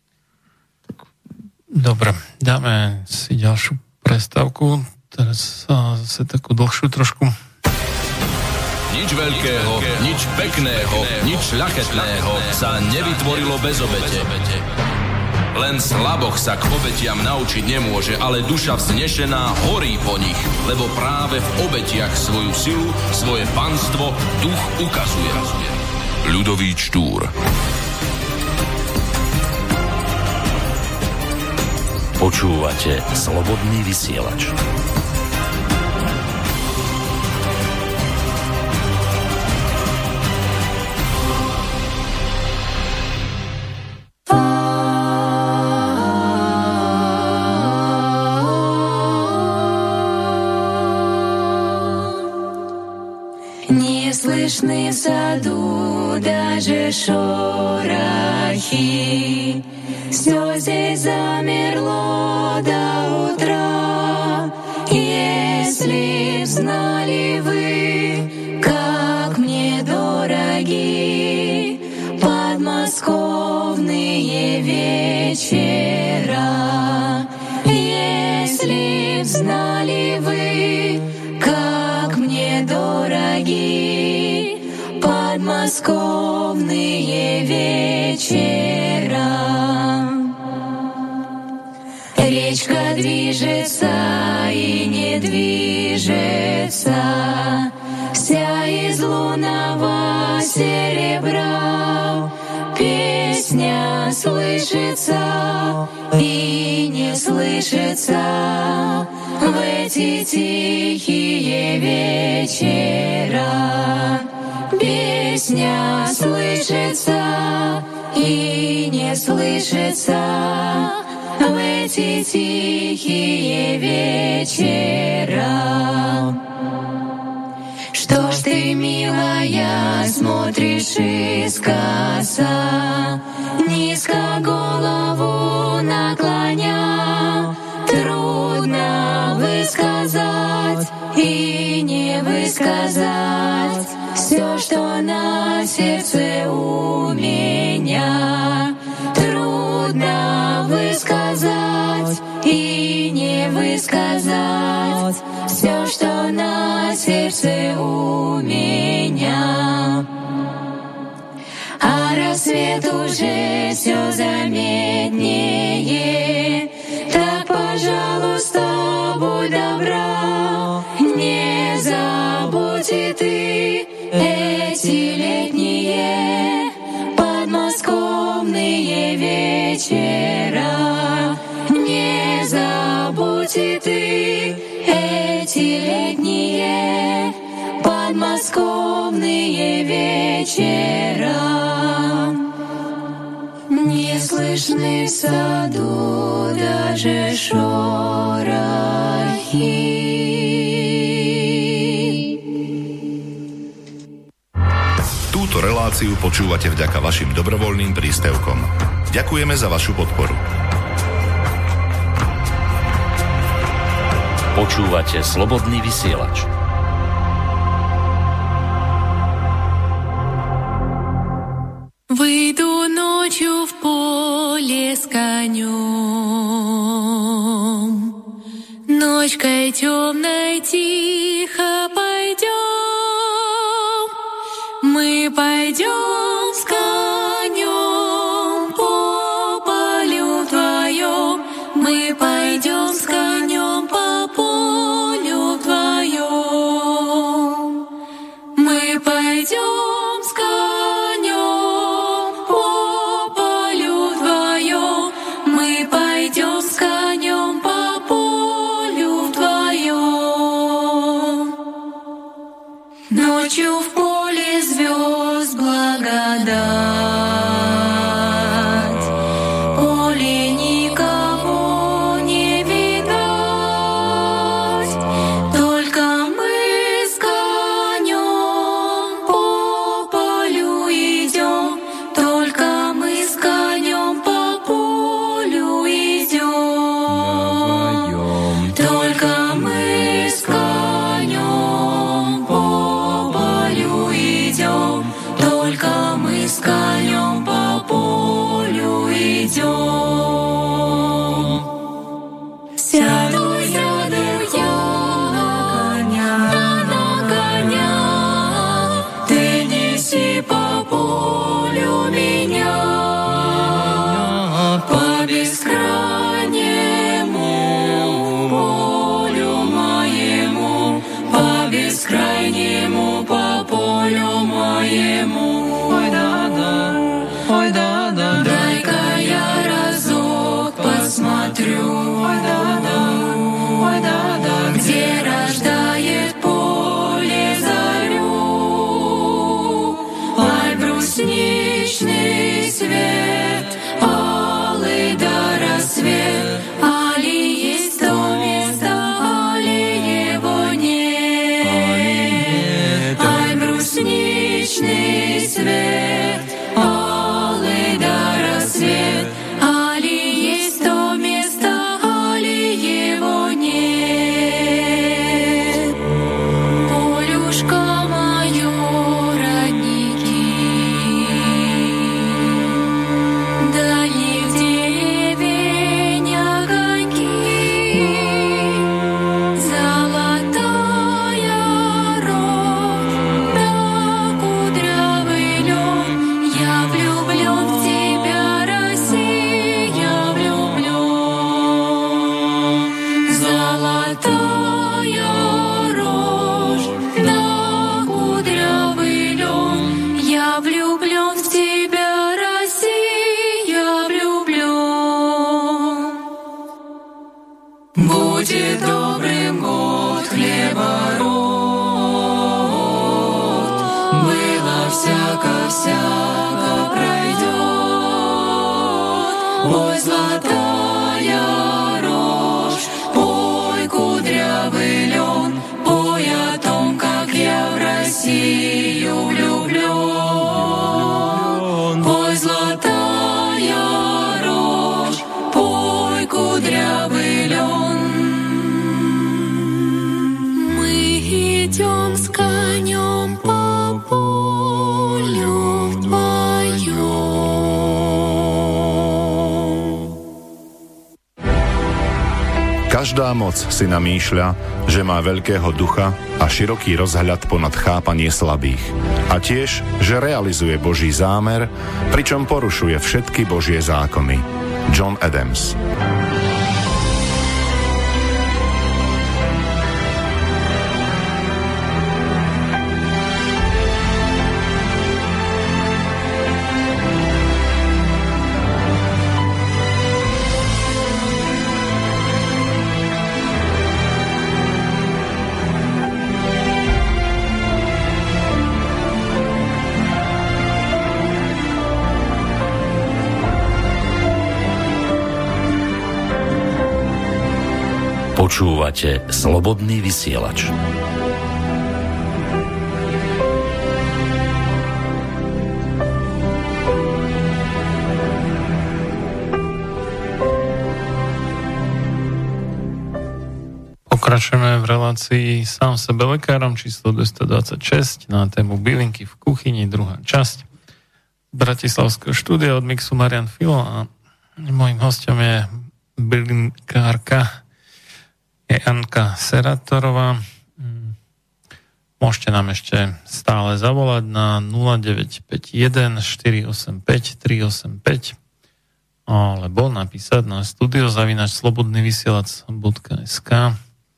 Dobre, dáme si ďalšiu prestávku. Teraz sa zase takú dlhšiu trošku. Nič veľkého, nič pekného, nič ľaketného sa nevytvorilo bez obete. Len slaboch sa k obetiam naučiť nemôže, ale duša vznešená horí po nich, lebo práve v obetiach svoju silu, svoje panstvo duch ukazuje. Ľudový Štúr. Počúvate Slobodný vysielač. Неслышны в саду даже шорохи, все здесь замерло до утра. Если б знали вы, как мне дороги подмосковные вечера, если б знали вы, как мне дороги подмосковные вечера. Речка движется и не движется, вся из лунного серебра. Песня слышится и не слышится в эти тихие вечера. Песня слышится и не слышится в эти тихие вечера. Что ж ты, милая, смотришь искоса, низко голову наклоня? Трудно высказать и не высказать все, что на сердце у меня. Трудно высказать и не высказать все, что на сердце у меня. А рассвет уже все заметнее, так, пожалуйста, будь добра, не забудь и ты эти летние подмосковные вечера. Не забудь и ты эти летние подмосковные вечера. Не слышны в саду даже шорохи. Túto reláciu počúvate vďaka vašim dobrovoľným príspevkom. Ďakujeme za vašu podporu. Počúvate Slobodný vysielač. Выйду ночью в поле с конем, ночкой темной тихо пойдем, мы пойдем с конем по полю вдвоем, мы пойдем с конем по полю вдвоем, мы пойдем с конем по полю вдвоем, мы пойдем с конем по полю вдвоем. будет добрым год хлеба род. Было всяко-всяко пройдет. Ой, золотая рожь, пой, кудрявый лен, пой о том, как я в Россию влюблен. Пой, золотая рожь, пой, кудрявый лен. Мы идем с конем по полю вдвоем. Každá moc si namýšľa, že má veľkého ducha a široký rozhľad ponad chápanie slabých. A tiež, že realizuje Boží zámer, pričom porušuje všetky Božie zákony. John Adams. Počúvate Slobodný vysielač. Pokračujeme v relácii Sám sebe lekárom číslo dvestodvadsaťšesť na tému bylinky v kuchyni, druhá časť bratislavského štúdia od mixu Marian Filo a mojím hostom je bylinkárka je Anka Seratorová. Môžete nám ešte stále zavolať na nula deväť päť jeden štyri osem päť tri osem päť alebo napísať na studio zavináč slobodnyvysielac bodka es ká.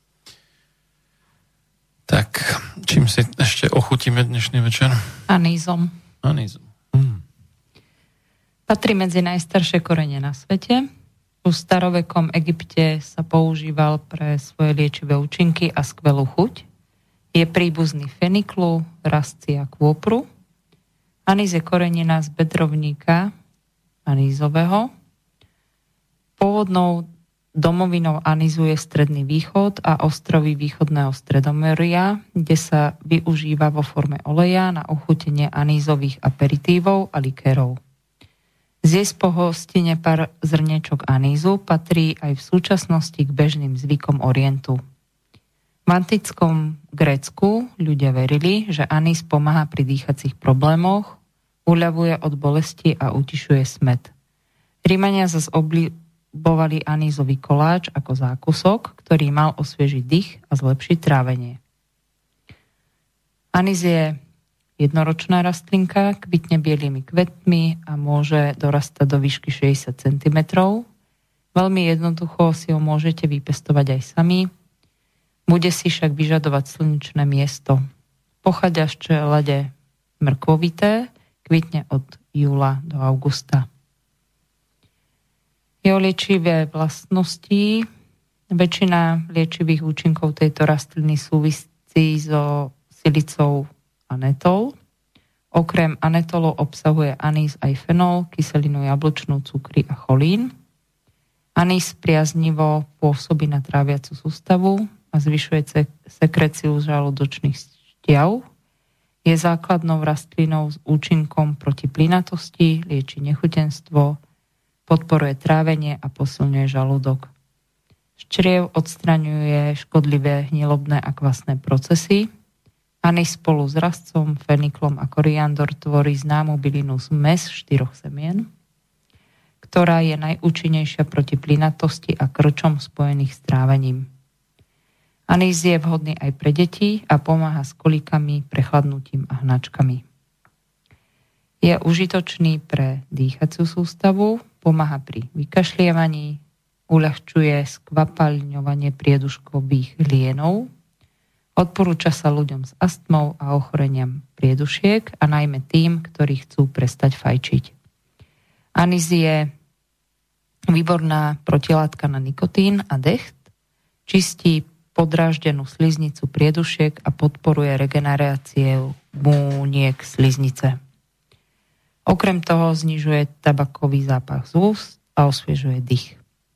Tak, čím si ešte ochutíme dnešný večer? Anízom. Anízom. Hmm. Patrí medzi najstaršie korene na svete. V starovekom Egypte sa používal pre svoje liečivé účinky a skvelú chuť. Je príbuzný feniklu, rastci a kôpru. Anís je korenina z bedrovníka anízového. Pôvodnou domovinou anízu je Stredný východ a ostrovy východného Stredomoria, kde sa využíva vo forme oleja na ochutenie anízových aperitívov a likérov. Zjesť po hostine pár zrniečok anízu patrí aj v súčasnosti k bežným zvykom Orientu. V antickom Grécku ľudia verili, že anís pomáha pri dýchacích problémoch, uľavuje od bolesti a utišuje smäd. Rimania zas obľúbovali anízový koláč ako zákusok, ktorý mal osviežiť dých a zlepšiť trávenie. Anís je jednoročná rastlinka, kvitne bielými kvetmi a môže dorastať do výšky šesťdesiat centimetrov. Veľmi jednoducho si ho môžete vypestovať aj sami. Bude si však vyžadovať slnečné miesto. Pochádza z čelade mrkvovité, kvitne od júla do augusta. Jeho liečivé vlastnosti. Väčšina liečivých účinkov tejto rastliny súvisí so silicou anetol. Okrem anetolu obsahuje anís aj fenol, kyselinu jablčnú, cukry a cholín. Anís priaznivo pôsobí na tráviacu sústavu a zvyšuje sekreciu žalúdočných šťav. Je základnou rastlinou s účinkom proti plynatosti, lieči nechutenstvo, podporuje trávenie a posilňuje žalúdok. Z čriev odstraňuje škodlivé hnilobné a kvasné procesy. Anís spolu s rastcom, feniklom a koriandor tvorí známu bylinu zmes štyroch semien, ktorá je najúčinnejšia proti plynatosti a krčom spojených s trávením. Anís je vhodný aj pre deti a pomáha s kolikami, prechladnutím a hnačkami. Je užitočný pre dýchaciu sústavu, pomáha pri vykašliavaní, uľahčuje skvapalňovanie prieduškových hlienov, odporúča sa ľuďom s astmou a ochoreniam priedušiek a najmä tým, ktorí chcú prestať fajčiť. Anís je výborná protilátka na nikotín a decht, Čistí podráždenú sliznicu priedušiek a podporuje regeneráciu buniek sliznice. Okrem toho znižuje tabakový zápach z úst a osviežuje dých.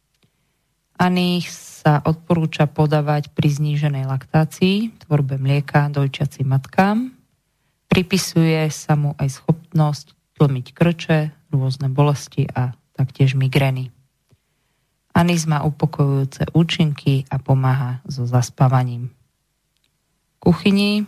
Anís sa odporúča podávať pri zníženej laktácii, tvorbe mlieka dojčiacim matkám. Pripisuje sa mu aj schopnosť tlmiť krče, rôzne bolesti a taktiež migrény. Anís má upokojujúce účinky a pomáha so zaspávaním. V kuchyni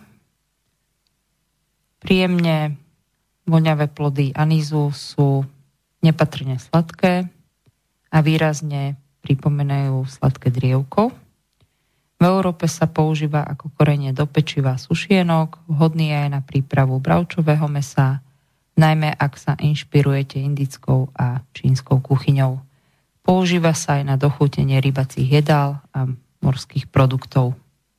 príjemne voňavé plody anízu sú nepatrne sladké a výrazne pripomínajú sladké drievko. V Európe sa používa ako korenie do pečiva sušienok, vhodný aj na prípravu bravčového mäsa, najmä ak sa inšpirujete indickou a čínskou kuchyňou. Používa sa aj na dochutenie rybacích jedál a morských produktov.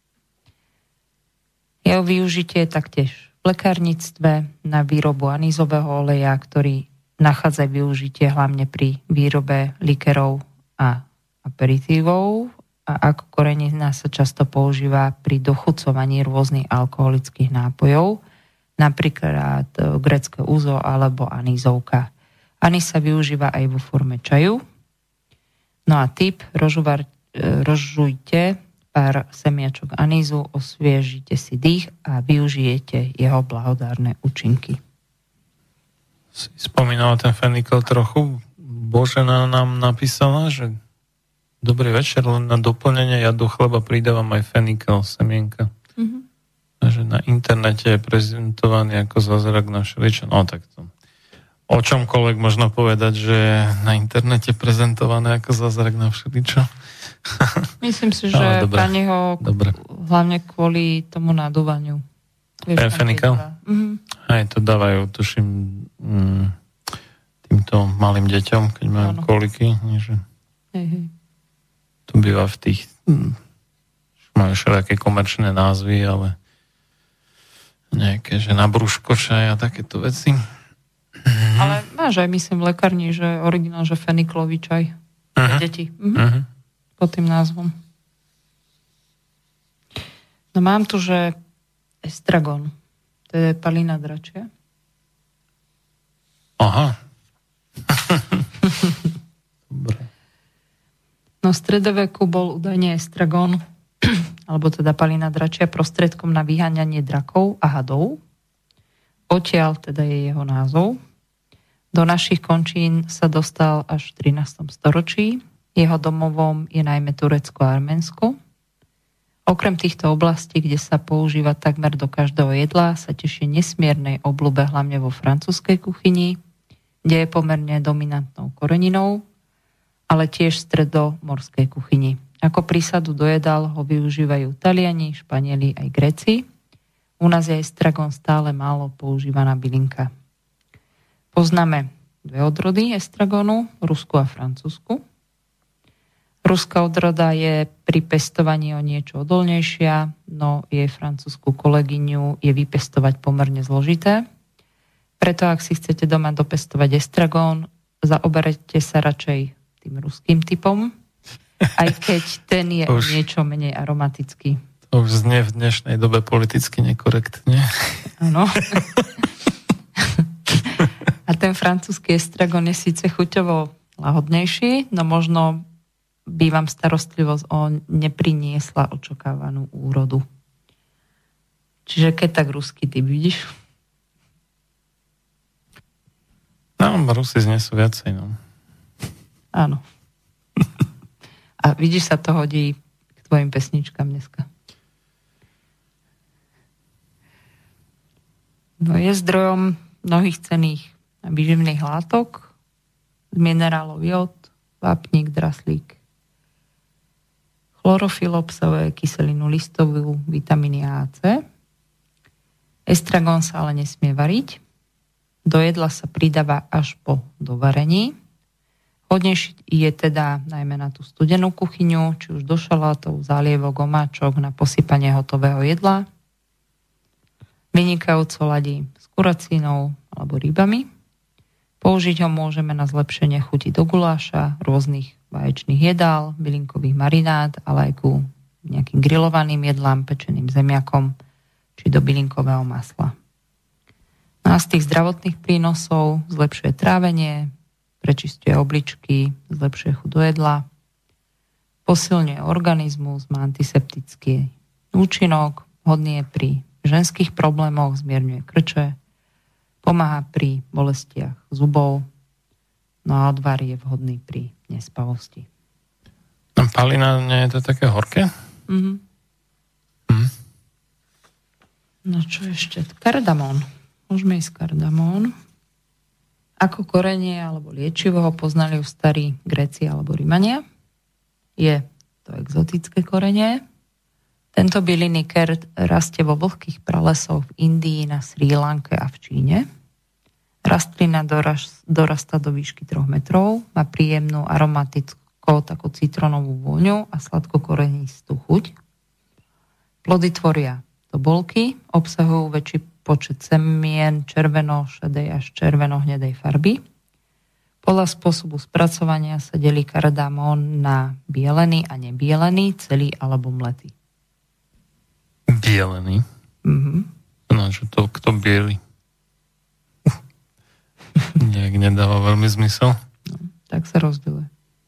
Jeho využitie je taktiež v lekárnictve na výrobu anízového oleja, ktorý nachádza využitie hlavne pri výrobe likerov a aperitívov a ako korenina sa často používa pri dochucovaní rôznych alkoholických nápojov, napríklad grécke úzo alebo anízovka. Anís sa využíva aj vo forme čaju. No a tip, rožuvar, rozžujte pár semiačok anízu, osviežite si dých a využijete jeho blahodárne účinky. Si spomínala ten fenikel trochu. Božena nám napísala, že dobrý večer, len na doplnenie ja do chleba pridávam aj fenikel, semienka. Mm-hmm. A že na internete je prezentovaný ako zázrak na všeličo. No tak to. O čomkoľvek možno povedať, že je na internete prezentované ako zázrak na všeličo. Myslím si, že pani ho dobre. Hlavne kvôli tomu nadúvaniu. Vieš, fenikel? Mm-hmm. Aj to dávajú, tuším, mm, týmto malým deťom, keď majú ano. Koliky. Že... Hej, hej. To býva v tých, hm, majú všelijaké komerčné názvy, ale nejaké, že na brúškočaj a takéto veci. Ale máš aj, myslím, v lekárni, že originál, že feniklový čaj uh-huh. deti. Mhm. Uh-huh. Pod tým názvom. No mám tu, že estragon. To je palina dračia. Aha. Dobre. No v stredoveku bol údajne estragon, alebo teda palina dračia, prostriedkom na vyháňanie drakov a hadov. Odtiaľ teda je jeho názov. Do našich končín sa dostal až v trinástom storočí. Jeho domovom je najmä Turecko a Arménsko. Okrem týchto oblastí, kde sa používa takmer do každého jedla, sa teší nesmiernej obľúbe hlavne vo francúzskej kuchyni, kde je pomerne dominantnou koreninou, ale tiež v stredomorskej kuchyni. Ako prísadu do jedál ho využívajú Taliani, Španieli aj Gréci. U nás je estragon stále málo používaná bylinka. Poznáme dve odrody estragonu, Rusku a Francúzsku. Ruská odroda je pri pestovaní o niečo odolnejšia, no jej francúzsku kolegyňu je vypestovať pomerne zložité. Preto ak si chcete doma dopestovať estragón, zaoberete sa radšej tým ruským typom, aj keď ten je už, niečo menej aromatický. To už znie v dnešnej dobe politicky nekorektne. Áno. A ten francúzsky estragón je síce chuťovo lahodnejší, no možno by vám starostlivosť o nepriniesla očakávanú úrodu. Čiže keď tak ruský typ, vidíš? No, Rusi znesú viacej, no. Áno. A vidíš, sa to hodí k tvojim pesničkám dneska. No je zdrojom mnohých cenných a výživných látok, z minerálov jód, vápnik, draslík. Chlorofil obsahuje kyselinu listovú, vitamíny A a C. Estragón sa ale nesmie variť. Do jedla sa pridáva až po dovarení. Hodnejší je teda najmä na tú studenú kuchyňu, či už do šalátov, zálievok, omáčok, na posypanie hotového jedla. Vynikajúco ladí s kuracínou alebo rybami. Použiť ho môžeme na zlepšenie chuti do guláša, rôznych vaječných jedál, bylinkových marinád, ale aj ku nejakým grillovaným jedlám, pečeným zemiakom či do bylinkového masla. No a z tých zdravotných prínosov zlepšuje trávenie, prečisťuje obličky, zlepšuje chuť do jedla, posilňuje organizmus, má antiseptický účinok, hodný je pri ženských problémoch, zmierňuje krče, pomáha pri bolestiach zubov, no a odvar je vhodný pri nespavosti. Palina, nie je to také horké? Mhm. Hm. No čo ešte? Kardamón. Môžeme ísť kardamón. Ako korenie alebo liečivo ho poznali už starí Gréci alebo Rimania. Je to exotické korenie. Tento bylinný kert rastie vo vlhkých pralesoch v Indii, na Srí Lanke a v Číne. Rastlina dorastá do výšky troch metrov, má príjemnú aromatickú takú citronovú vôňu a sladkokorenistú chuť. Plody tvoria tobolky, obsahujú väčší počet semien červeno-šedej až červeno-hnedej farby. Podľa spôsobu spracovania sa delí kardamón na bielený a nebielený, celý alebo mletý. Bielený? Mhm. No, že to kto bieli? Nejak nedáva veľmi zmysel. No, tak sa rozdeľuje.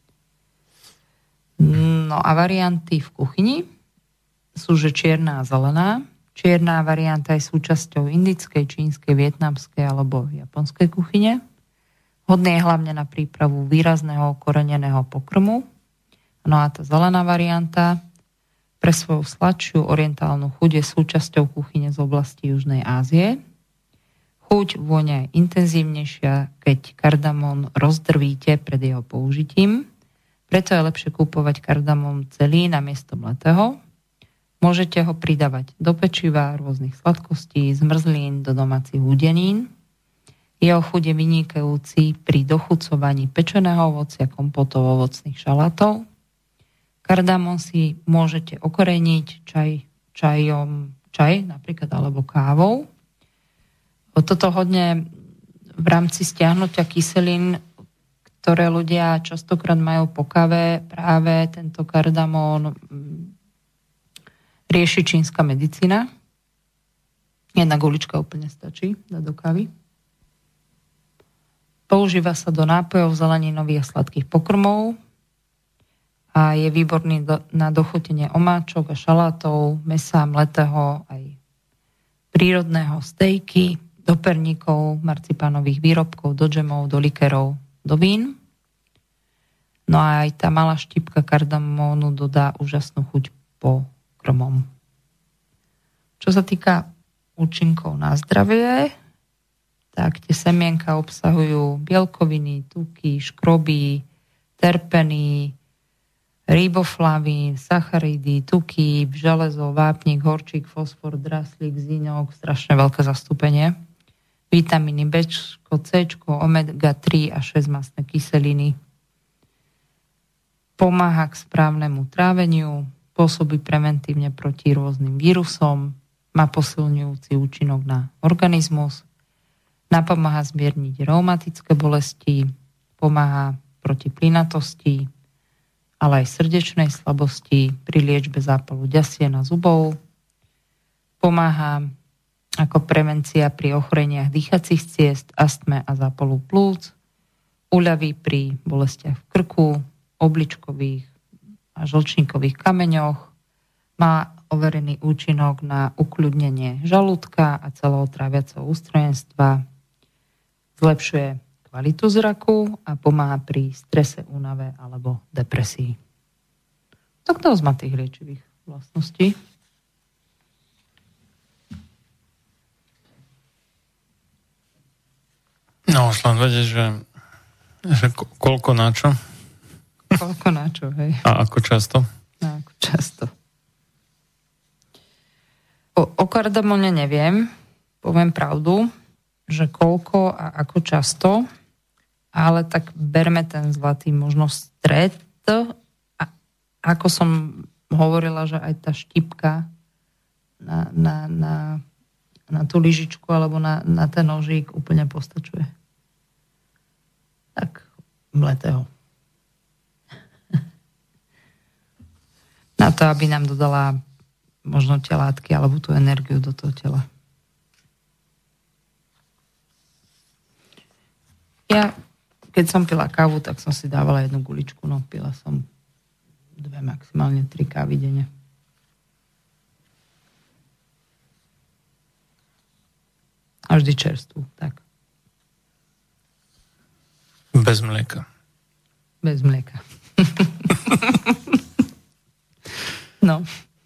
No a varianty v kuchyni sú, že čierna a zelená. Čierna varianta je súčasťou indickej, čínskej, vietnamskej alebo japonskej kuchyne. Hodný je hlavne na prípravu výrazného koreneného pokrmu. No a tá zelená varianta pre svoju sladšiu orientálnu chuť je súčasťou kuchyne z oblasti Južnej Ázie. Chuť vôňa je intenzívnejšia, keď kardamón rozdrvíte pred jeho použitím. Preto je lepšie kúpovať kardamón celý namiesto mletého. Môžete ho pridávať do pečiva, rôznych sladkostí, zmrzlín, do domácich hudenín. Jeho chuť je vynikajúci pri dochucovaní pečeného ovocia, kompotov, ovocných šalátov. Kardamón si môžete okoreniť čaj, čajom, čaj napríklad alebo kávou. Toto hodne v rámci stiahnutia kyselín, ktoré ľudia častokrát majú po kave, práve tento kardamón rieši čínska medicína. Jedna gulička úplne stačí dať do kávy. Používa sa do nápojov, zeleninových a sladkých pokrmov a je výborný do, na dochutenie omáčok a šalátov, mäsa, mletého, aj prírodného, stejky, do perníkov, marcipánových výrobkov, do džemov, do likerov, do vín. No a aj tá malá štipka kardamónu dodá úžasnú chuť po krmom. Čo sa týka účinkov na zdravie, tak tie semienka obsahujú bielkoviny, tuky, škroby, terpeny, riboflavín, sacharidy, tuky, železo, vápnik, horčík, fosfor, draslík, zinok, strašne veľké zastúpenie. Vitamíny B, C, omega tri a šesť mastné kyseliny. Pomáha k správnemu tráveniu, pôsobí preventívne proti rôznym vírusom, má posilňujúci účinok na organizmus, napomáha zmierniť reumatické bolesti, pomáha proti plynatosti, ale aj srdečnej slabosti, pri liečbe zápalu ďasien a zubov, pomáha ako prevencia pri ochoreniach dýchacích ciest, astme a zápalu plúc, úľavy pri bolestiach v krku, obličkových a žlčníkových kameňoch, má overený účinok na ukľudnenie žalúdka a celého tráviaceho ústrojenstva, zlepšuje kvalitu zraku a pomáha pri strese, únave alebo depresii. Tak to má tých liečivých vlastností. No, už len vedieť, že, že ko- koľko na čo. Koľko na čo, hej. A ako často? A ako často. O, o kardamone neviem, poviem pravdu, že koľko a ako často, ale tak berme ten zlatý možno stred. A ako som hovorila, že aj tá štipka na, na, na, na tú lyžičku alebo na, na ten nožík úplne postačuje. Tak mletého. Na to to, aby nám dodala možno tie látky alebo tú energiu do toho tela. Ja, keď som pila kávu, tak som si dávala jednu guličku, no pila som dve, maximálne tri kávy denne. A vždy čerstvú, tak. Bez mlieka. Bez mlieka. No.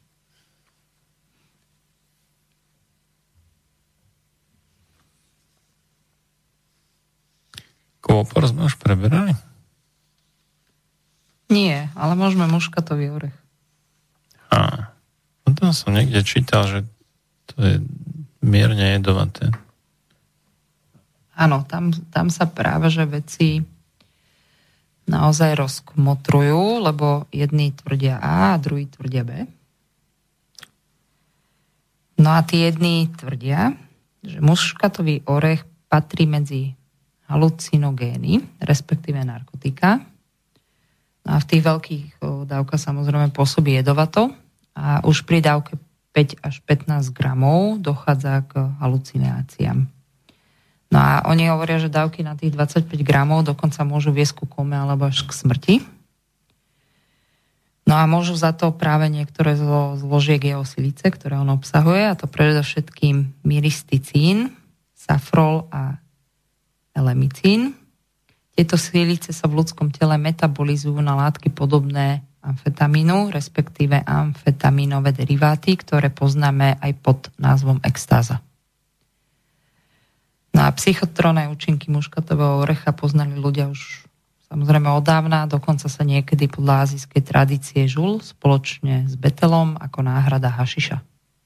Kôpor sme už preberali? Nie, ale môžeme muškatový orech. Á, no tam som niekde čítal, že to je mierne jedovaté. Áno, tam, tam sa práve, že veci naozaj rozkmotrujú, lebo jedni tvrdia A a druhí tvrdia B. No a tí jedni tvrdia, že muškatový orech patrí medzi halucinogény, respektíve narkotika. No a v tých veľkých dávkach samozrejme pôsobí jedovato a už pri dávke päť až pätnásť gramov dochádza k halucináciám. No a oni hovoria, že dávky na tých dvadsaťpäť gramov dokonca môžu viesť ku kome alebo až k smrti. No a môžu za to práve niektoré zo zložiek jeho silice, ktoré on obsahuje, a to predovšetkým myristicín, safrol a elemicín. Tieto silice sa v ľudskom tele metabolizujú na látky podobné amfetamínu, respektíve amfetamínové deriváty, ktoré poznáme aj pod názvom extáza. No a psychotrónne účinky muškatového orecha poznali ľudia už samozrejme od dávna, dokonca sa niekedy podľa azijskej tradície žul spoločne s betelom ako náhrada hašiša.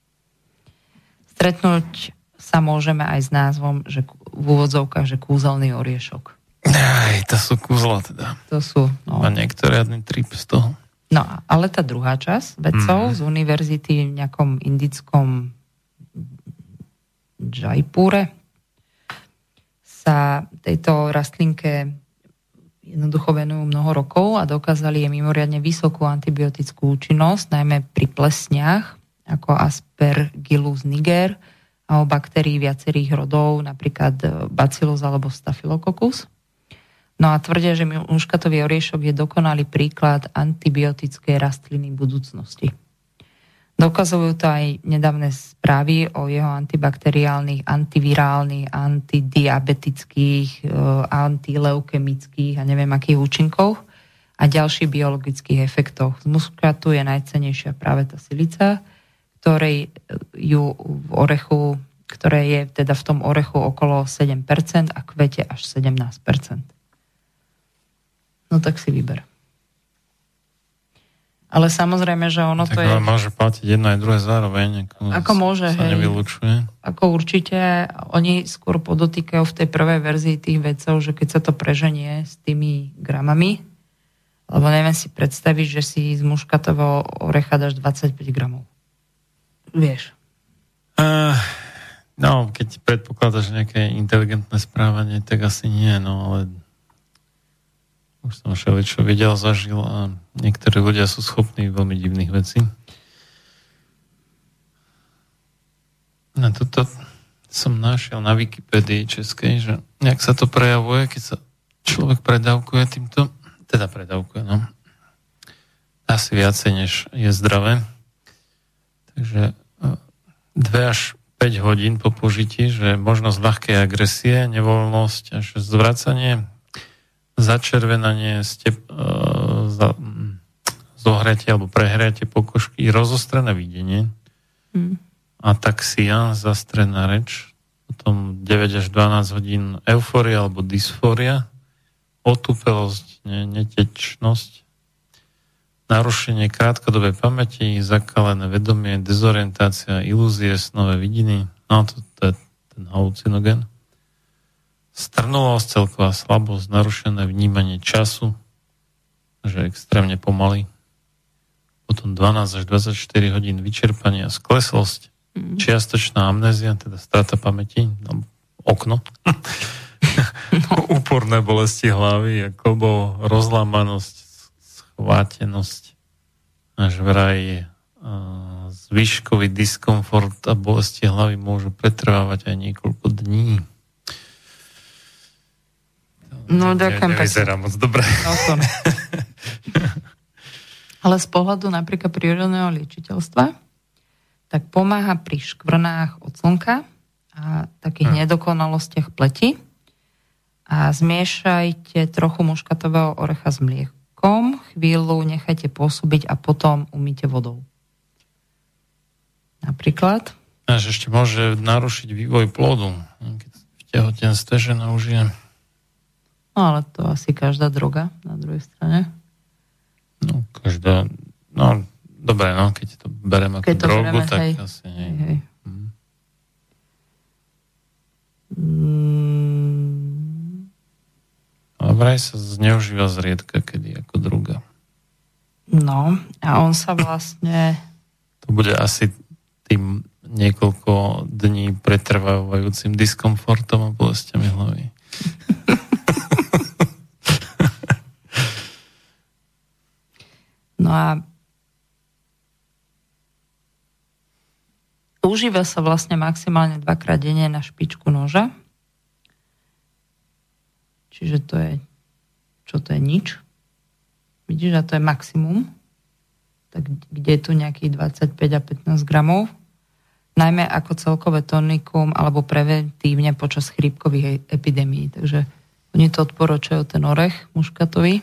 Stretnúť sa môžeme aj s názvom, že v úvodzovkách, že kúzelný oriešok. Aj, to sú kúzla teda. To sú, no. A niektorý jeden trip z toho. No, ale tá druhá časť vedcov mm. z univerzity v nejakom indickom Jaipure sa tejto rastlinke jednoducho venujú mnoho rokov a dokázali je mimoriadne vysokú antibiotickú účinnosť, najmä pri plesniach, ako Aspergillus niger, a o baktérií viacerých rodov, napríklad Bacillus alebo Staphylococcus. No a tvrdia, že muškatový oriešok je dokonalý príklad antibiotickej rastliny budúcnosti. Dokazujú to aj nedávne správy o jeho antibakteriálnych, antivirálnych, antidiabetických, antileukemických a neviem akých účinkoch a ďalších biologických efektoch. Z muškatu je najcennejšia práve tá silica, ktorej ju v orechu, ktoré je teda v tom orechu okolo sedem percent a kvete až sedemnásť percent. No tak si vyber. Ale samozrejme, že ono tak to je... Tak môže platiť jedno aj druhé zároveň. Ako, ako môže, sa hej. Nevylučuje. Ako určite, oni skôr podotýkajú v tej prvej verzii tých vecov, že keď sa to preženie s tými gramami, lebo neviem si predstaviť, že si z muškatového orecha dáš dvadsaťpäť gramov. Vieš. Uh, no, keď predpokladáš nejaké inteligentné správanie, tak asi nie, no ale už som všeličo videl, zažil a niektorí ľudia sú schopní veľmi divných vecí. No toto som našiel na Wikipédii českej, že nejak sa to prejavuje, keď sa človek predávkuje týmto, teda predávkuje, no. Asi viacej, než je zdravé. Takže dve až päť hodín po požití, že možnosť ľahkej agresie, nevoľnosť až zvracanie, začervenanie, step, uh, za, zohretie alebo prehretie pokožky, rozostrené videnie, mm. ataxia, zastrená reč, potom deväť až dvanásť hodín eufória alebo dysfória, otupelosť, ne, netečnosť, narušenie krátkodobej pamäti, zakalené vedomie, dezorientácia, ilúzie, snové vidiny, no to, to je ten halucinogen. Strnulosť, celková slabosť, narušené vnímanie času, že extrémne pomaly. Potom dvanásť až dvadsaťštyri hodín vyčerpania, skleslosť, mm. čiastočná amnézia, teda strata pamäti, no, okno. No. Úporné bolesti hlavy, klbov, rozlámanosť, schvátenosť až vraj zvyškový diskomfort a bolesti hlavy môžu pretrvávať aj niekoľko dní. No, ďakujem pekne. Nevyzerá moc dobre. Ale z pohľadu napríklad prírodného liečiteľstva, tak pomáha pri škvrnách od slnka a takých hm. nedokonalostiach pleti. A zmiešajte trochu muškatového orecha s mliekom, chvíľu nechajte pôsobiť a potom umýte vodou. Napríklad. Až ešte môže narušiť vývoj plodu. Keď v tehotenstve žena už je. No ale to asi každá droga na druhej strane. No, každá, no, dobre, no, keď to bereme ako drogu, tak hej, asi nie. Hej. Mm. Ale vraj sa zneužíva zriedka, kedy ako droga. No, a on sa vlastne... To bude asi tým niekoľko dní pretrvávajúcim diskomfortom a bolestiami hlavy. No a užíva sa vlastne maximálne dvakrát denne na špičku noža. Čiže to je, čo to je nič. Vidíš, a to je maximum. Tak kde je tu nejakých dvadsaťpäť a pätnásť gramov. Najmä ako celkové tonikum alebo preventívne počas chrípkových epidémií. Takže oni to odporúčajú ten orech muškatový.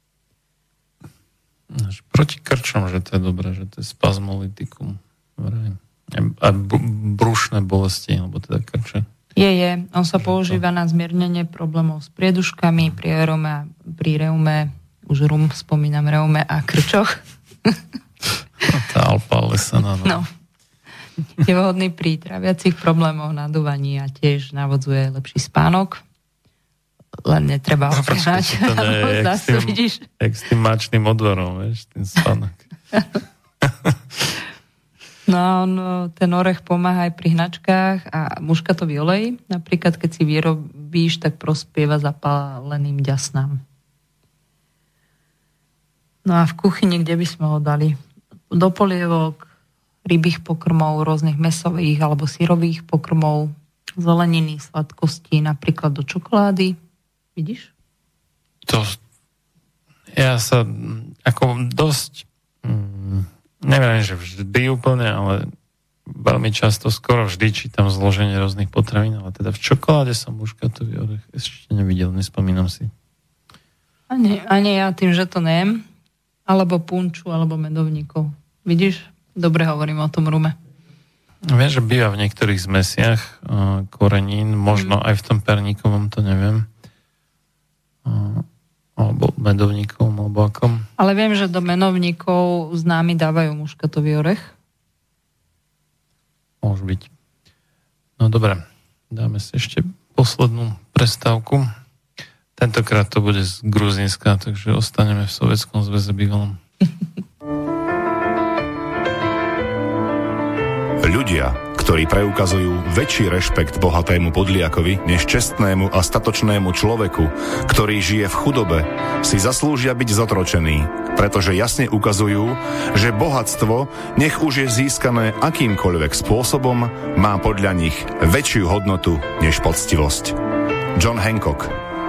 Proti krčom, že to je dobré, že to je spazmolitikum. A brušné bolesti, alebo teda krče. Je, je. On sa používa na zmiernenie problémov s prieduškami, pri reume, pri reume, už rum, spomínam reume a krčoch. Tá alpalesana, no. no. Je vhodný pri traviacich problémoch, nadúvaní a tiež navodzuje lepší spánok. Len netreba ho prehnať. To nie je jak, jak s tým mačným odvorom, vieš, tým spánok. No, no, ten orech pomáha aj pri hnačkách a muškatový olej, napríklad keď si vyrobíš, tak prospieva zapáleným ďasnám. No a v kuchyni, kde by sme ho dali? Do polievok, rybých pokrmov, rôznych mäsových alebo syrových pokrmov, zeleniny, sladkosti, napríklad do čokolády. Vidíš? To ja sa ako dosť mm, neviem, že vždy úplne, ale veľmi často, skoro vždy čítam zloženie rôznych potravín, ale teda v čokoláde som muškatový orech ešte nevidel, nespomínam si. Ani, ani ja tým, že to nejem, alebo punču, alebo medovníkov. Vidíš? Dobre hovorím o tom rume. Viem, že býva v niektorých zmesiach uh, korenín, možno mm. aj v tom perníkovom, to neviem. Uh, alebo medovníkom, alebo akom. Ale viem, že do menovníkov známi dávajú muškatový orech. Môže byť. No dobre, dáme si ešte poslednú prestávku. Tentokrát to bude z Gruzínska, takže ostaneme v Sovietskom zväze bývalom. Ľudia, ktorí preukazujú väčší rešpekt bohatému podliakovi než čestnému a statočnému človeku, ktorý žije v chudobe, si zaslúžia byť zotročení, pretože jasne ukazujú, že bohatstvo, nech už je získané akýmkoľvek spôsobom, má podľa nich väčšiu hodnotu než poctivosť. John Hancock.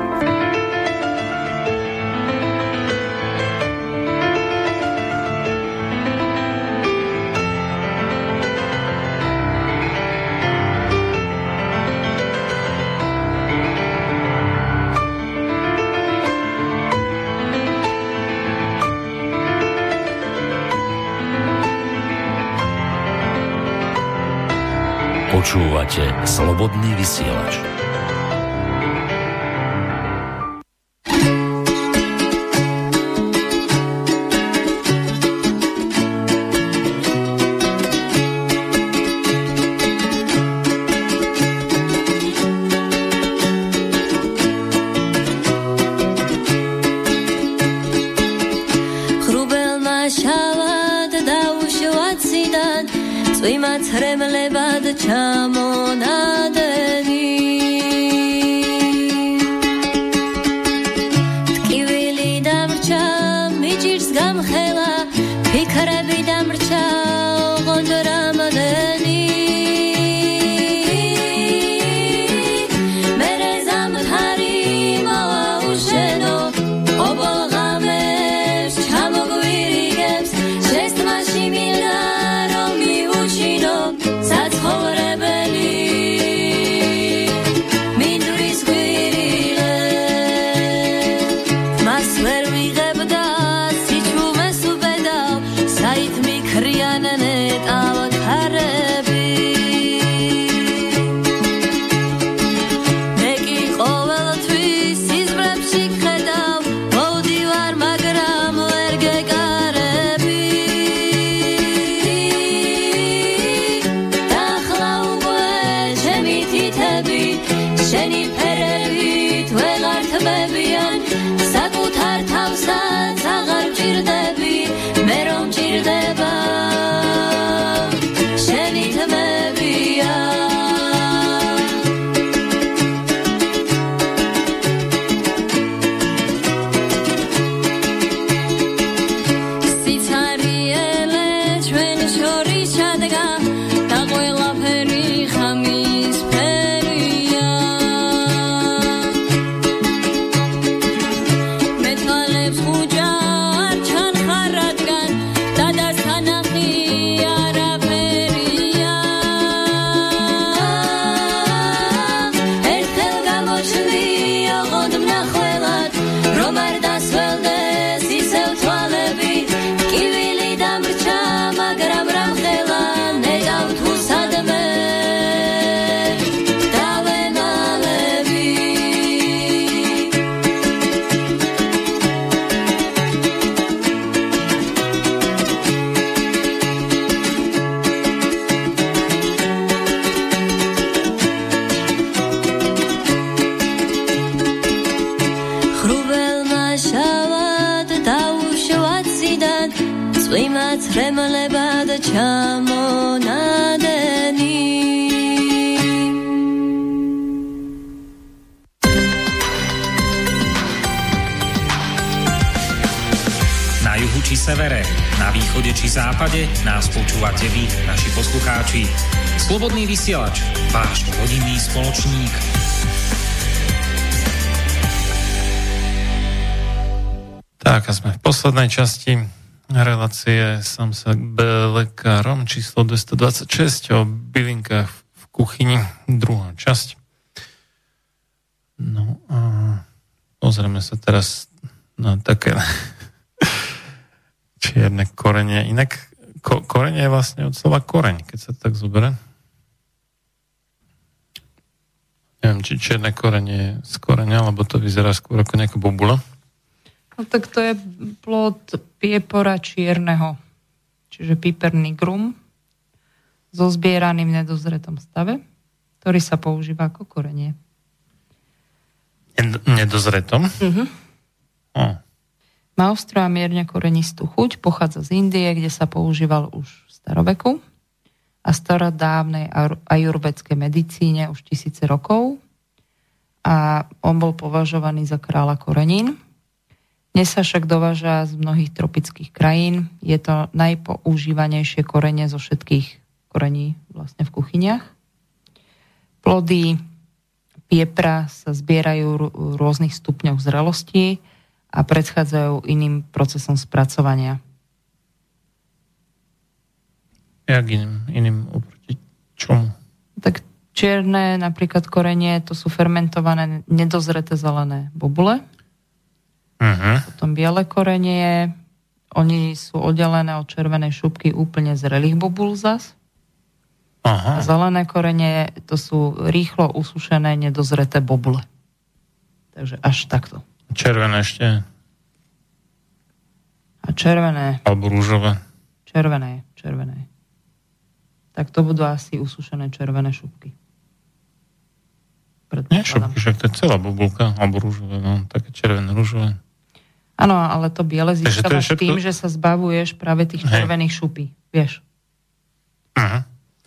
Počúvate Slobodný vysielač. فکر بیدم رچا غندرم دنی مرزم تریم آوشنو آبا غمش چمو گویریگمس شست ماشی میلارو میوچینو سات خوره بلی میندوریز گویریگه مسور میگبدا سیچو مسو بدا سایت میکریاننت آوت هربی نکی قوال توی سیز بربشی خداو او دیوار مگرم ورگه گاربی داخلاو بوه شمیتی تبی شنی پربی توی غرط ببیان سگو تر تاوسد ساغر جیرده بی مرم جیرده با شنی تبیان سیتاریله چون شوری شدگا دقوی لپری خمیز پریا مطالب خوجار چون خردگن دادر سنخی یارا پریا ارتل گموشوی آقادم نخویلد رو مردست ولده سی سو طالبی کیویلی دم رچا مگرم رم خیلان نداو تو صدمه داوه مالبی خروبل نشود داو شود سیدن سویمت رمل بعد چمو ندنی Na juhu či severe, na východe či západe nás počúvate vy, naši poslucháči. Slobodný vysielač, váš rodinný spoločník. Tak a sme v poslednej časti relácie Sám sebe lekárom číslo dvestodvadsaťšesť o bylinkách v kuchyni, druhá časť. No a pozrieme sa teraz na také čierne korenie. Inak ko, korenie je vlastne od slova koreň, keď sa tak zoberie. Neviem, či čierne korenie je z koreňa, alebo to vyzerá skôr ako nejaká bobula. No tak to je plod piepora čierneho, čiže Piper nigrum, zozbieraný v nedozretom stave, ktorý sa používa ako korenie. Ned- nedozretom? Mhm. Oh. Má ostrú a mierne korenistú chuť, pochádza z Indie, kde sa používal už v staroveku a starodávnej ajurvedskej medicíne už tisíce rokov a on bol považovaný za kráľa korenín. Dnes sa však dováža z mnohých tropických krajín. Je to najpoužívanejšie korenie zo všetkých korení vlastne v kuchyniach. Plody piepra sa zbierajú v rôznych stupňoch zrelosti a predchádzajú iným procesom spracovania. Jak iným, iným oproti čomu? Tak čierne napríklad korenie, to sú fermentované nedozreté zelené bobule. Uh-huh. Potom biele korenie, oni sú oddelené od červenej šupky úplne zrelých bobul zas. Aha. A zelené korenie, to sú rýchlo usušené nedozreté bobule. Takže až takto. Červené ešte? A červené. Alebo rúžové? Červené, červené. Tak to budú asi usušené červené šupky. Nie šupky, však to je celá bobulka, alebo rúžové, no, také červené, rúžové. Áno, ale to biele získavaš všetko... tým, že sa zbavuješ práve tých červených šupí, vieš. Uh-huh.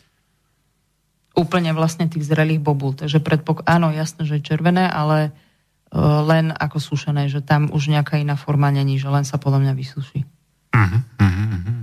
Úplne vlastne tých zrelých bobul. Takže predpok... áno, jasné, že je červené, ale uh, len ako sušené, že tam už nejaká iná forma není, že len sa podľa mňa vysuší. Uh-huh, uh-huh, uh-huh.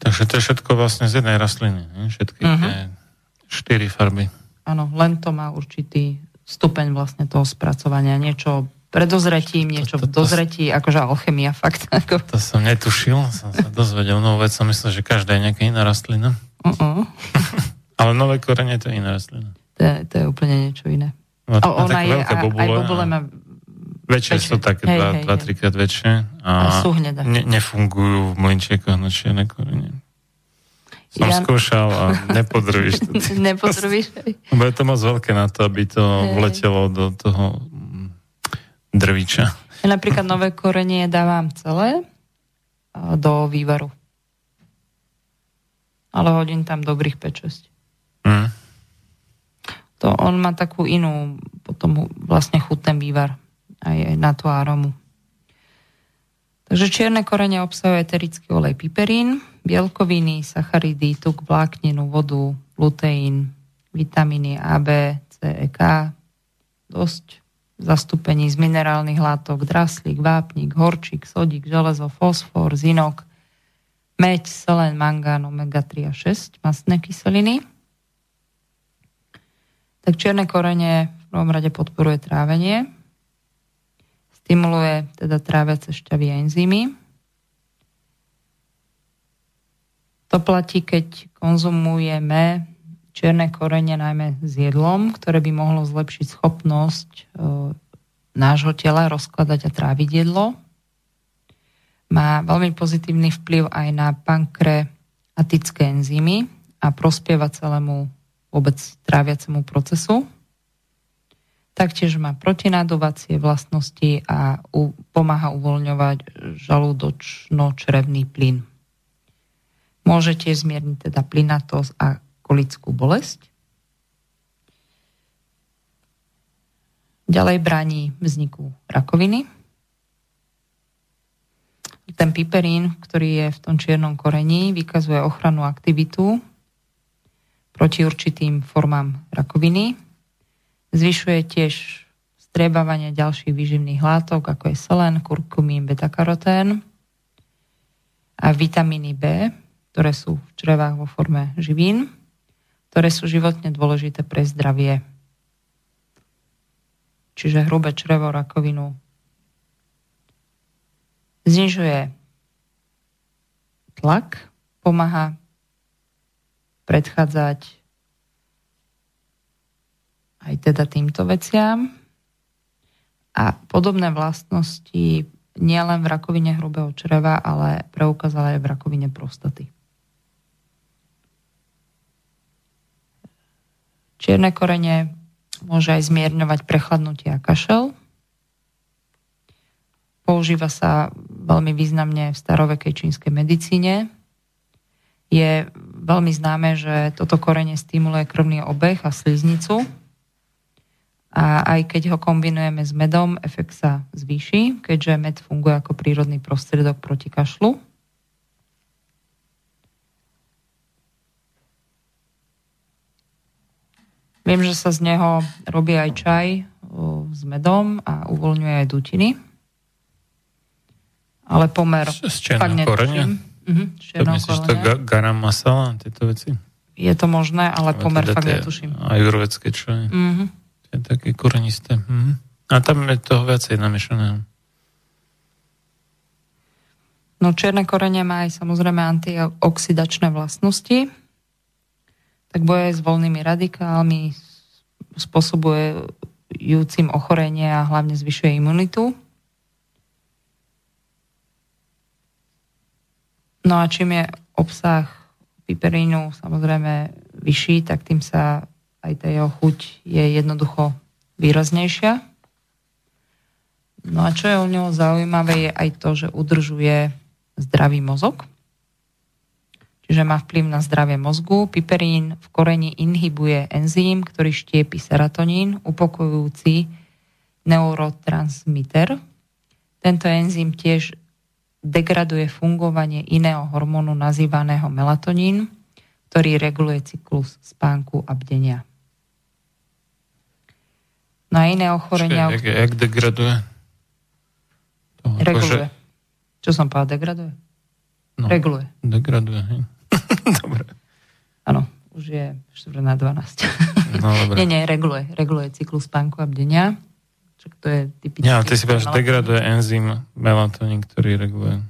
Takže to je všetko vlastne z jednej rastliny, ne? Všetky uh-huh. tie štyri farby. Áno, len to má určitý stupeň vlastne toho spracovania. Niečo predozretím, niečo v dozretí, akože alchemia, fakt. Ako... To som netušil, som sa dozvedel novú vec, som myslel, že každá je nejaká iná rastlina. Uh-uh. Ale nové korene to je iná rastlina. To je, to je úplne niečo iné. No, a ona je, a, bobule, aj bobule má väčšie, sú také dva tri krát väčšie a, a sú hnedé. Ne, nefungujú v mlinčiekoch na čierne korene. Som ja... skúšal a nepodrvíš to. Nepodrvíš? Lebo je to moc veľké na to, aby to hej. vletelo do toho drviča. Ja napríklad nové korenie dávam celé do vývaru. Ale hodím tam dobrých päť šesť. Mm. To on má takú inú potom vlastne chuť ten vývar aj, aj na tú arómu. Takže čierne korene obsahuje eterický olej piperín, bielkoviny, sacharidy, tuk, vlákninu, vodu, luteín, vitamíny A, B, C, E, K, dosť zastúpení z minerálnych látok, draslík, vápnik, horčík, sodík, železo, fosfor, zinok, meď, selen, mangán, omega tri a šesť, mastné kyseliny. Tak čierne korene v prvom rade podporuje trávenie, stimuluje teda tráviace šťavy a enzymy. To platí, keď konzumujeme čierne korene najmä s jedlom, ktoré by mohlo zlepšiť schopnosť e, nášho tela rozkladať a tráviť jedlo. Má veľmi pozitívny vplyv aj na pankreatické enzymy a prospieva celému vôbec tráviacemu procesu. Taktiež má protinádovacie vlastnosti a u, pomáha uvoľňovať žalúdočno-črevný plyn. Môže tiež zmierniť teda plynatosť a kolickú bolesť. Ďalej bráni vzniku rakoviny. Ten piperín, ktorý je v tom čiernom korení, vykazuje ochrannú aktivitu proti určitým formám rakoviny. Zvyšuje tiež striebávanie ďalších výživných látok, ako je selen, kurkumín, beta-karotén a vitamíny B, ktoré sú v črevách vo forme živín, ktoré sú životne dôležité pre zdravie. Čiže hrubé črevo, rakovinu. Znižuje tlak, pomáha predchádzať aj teda týmto veciam. A podobné vlastnosti nielen v rakovine hrubého čreva, ale preukázala aj v rakovine prostaty. Čierne korene môže aj zmierňovať prechladnutie a kašel. Používa sa veľmi významne v starovekej čínskej medicíne. Je veľmi známe, že toto korenie stimuluje krvný obeh a sliznicu. A aj keď ho kombinujeme s medom, efekt sa zvýši, keďže med funguje ako prírodný prostriedok proti kašlu. Viem, že sa z neho robí aj čaj s medom a uvoľňuje aj dutiny. Ale pomer fakt netuším. Uh-huh, to myslíš to ga- garam masala, tieto veci? Je to možné, ale Lebo pomer teda fakt netuším. Ajurvédske čaje. Uh-huh. To je také korenisté. Uh-huh. A tam je toho viacej namiešaného. No čierne korenie má aj samozrejme antioxidačné vlastnosti. Tak boje s voľnými radikálmi, spôsobujúcim ochorenie a hlavne zvyšuje imunitu. No a čím je obsah piperínu samozrejme vyšší, tak tým sa aj tá jeho chuť je jednoducho výraznejšia. No a čo je u neho zaujímavé, je aj to, že udržuje zdravý mozog. Čiže má vplyv na zdravie mozgu. Piperín v koreni inhibuje enzym, ktorý štiepi serotonín, upokojujúci neurotransmiter. Tento enzym tiež degraduje fungovanie iného hormónu nazývaného melatonín, ktorý reguluje cyklus spánku a bdenia. No a iné ochorenia... Čiže, jak, jak degraduje? Reguluje. Čo som povedal, degraduje? No, reguluje. Degraduje, hej. Dobre. Áno, už je štvrť na dvanásť. No, dobre. nie, nie, reguluje. Reguluje cyklus spánku a bdenia. Čo to je typické. Ja, ty si povedal, že degraduje enzym melatonín, ktorý reguluje.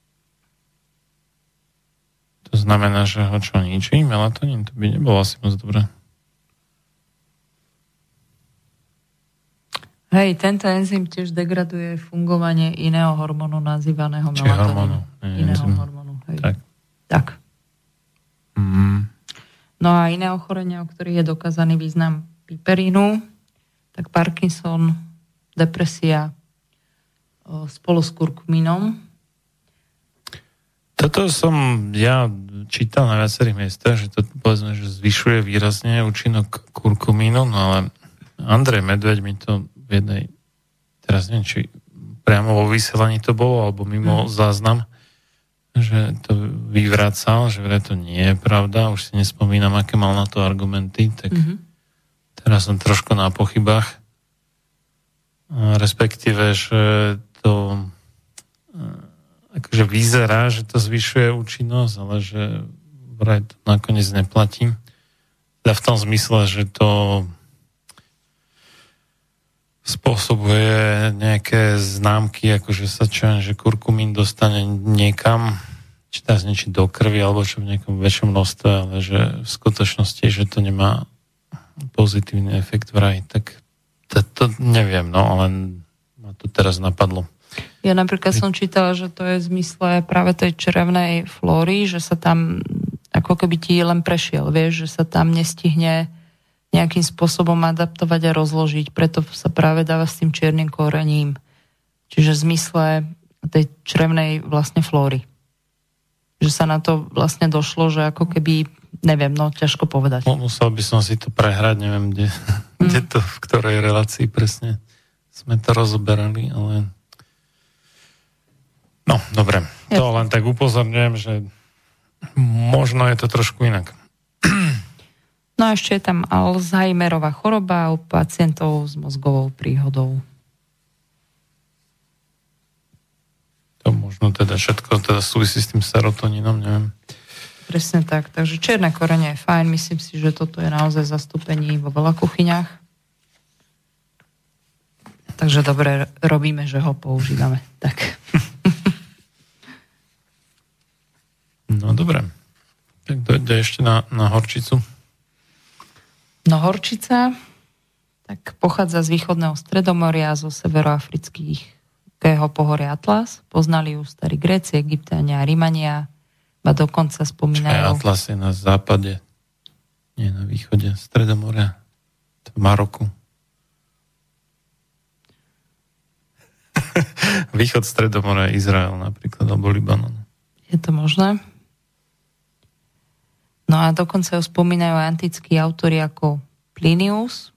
To znamená, že ho čo ničí? Melatonín? To by nebolo asi moc dobré. Hej, tento enzym tiež degraduje fungovanie iného hormónu nazývaného Čiže melatonínu. hormónu. Iného enzym. hormónu, hej. Tak. Tak. Mm. No a iné ochorenia, o ktorých je dokázaný význam piperínu, tak Parkinson, depresia spolu s kurkumínom. Toto som ja čítal na viacerých miestach, že to povedzme, že zvyšuje výrazne účinok kurkumínu, no ale Andrej Medveď mi to v jednej, teraz neviem, či priamo vo vysielaní to bolo, alebo mimo mm. záznam, že to vyvracal, že to nie je pravda, už si nespomínam, aké mal na to argumenty, tak mm-hmm. teraz som trošku na pochybách, respektíve, že to akože vyzerá, že to zvyšuje účinnosť, ale že vraj to nakoniec neplatí. Teda v tom zmysle, že to spôsobuje nejaké známky, akože sa čo, že kurkumín dostane niekam, či teraz niečo do krvi, alebo čo v nejakom väčšom množstve, ale že v skutočnosti, že to nemá pozitívny efekt vraj, tak to, to neviem, no, ale ma to teraz napadlo. Ja napríklad som čítala, že to je v zmysle práve tej črevnej flóry, že sa tam ako keby ti len prešiel, vieš, že sa tam nestihne nejakým spôsobom adaptovať a rozložiť, preto sa práve dáva s tým čiernym korením. Čiže v zmysle tej črevnej vlastne flóry. Že sa na to vlastne došlo, že ako keby, neviem, no ťažko povedať. No, musel by som si to prehrať, neviem, kde, mm. kde to, v ktorej relácii presne sme to rozoberali, ale no, dobre. Ja. To len tak upozorňujem, že možno je to trošku inak. No a ešte je tam Alzheimerová choroba u pacientov s mozgovou príhodou. To možno teda všetko teda súvisí s tým serotonínom, neviem. Presne tak. Takže čierne korene je fajn. Myslím si, že toto je naozaj zastúpení vo veľa kuchyniach. Takže dobre robíme, že ho používame. Tak. No dobre. Tak dojde ešte na, na horčicu. No horčica tak pochádza z východného Stredomoria, zo severoafrického pohoria Atlas. Poznali ju starí Gréci, Egypťania a Rimania. A dokonca spomínajú... Čiže Atlas je na západe, nie na východe Stredomoria. To v Maroku. Východ Stredomoria, Izrael napríklad, alebo Libanon. Je to možné? No a dokonca ju spomínajú antickí autori ako Plinius.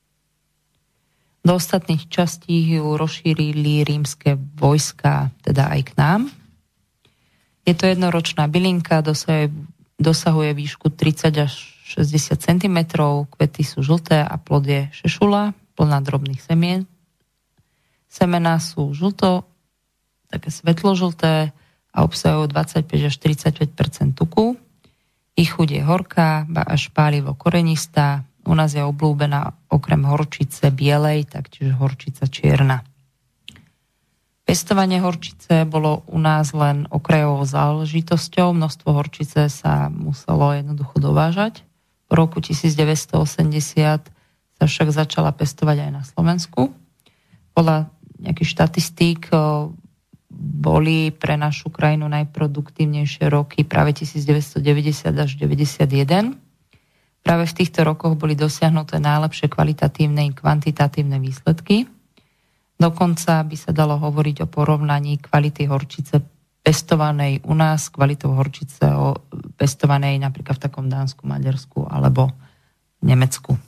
Do ostatných častí ju rozšírili rímske vojska, teda aj k nám. Je to jednoročná bylinka, dosahuje, dosahuje výšku tridsať až šesťdesiat centimetrov, kvety sú žlté a plod je šešula, plná drobných semien. Semená sú žlto, také svetložlté a obsahujú dvadsaťpäť až tridsaťpäť percent tuku. Ich chuť je horká, až pálivo korenistá. U nás je obľúbená okrem horčice bielej, taktiež horčica čierna. Pestovanie horčice bolo u nás len okrajovou záležitosťou. Množstvo horčice sa muselo jednoducho dovážať. V roku devätnásťstoosemdesiat sa však začala pestovať aj na Slovensku. Podľa nejakých štatistík boli pre našu krajinu najproduktívnejšie roky práve devätnásťstodeväťdesiat až deväťdesiatjeden. Práve v týchto rokoch boli dosiahnuté najlepšie kvalitatívne i kvantitatívne výsledky. Dokonca by sa dalo hovoriť o porovnaní kvality horčice pestovanej u nás, kvalitou horčice pestovanej napríklad v takom Dánsku, Maďarsku alebo Nemecku.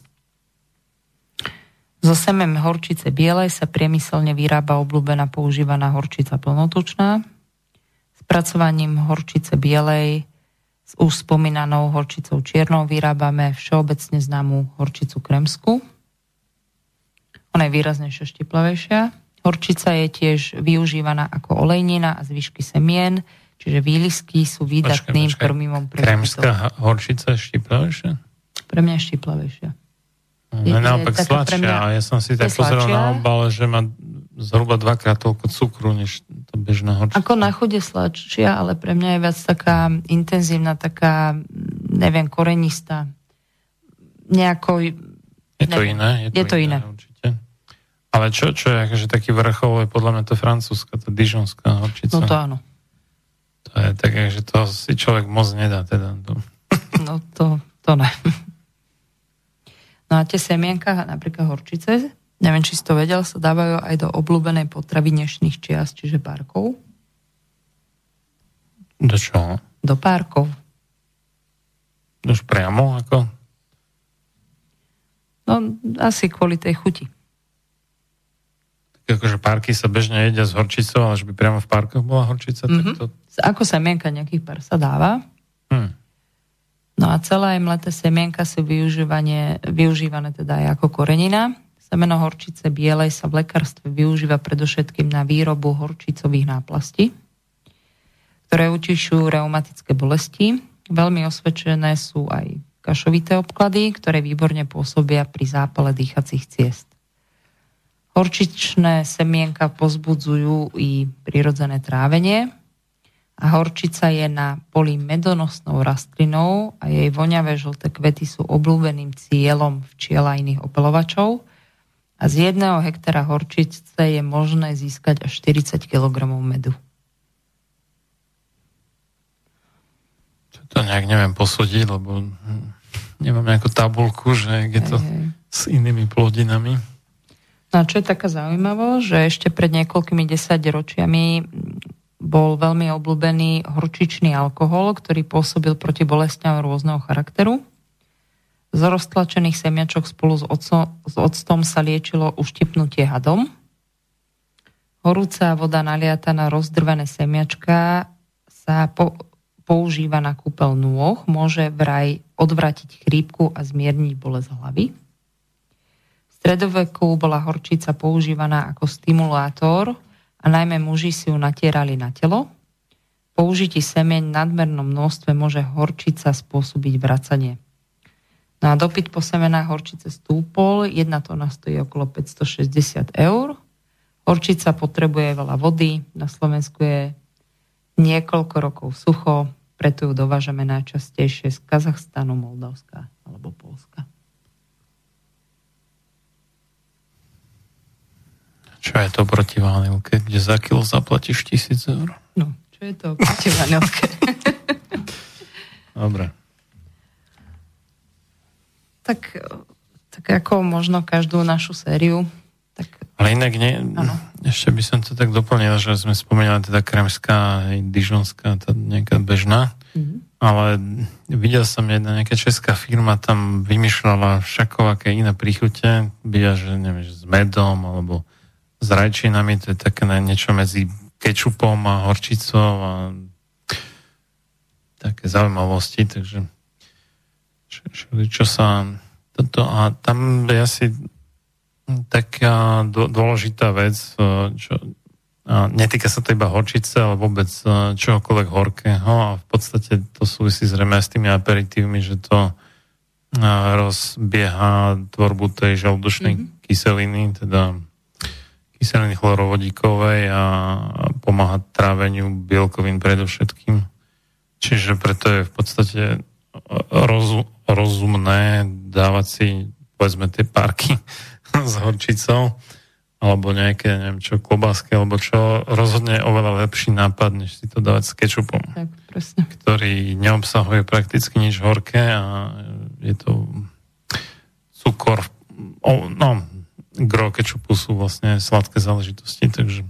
Zo semem horčice bielej sa priemyselne vyrába obľúbená používaná horčica plnotučná. Spracovaním horčice bielej s už spomínanou horčicou čiernou vyrábame všeobecne známú horčicu kremskú. Ona je výraznejšie štiplavejšia. Horčica je tiež využívaná ako olejnina a zvyšky semien, čiže výlisky sú výdatným počkaj, počkaj. krmivom pre Krémska horčica je štiplavejšia? Pre mňa je štiplavejšia. No, je naopak sladšia. Mňa, a ja som si tak pozeral na obale, že má zhruba dvakrát toľko cukru, než to bežná horčica. Ako na chude sladšia, ale pre mňa je viac taká intenzívna, taká, neviem, korenistá. Nejako... Je to neviem. iné? Je to, je to iné, iné. Určite. Ale čo, čo je akože taký vrchol, je podľa mňa to francúzska, tá dižonská horčica. No to áno. To je také, že to si človek moc nedá teda. No to, to ne. No a tie semienka, napríklad horčice, neviem, či si to vedel, sa dávajú aj do obľúbenej potravy dnešných čias, čiže párkov. Do čoho? Do párkov. Už priamo, ako? No, asi kvôli tej chuti. Tak akože párky sa bežne jedia s horčicou, ale že by priamo v párkoch bola horčica, mm-hmm. tak to... Ako semienka nejakých pár sa dáva. Hmm. No a celé aj mleté semienka sú využívané, využívané teda aj ako korenina. Semeno horčice bielej sa v lekárstve využíva predovšetkým na výrobu horčicových náplastí, ktoré utišujú reumatické bolesti. Veľmi osvedčené sú aj kašovité obklady, ktoré výborne pôsobia pri zápale dýchacích ciest. Horčičné semienka pozbudzujú i prirodzené trávenie a horčica je na poli medonosnou rastlinou a jej voňavé žlté kvety sú obľúbeným cieľom včiel a iných opeľovačov a z jedného hektára horčice je možné získať až štyridsať kilogramov medu. To nejak neviem posúdiť, lebo nemám nejakú tabulku, že je to Hej. s inými plodinami. No a čo je taká zaujímavosť, že ešte pred niekoľkými desaťročiami bol veľmi obľúbený horčičný alkohol, ktorý pôsobil proti bolestiam rôzneho charakteru. Z roztlačených semiačok spolu s, ocom, s octom sa liečilo uštipnutie hadom. Horúca voda naliata na rozdrvené semiačka sa po, používa na kúpeľ nôh, môže vraj odvratiť chrípku a zmierniť bolesť hlavy. V stredoveku bola horčica používaná ako stimulátor a najmä muži si ju natierali na telo. Použití semieň v nadmernom množstve môže horčica spôsobiť vracanie. No a dopyt po semenách horčice stúpol, jedna tona stojí okolo päťstošesťdesiat eur. Horčica potrebuje veľa vody, na Slovensku je niekoľko rokov sucho, preto ju dovážame najčastejšie z Kazachstanu, Moldavska alebo Poľska. Čo je to proti vanilke, kde za kilo zaplatíš tisíc eur? No, čo je to proti vanilke? Dobre. Tak, tak ako možno každú našu sériu. Tak... Ale inak nie, ano. Ešte by som to tak doplnil, že sme spomínali teda kremská, aj dižonská, tá nejaká bežná, mm-hmm. ale videl som jedna nejaká česká firma, tam vymýšľala všakovaké iné príchute, byť že neviem, s medom, alebo s rajčinami, to je také niečo medzi kečupom a horčicou a také zaujímavosti, takže čo, čo, čo sa toto, a tam je asi taká dôležitá vec, čo a netýka sa to iba horčice, ale vôbec čohokoľvek horkého a v podstate to súvisí zrejme s tými aperitívmi, že to rozbieha tvorbu tej žalúdočnej mm-hmm. kyseliny, teda kyseliny chlorovodíkovej a pomáha tráveniu bielkovín predovšetkým. Čiže preto je v podstate roz, rozumné dávať si povedzme tie párky s horčicou alebo nejaké, neviem čo, klobásky alebo čo, rozhodne je oveľa lepší nápad, než si to dávať s kečupom. Tak, presne. Ktorý neobsahuje prakticky nič horké a je to cukor, no gro kečupu sú vlastne sladké záležitosti, takže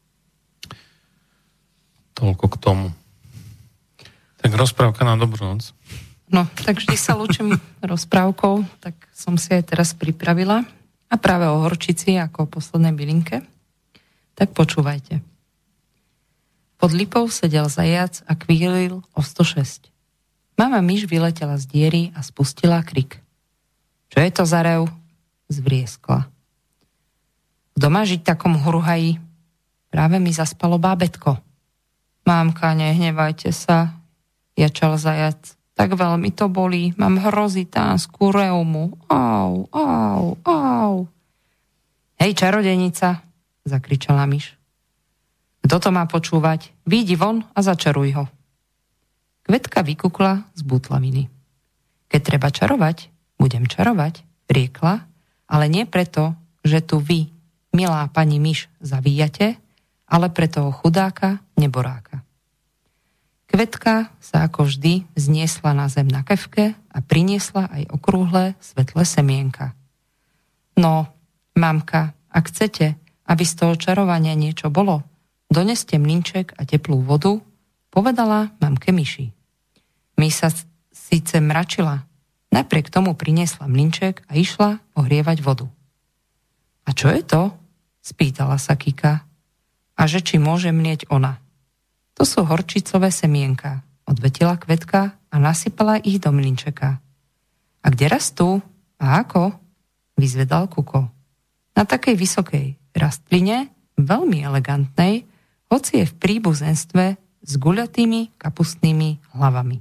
toľko k tomu. Tak rozprávka na dobrú noc. No, tak vždy sa lúčim rozprávkou, tak som si aj teraz pripravila a práve o horčici ako o poslednej bylinke. Tak počúvajte. Pod lipou sedel zajac a kvílil o sto šesť. Mama myš vyletela z diery a spustila krik. Čo je to za rev? Zvrieskla. V Kto má žiť takom hruhaji? Práve mi zaspalo bábätko. Mámka, nehnevajte sa, jačal zajac. Tak veľmi to bolí, mám hrozitánsku reumu. Au, au, au. Hej, čarodejnica, zakričala myš. Kto to má počúvať? Výjdi von a začaruj ho. Kvetka vykukla z bútlaviny. Keď treba čarovať, budem čarovať, riekla, ale nie preto, že tu vy, milá pani myš, zavíjate, ale pre toho chudáka neboráka. Kvetka sa ako vždy zniesla na zem na kefke a priniesla aj okrúhle, svetlé semienka. No, mamka, ak chcete, aby z toho čarovania niečo bolo, doneste mlynček a teplú vodu, povedala mamke myši. Myš sa síce mračila, napriek tomu priniesla mlynček a išla ohrievať vodu. A čo je to? Spýtala sa Kika. A že či môže mlieť ona. To sú horčicové semienka, odvetila Kvetka a nasypala ich do mlynčeka. A kde rastú? A ako? Vyzvedal Kuko. Na takej vysokej rastline, veľmi elegantnej, hoci je v príbuzenstve s guľatými kapustnými hlavami.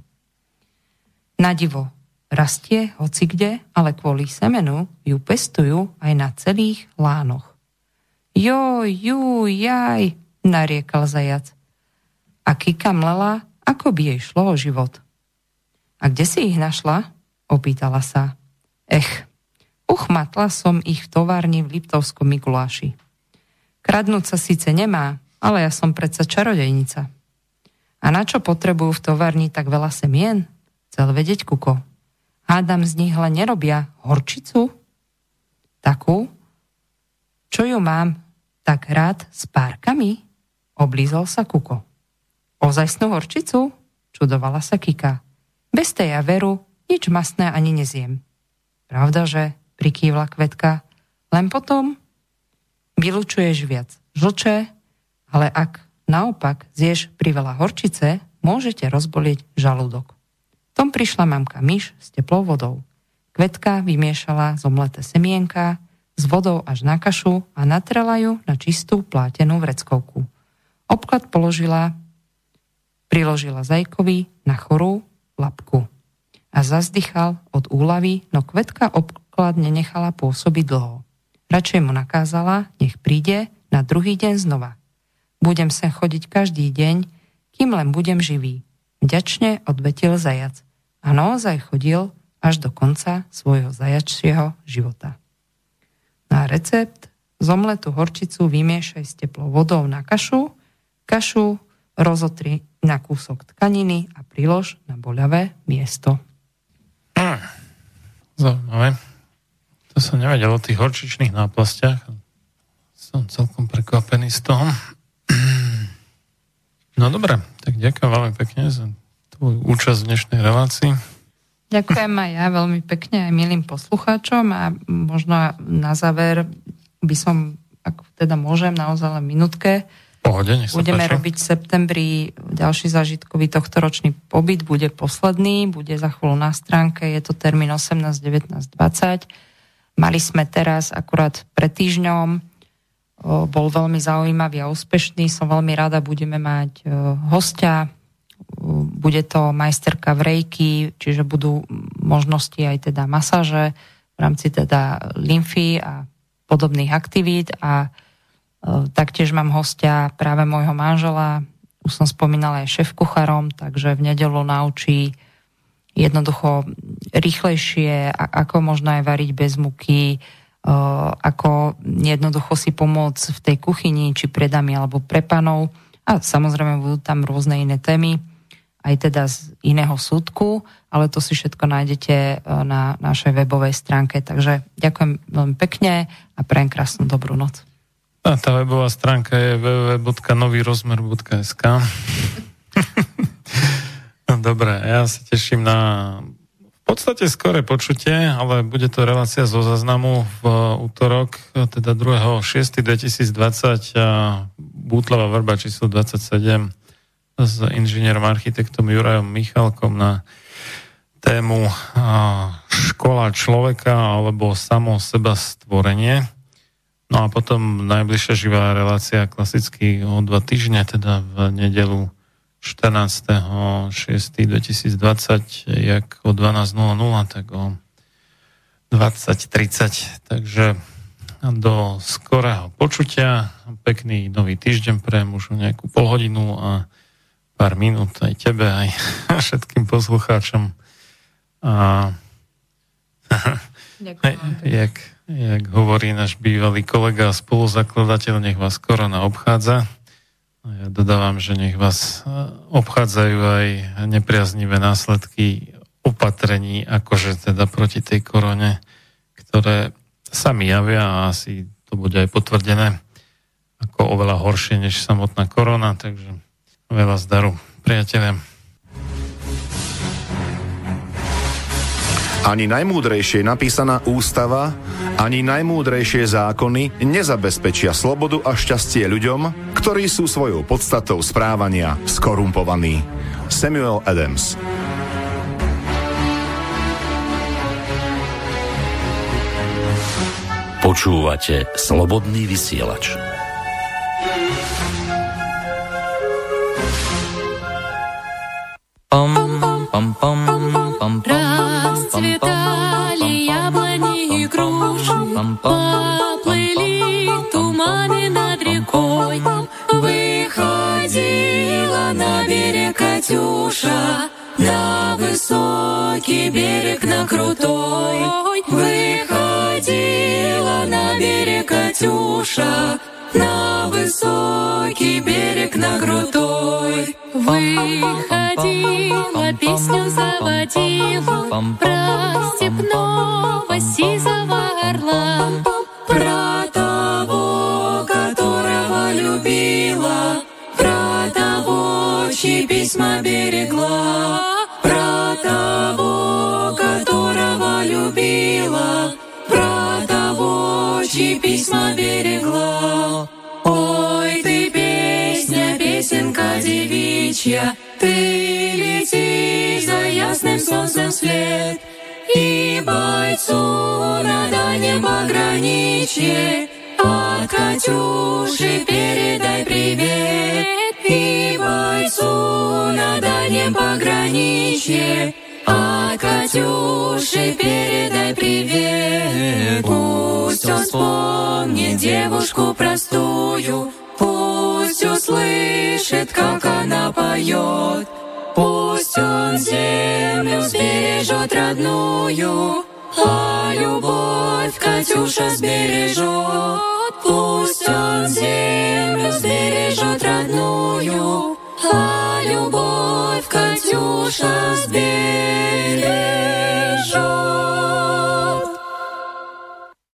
Nadivo, rastie hocikde, ale kvôli semenu ju pestujú aj na celých lánoch. Joj, juj, jaj, nariekal zajac. A Kika mlela, ako by jej šlo o život. A kde si ich našla? Opýtala sa. Ech, uchmatla som ich v továrni v Liptovskom Mikuláši. Kradnúť sa síce nemá, ale ja som predsa čarodejnica. A na čo potrebujú v továrni tak veľa semien? Chcel vedieť Kuko. Hádam, z nich len nerobia horčicu? Takú? Čo ju mám tak rád s párkami? Oblízol sa Kuko. Ozajstnú horčicu? Čudovala sa Kika. Bez tej ja veru nič masné ani nezjem. Pravda, že? Prikývla Kvetka. Len potom vylučuješ viac žlče, ale ak naopak zješ priveľa horčice, môžete rozbolieť žalúdok. V tom prišla mamka myš s teplou vodou. Kvetka vymiešala zomleté semienka s vodou až na kašu a natrela ju na čistú plátenú vreckovku. Obklad položila, priložila zajkovi na chorú labku a zazdychal od úlavy, no Kvetka obklad nenechala pôsobiť dlho. Radšej mu nakázala, nech príde na druhý deň znova. Budem sem chodiť každý deň, kým len budem živý. Vďačne odvetil zajac a naozaj chodil až do konca svojho zajačieho života. Na recept zomletú horčicu vymiešaj s teplou vodou na kašu, kašu rozotri na kúsok tkaniny a prilož na boľavé miesto. Mm. Zaujímavé. To som nevedel o tých horčičných náplastiach. Som celkom prekvapený z toho. No dobre, tak ďakujem veľmi pekne za tvoju účasť v dnešnej relácii. Ďakujem aj ja veľmi pekne aj milým poslucháčom a možno na záver by som, ak teda môžem, naozaj len minútke. Pohode, nech sa Budeme páči. robiť v septembri ďalší zážitkový tohtoročný pobyt, bude posledný, bude za chvíľu na stránke, je to termín osemnásť, devätnásť, dvadsať. Mali sme teraz akurát pred týždňom, bol veľmi zaujímavý a úspešný, som veľmi rada, budeme mať hostia, bude to majsterka v rejky, čiže budú možnosti aj teda masáže v rámci teda lymfy a podobných aktivít a e, taktiež mám hostia práve môjho manžela, už som spomínala aj šéf-kucharom, takže v nedeľu naučí jednoducho rýchlejšie, ako možno aj variť bez múky, e, ako jednoducho si pomôcť v tej kuchyni, či pre dámy alebo pre panov a samozrejme budú tam rôzne iné témy, aj teda z iného súdku, ale to si všetko nájdete na našej webovej stránke. Takže ďakujem veľmi pekne a prajem krásnu dobrú noc. A tá webová stránka je w w w bodka nový rozmer bodka es ká. Dobre, ja sa teším na v podstate skore počutie, ale bude to relácia zo záznamu v útorok, teda druhého šiesteho dvetisícdvadsať, Bútlava Vrba číslo dvadsaťsedem s inžinierom architektom Jurajom Michalkom na tému škola človeka alebo samo seba stvorenie. No a potom najbližšia živá relácia klasicky o dva týždne, teda v nedelu štrnásteho šiesteho dvetisícdvadsať, jak o dvanásť nula nula, tak o dvadsať tridsať. Takže do skorého počutia. Pekný nový týždeň pre možno nejakú polhodinu a pár minút aj tebe, aj všetkým poslucháčom. A jak, jak hovorí náš bývalý kolega a spoluzakladateľ, nech vás korona obchádza. A ja dodávam, že nech vás obchádzajú aj nepriaznivé následky opatrení, akože teda proti tej korone, ktoré sa mi javia a asi to bude aj potvrdené ako oveľa horšie než samotná korona, takže veľa zdaru, priatelia. Ani najmúdrejšie napísaná ústava, ani najmúdrejšie zákony nezabezpečia slobodu a šťastie ľuďom, ktorí sú svojou podstatou správania skorumpovaní. Samuel Adams. Počúvate Slobodný vysielač. Pom, pom, pom, pom, расцветали яблони и груши, поплыли туманы над рекой. Выходила на берег Катюша, на высокий берег, на крутой. Выходила на берег Катюша, на высокий берег, на крутой. Выходила, песню заводила про степного сизого орла, про того, которого любила, про того, чьи письма берегла, про того, которого любила, про того, чьи письма берегла. Ой, ты песня, песенка девичья, ты летишь за ясным солнцем вслед, и бойцу на дальнем пограничье от Катюши передай привет. И бойцу на дальнем пограничье от Катюши передай привет. Пусть он вспомнит девушку простую, пусть услышит, как она поет. Пусть он землю сбережет родную, а любовь Катюша сбережет. Пусть он землю сбережет родную, а любовь Катюша